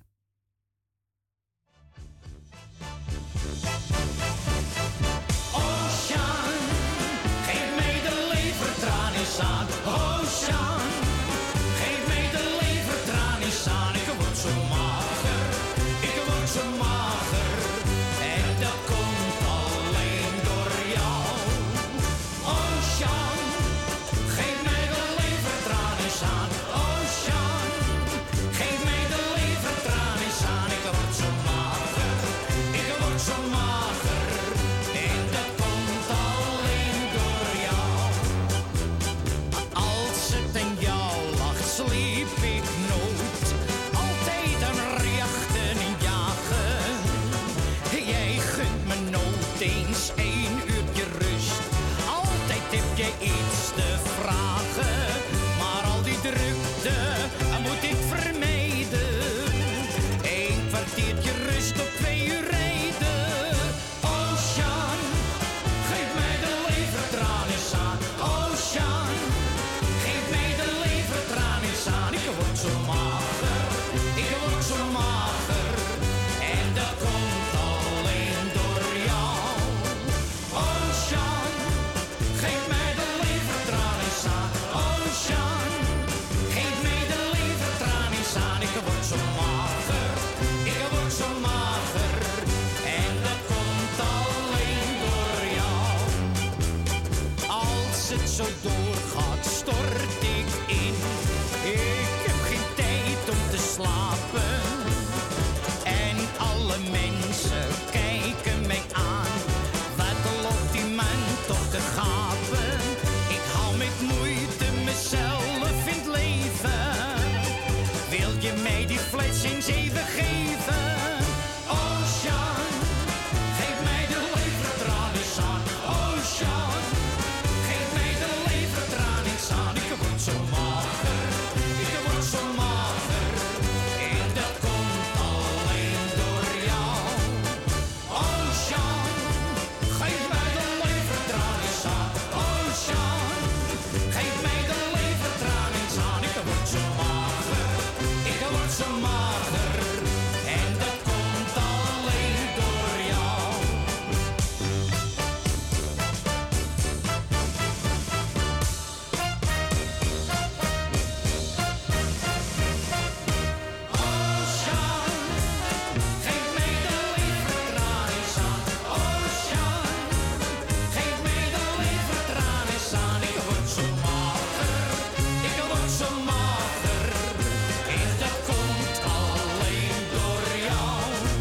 Oceaan, geef mij de levertranen aan. Oceaan, geef mij de levertranen aan. Ik word zo mager, ik word zo mager. En dat komt alleen door jou. Oceaan, geef mij de levertranen aan. Oceaan, geef mij de levertranen aan. Ik word zo mager, ik word zo mager. En dat komt alleen door jou. Als het in jou lag, sliep ik nooit. Altijd een rechten jagen. Jij gunt me nooit eens één uurtje rust. Altijd heb je iets te vragen. Maar al die drukte moet ik vermijden. Eén kwartiertje rust op twee uur rijden. Oceaan, geef mij de levertranen aan. Oceaan, geef mij de levertranen aan. Ik word zo mager, ik word zo mager. En dat komt alleen door jou. Oceaan, geef mij de levertranen aan. Oceaan, geef mij de levertranen aan. Ik word zo mager, ik word zo mager. En dat komt alleen door jou. Als het zo doorgaat, stort ik in. Ik heb geen tijd om te slapen. En alle mensen kijken mij aan. Wat loopt die man toch te gapen? Ik hou met moeite mezelf in het leven. Wil je mij die flits eens even geven? Oceaan, geef mij de levertranen aan. Oceaan, geef mij de levertranen aan. Ik word zo mager, ik word zo mager. En dat komt alleen door jou. Oceaan, geef mij de levertranen aan. Oceaan, geef mij de levertranen aan. Ik word zo mager, ik word zo mager. En dat komt alleen door jou. Oceaan, geef mij de levertranen aan. Oceaan, geef mij de levertranen aan. Ik word zo mager, ik word zo mager. En dat komt alleen door jou.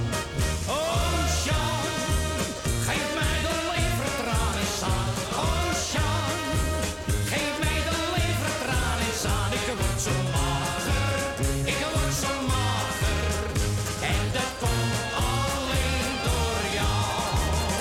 Oceaan, geef mij de levertranen aan. Oceaan, geef mij de levertranen aan. Ik word zo mager, ik word zo mager. En dat komt alleen door jou.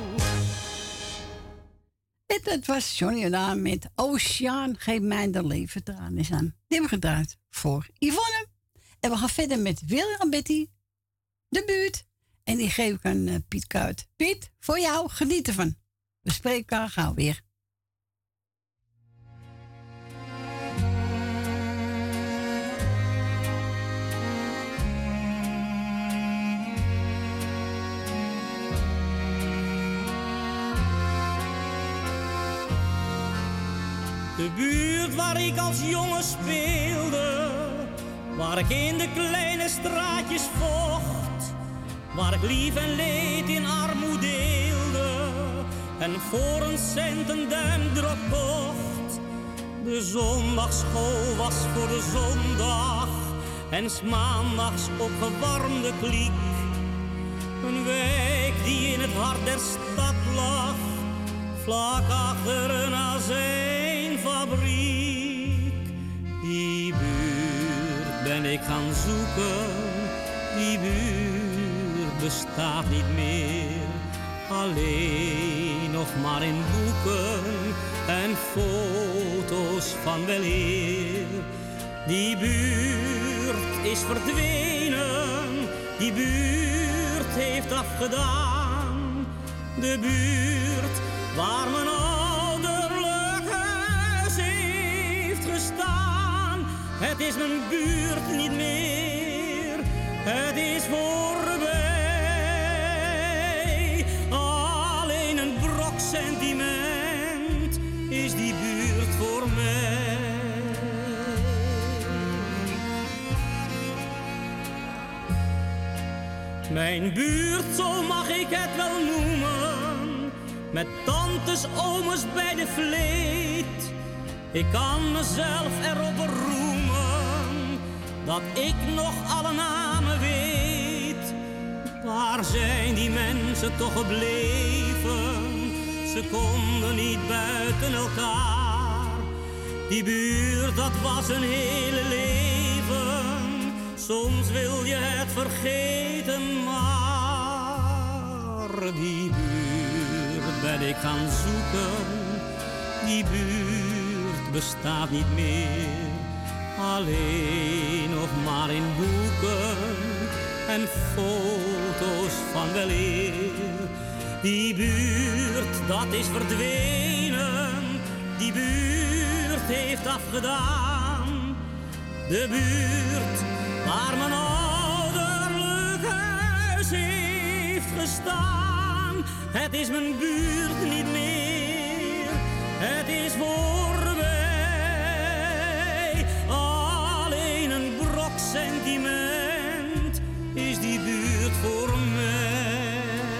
Dit het was Johnny Jordaan met Oceaan, geef mij de levertranen aan. Die hebben we gedraaid voor Yvonne. En we gaan verder met William Betty, de buurt. En die geef ik aan uh, Piet Kuit. Piet, voor jou, geniet ervan. We spreken elkaar gauw weer. De buurt waar ik als jongen speelde, waar ik in de kleine straatjes vocht, waar ik lief en leed in armoede deelde en voor een cent een duimdrop kocht. De zondagschool was voor de zondag en 's maandags opgewarmde kliek. Een wijk die in het hart der stad lag, vlak achter een azijnfabriek. Die buurt ben ik gaan zoeken, die buurt bestaat niet meer. Alleen nog maar in boeken en foto's van weleer. Die buurt is verdwenen, die buurt heeft afgedaan. De buurt waar mijn ouderlijk huis heeft gestaan. Het is mijn buurt niet meer, het is voorbij. Alleen een brok sentiment is die buurt voor mij. Mijn buurt, zo mag ik het wel noemen, met tantes, ooms bij de vleet. Ik kan mezelf erop beroemen dat ik nog alle namen weet. Waar zijn die mensen toch gebleven? Ze konden niet buiten elkaar. Die buurt, dat was een hele leven. Soms wil je het vergeten, maar die buurt ben ik gaan zoeken. Die buurt bestaat niet meer, alleen nog maar in boeken en foto's van weleer. Die buurt, dat is verdwenen, die buurt heeft afgedaan. De buurt waar mijn ouderlijk huis heeft gestaan. Het is mijn buurt niet meer, het is voorbij. Alleen een brok sentiment is die buurt voor mij.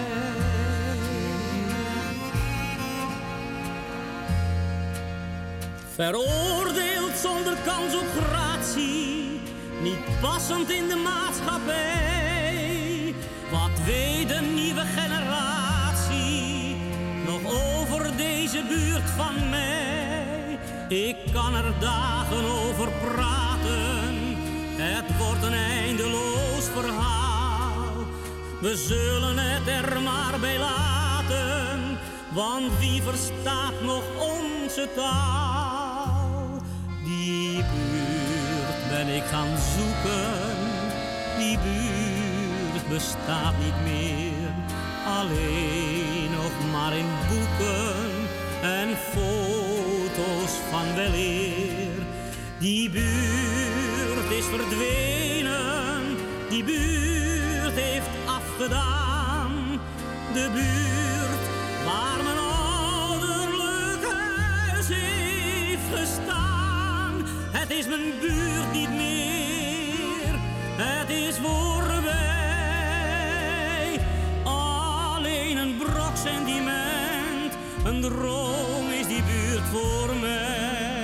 Veroordeeld zonder kans op gratie, niet passend in de maatschappij. Wat weet de nieuwe generatie nog over deze buurt van mij? Ik kan er dagen over praten, het wordt een eindeloos verhaal. We zullen het er maar bij laten, want wie verstaat nog onze taal? Die buurt ben ik gaan zoeken, die buurt bestaat niet meer, alleen nog maar in boeken en foto's van weleer. Die buurt is verdwenen, die buurt heeft afgedaan. De buurt waar mijn ouderlijk huis heeft gestaan. Het is mijn buurt niet meer, het is voorbij. Alleen een brok sentiment, een droom is die buurt voor mij.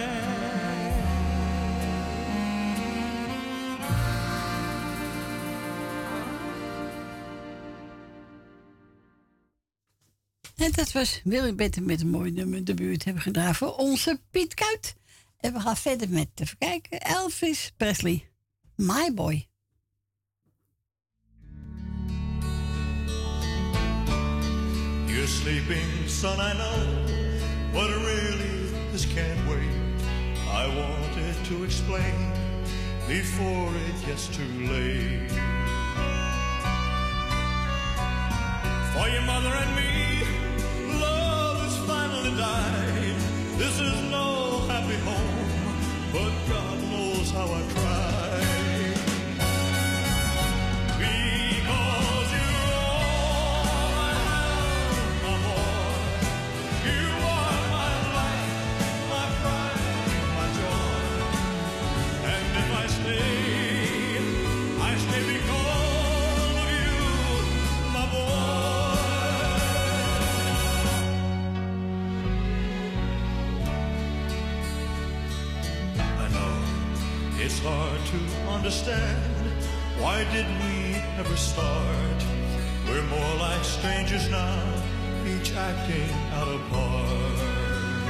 En dat was Willy Betten met een mooi nummer. De buurt hebben gedaan voor onze Piet Kuit. En we gaan verder met, even kijken, Elvis Presley, My Boy. You're sleeping, son, I know, but really this can't wait. I wanted to explain before it gets too late. For your mother and me, love has finally died. This is no happy home, but God knows how I tried. Because you're all I have, my boy. You are my life, my pride, my joy. And if I stay, I stay because of you, my boy. I know it's hard to understand. Why did we ever start? We're more like strangers now, each acting out a part.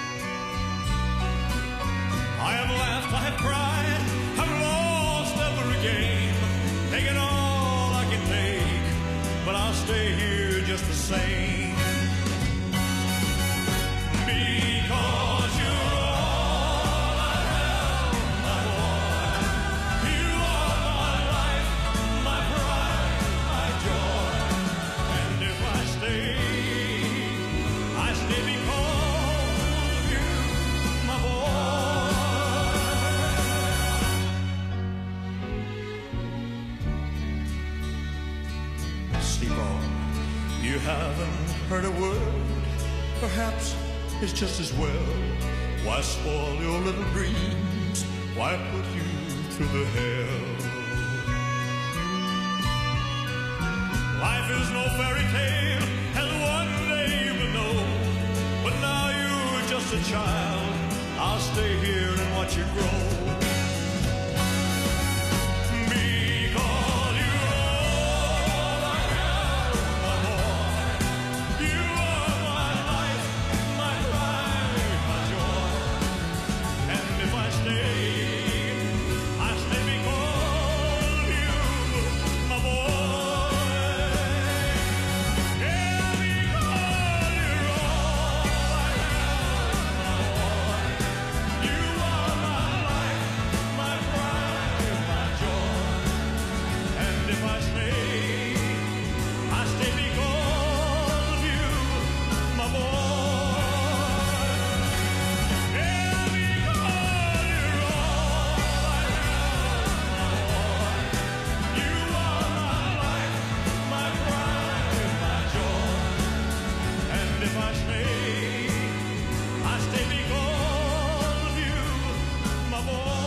I have laughed, I have cried, I've lost every game, taken all I can take, but I'll stay here just the same. Because you're all I have, my boy. You are my life, my pride, my joy. And if I stay, I stay because of you, my boy. perhaps it's just as well. Why spoil your little dreams? Why put you through the hell? Life is no fairy tale, and one day you will know. But now you're just a child. I'll stay here and watch you grow. Because you're all I have, my boy. You are my life, my pride, my joy. And if I stay, I stay because of you, my boy. Yeah, because you're all I have, my boy. You are my life, my pride, my joy. And if I stay, I stay because of you, my boy. Yeah, because you're all I have, my boy. You are my life, my pride, my joy. And if I stay, I stay because of you, my boy.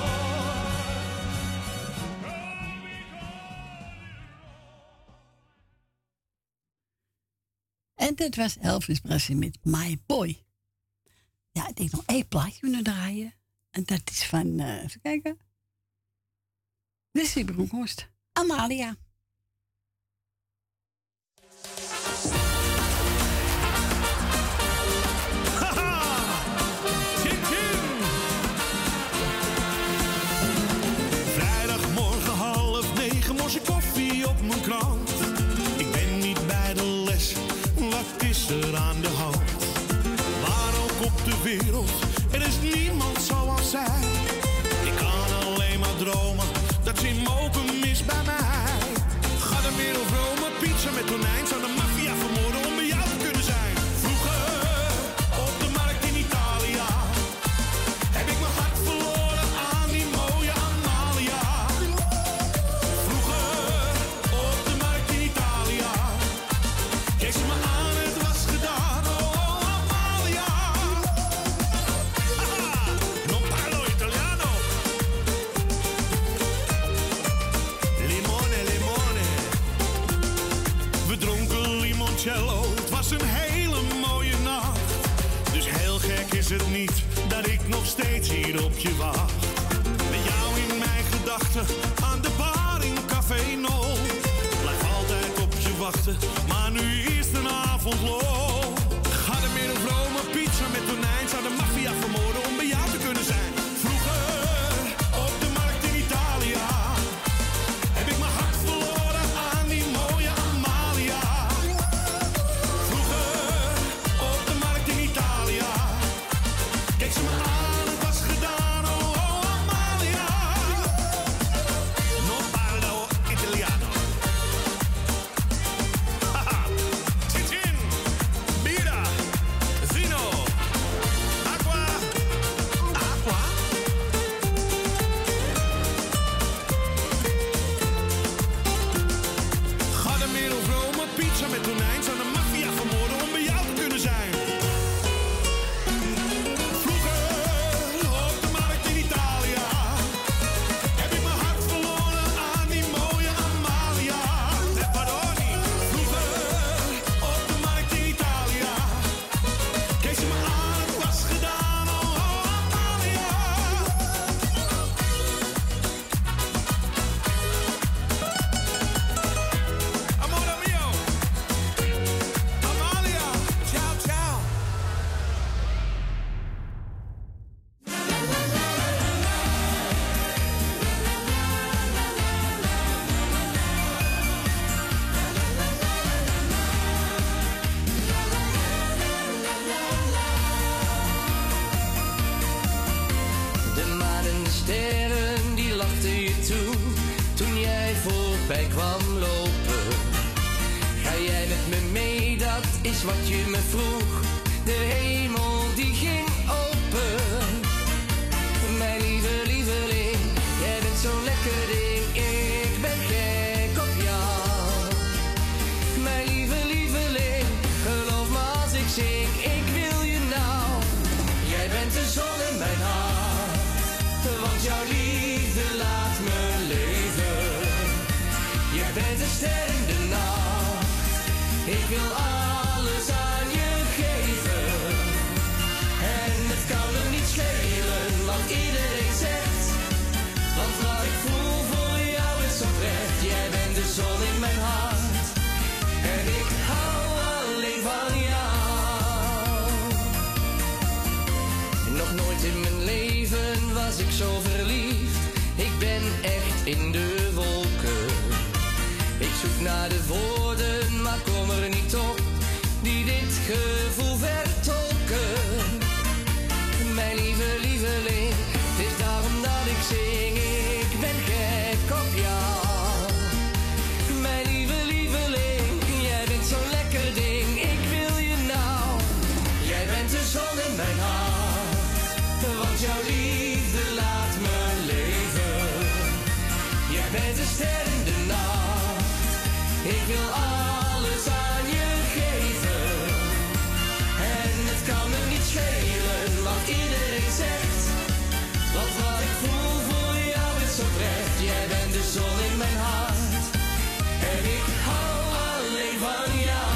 En dat was Elvis Presley met My Boy. Ja, ik denk nog één plaatje kunnen draaien. En dat is van, uh, even kijken. Wesley Bronkhorst. Amalia. Vrijdagmorgen half negen, morse koffie op mijn krant. Ik ben niet bij de les, wat is er aan de hand? Waar ook op de wereld, er is niemand zoals zij. Ik kan alleen maar dromen, dat ze in mogen mis bij mij. Ga de wereld Rome, pizza met tonijn. Zou de maffia vermoorden om bij jou te kunnen zijn. Vroeger, op de markt in Italië, heb ik mijn hart verloren aan die mooie Amalia. Vroeger, op de markt in Italië, keek ze me aan, het was gedaan. Oh, Amalia. Haha, non parlo italiano. Limone, limone. We dronken limoncello, het was een hele mooie nacht. Dus heel gek is het niet dat ik nog steeds hier op je wacht. Met jou in mijn gedachten, aan de bar in Café Nol. Blijf altijd op je wachten, maar nu is de avond lol. Ga de middel Rome, pizza met tonijn. Zou de maffia vermoorden om bij jou te kunnen zijn. Vroeger, op de markt in Italië, heb ik mijn hart verloren aan die mooie Amalia. Vroeger, op de markt in Italië, keek ze me aan, het was gedaan. Oh, oh, Amalia. Non parlo italiano. Haha, zin zin, bira, vino, acqua, acqua. Ga de middel Rome, pizza met tonijn. Zou de maffia vermoorden om bij jou te kunnen zijn. Vroeger, op de markt in Italië, heb ik mijn hart verloren aan die mooie Amalia. De Paroni. Vroeger, op de markt in Italië, keek ze me aan, het was gedaan. Oh, oh, Amalia. Amore mio. Amalia. Ciao, ciao. De maan en de sterren die lachten je toe toen jij voorbij kwam lopen. Ga jij met me mee, dat is wat je me vroeg. De hemel die ging open. Mijn lieve lieveling, jij bent zo'n lekker ding. Ik ben gek op jou. Mijn lieve lieveling, geloof me als ik zing. Ik wil alles aan je geven. En het kan me niet schelen wat iedereen zegt. Want wat ik voel voor jou is oprecht. Jij bent de zon in mijn hart. En ik hou alleen van jou. Nog nooit in mijn leven was ik zo verliefd. Ik ben echt in de wolken. Ik zoek naar de woorden, maar kom er niet op die dit gevoel vertolken. Mijn lieve lieveling, het is daarom dat ik zing. Ik ben gek op jou. Mijn lieve lieveling, jij bent zo'n lekker ding. Ik wil je nou. Jij bent de zon in mijn hart, want jouw liefde laat me leven. Jij bent de ster in de nacht. Ik wil alles aan je geven. En het kan me niet schelen wat iedereen zegt. Want wat ik voel voor jou is oprecht. Jij bent de zon in mijn hart. En ik hou alleen van jou.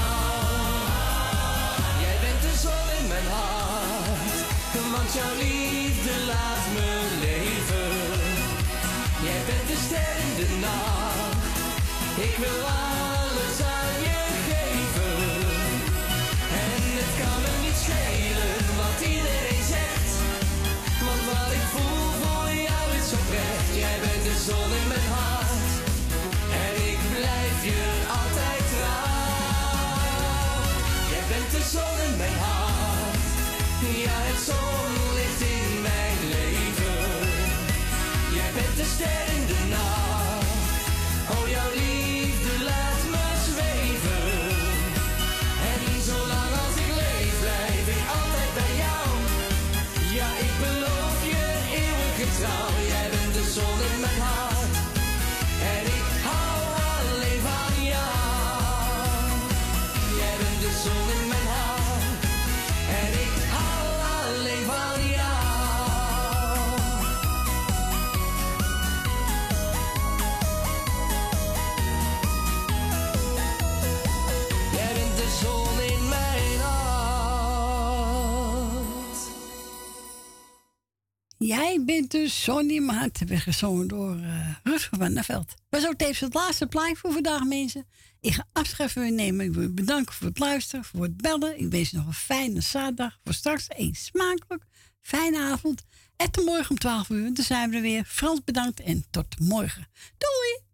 Jij bent de zon in mijn hart. Want jouw liefde laat me leven. Jij bent de ster in de nacht. Ik wil alles aan je geven. En het kan me niet schelen wat iedereen zegt. Want wat ik voel voor jou is oprecht. Jij bent de zon in mijn hart. En ik blijf je altijd trouw. Jij bent de zon in mijn hart. Ja, het zonlicht in mijn leven. Jij bent de ster in de nacht. Oh, jouw liefde laat me zweven. En zolang als ik leef, blijf ik altijd bij jou. Ja, ik beloof je eeuwige trouw. Jij bent de zon in mijn hart. En ik hou alleen van jou. Jij bent de zon in mijn hart. En ik hou alleen van jou. Jij bent de zon in mijn hart. Jij bent de zon in mijn hart. Werd gezongen door uh, Rutger van der Veld. Was ook tevens het laatste plaatje voor vandaag, mensen. Ik ga afscheid van u nemen. Ik wil u bedanken voor het luisteren, voor het bellen. Ik wens u nog een fijne zaterdag. Voor straks een smakelijk fijne avond. En tot morgen om twaalf uur. Dan zijn we er weer. Frans bedankt en tot morgen. Doei!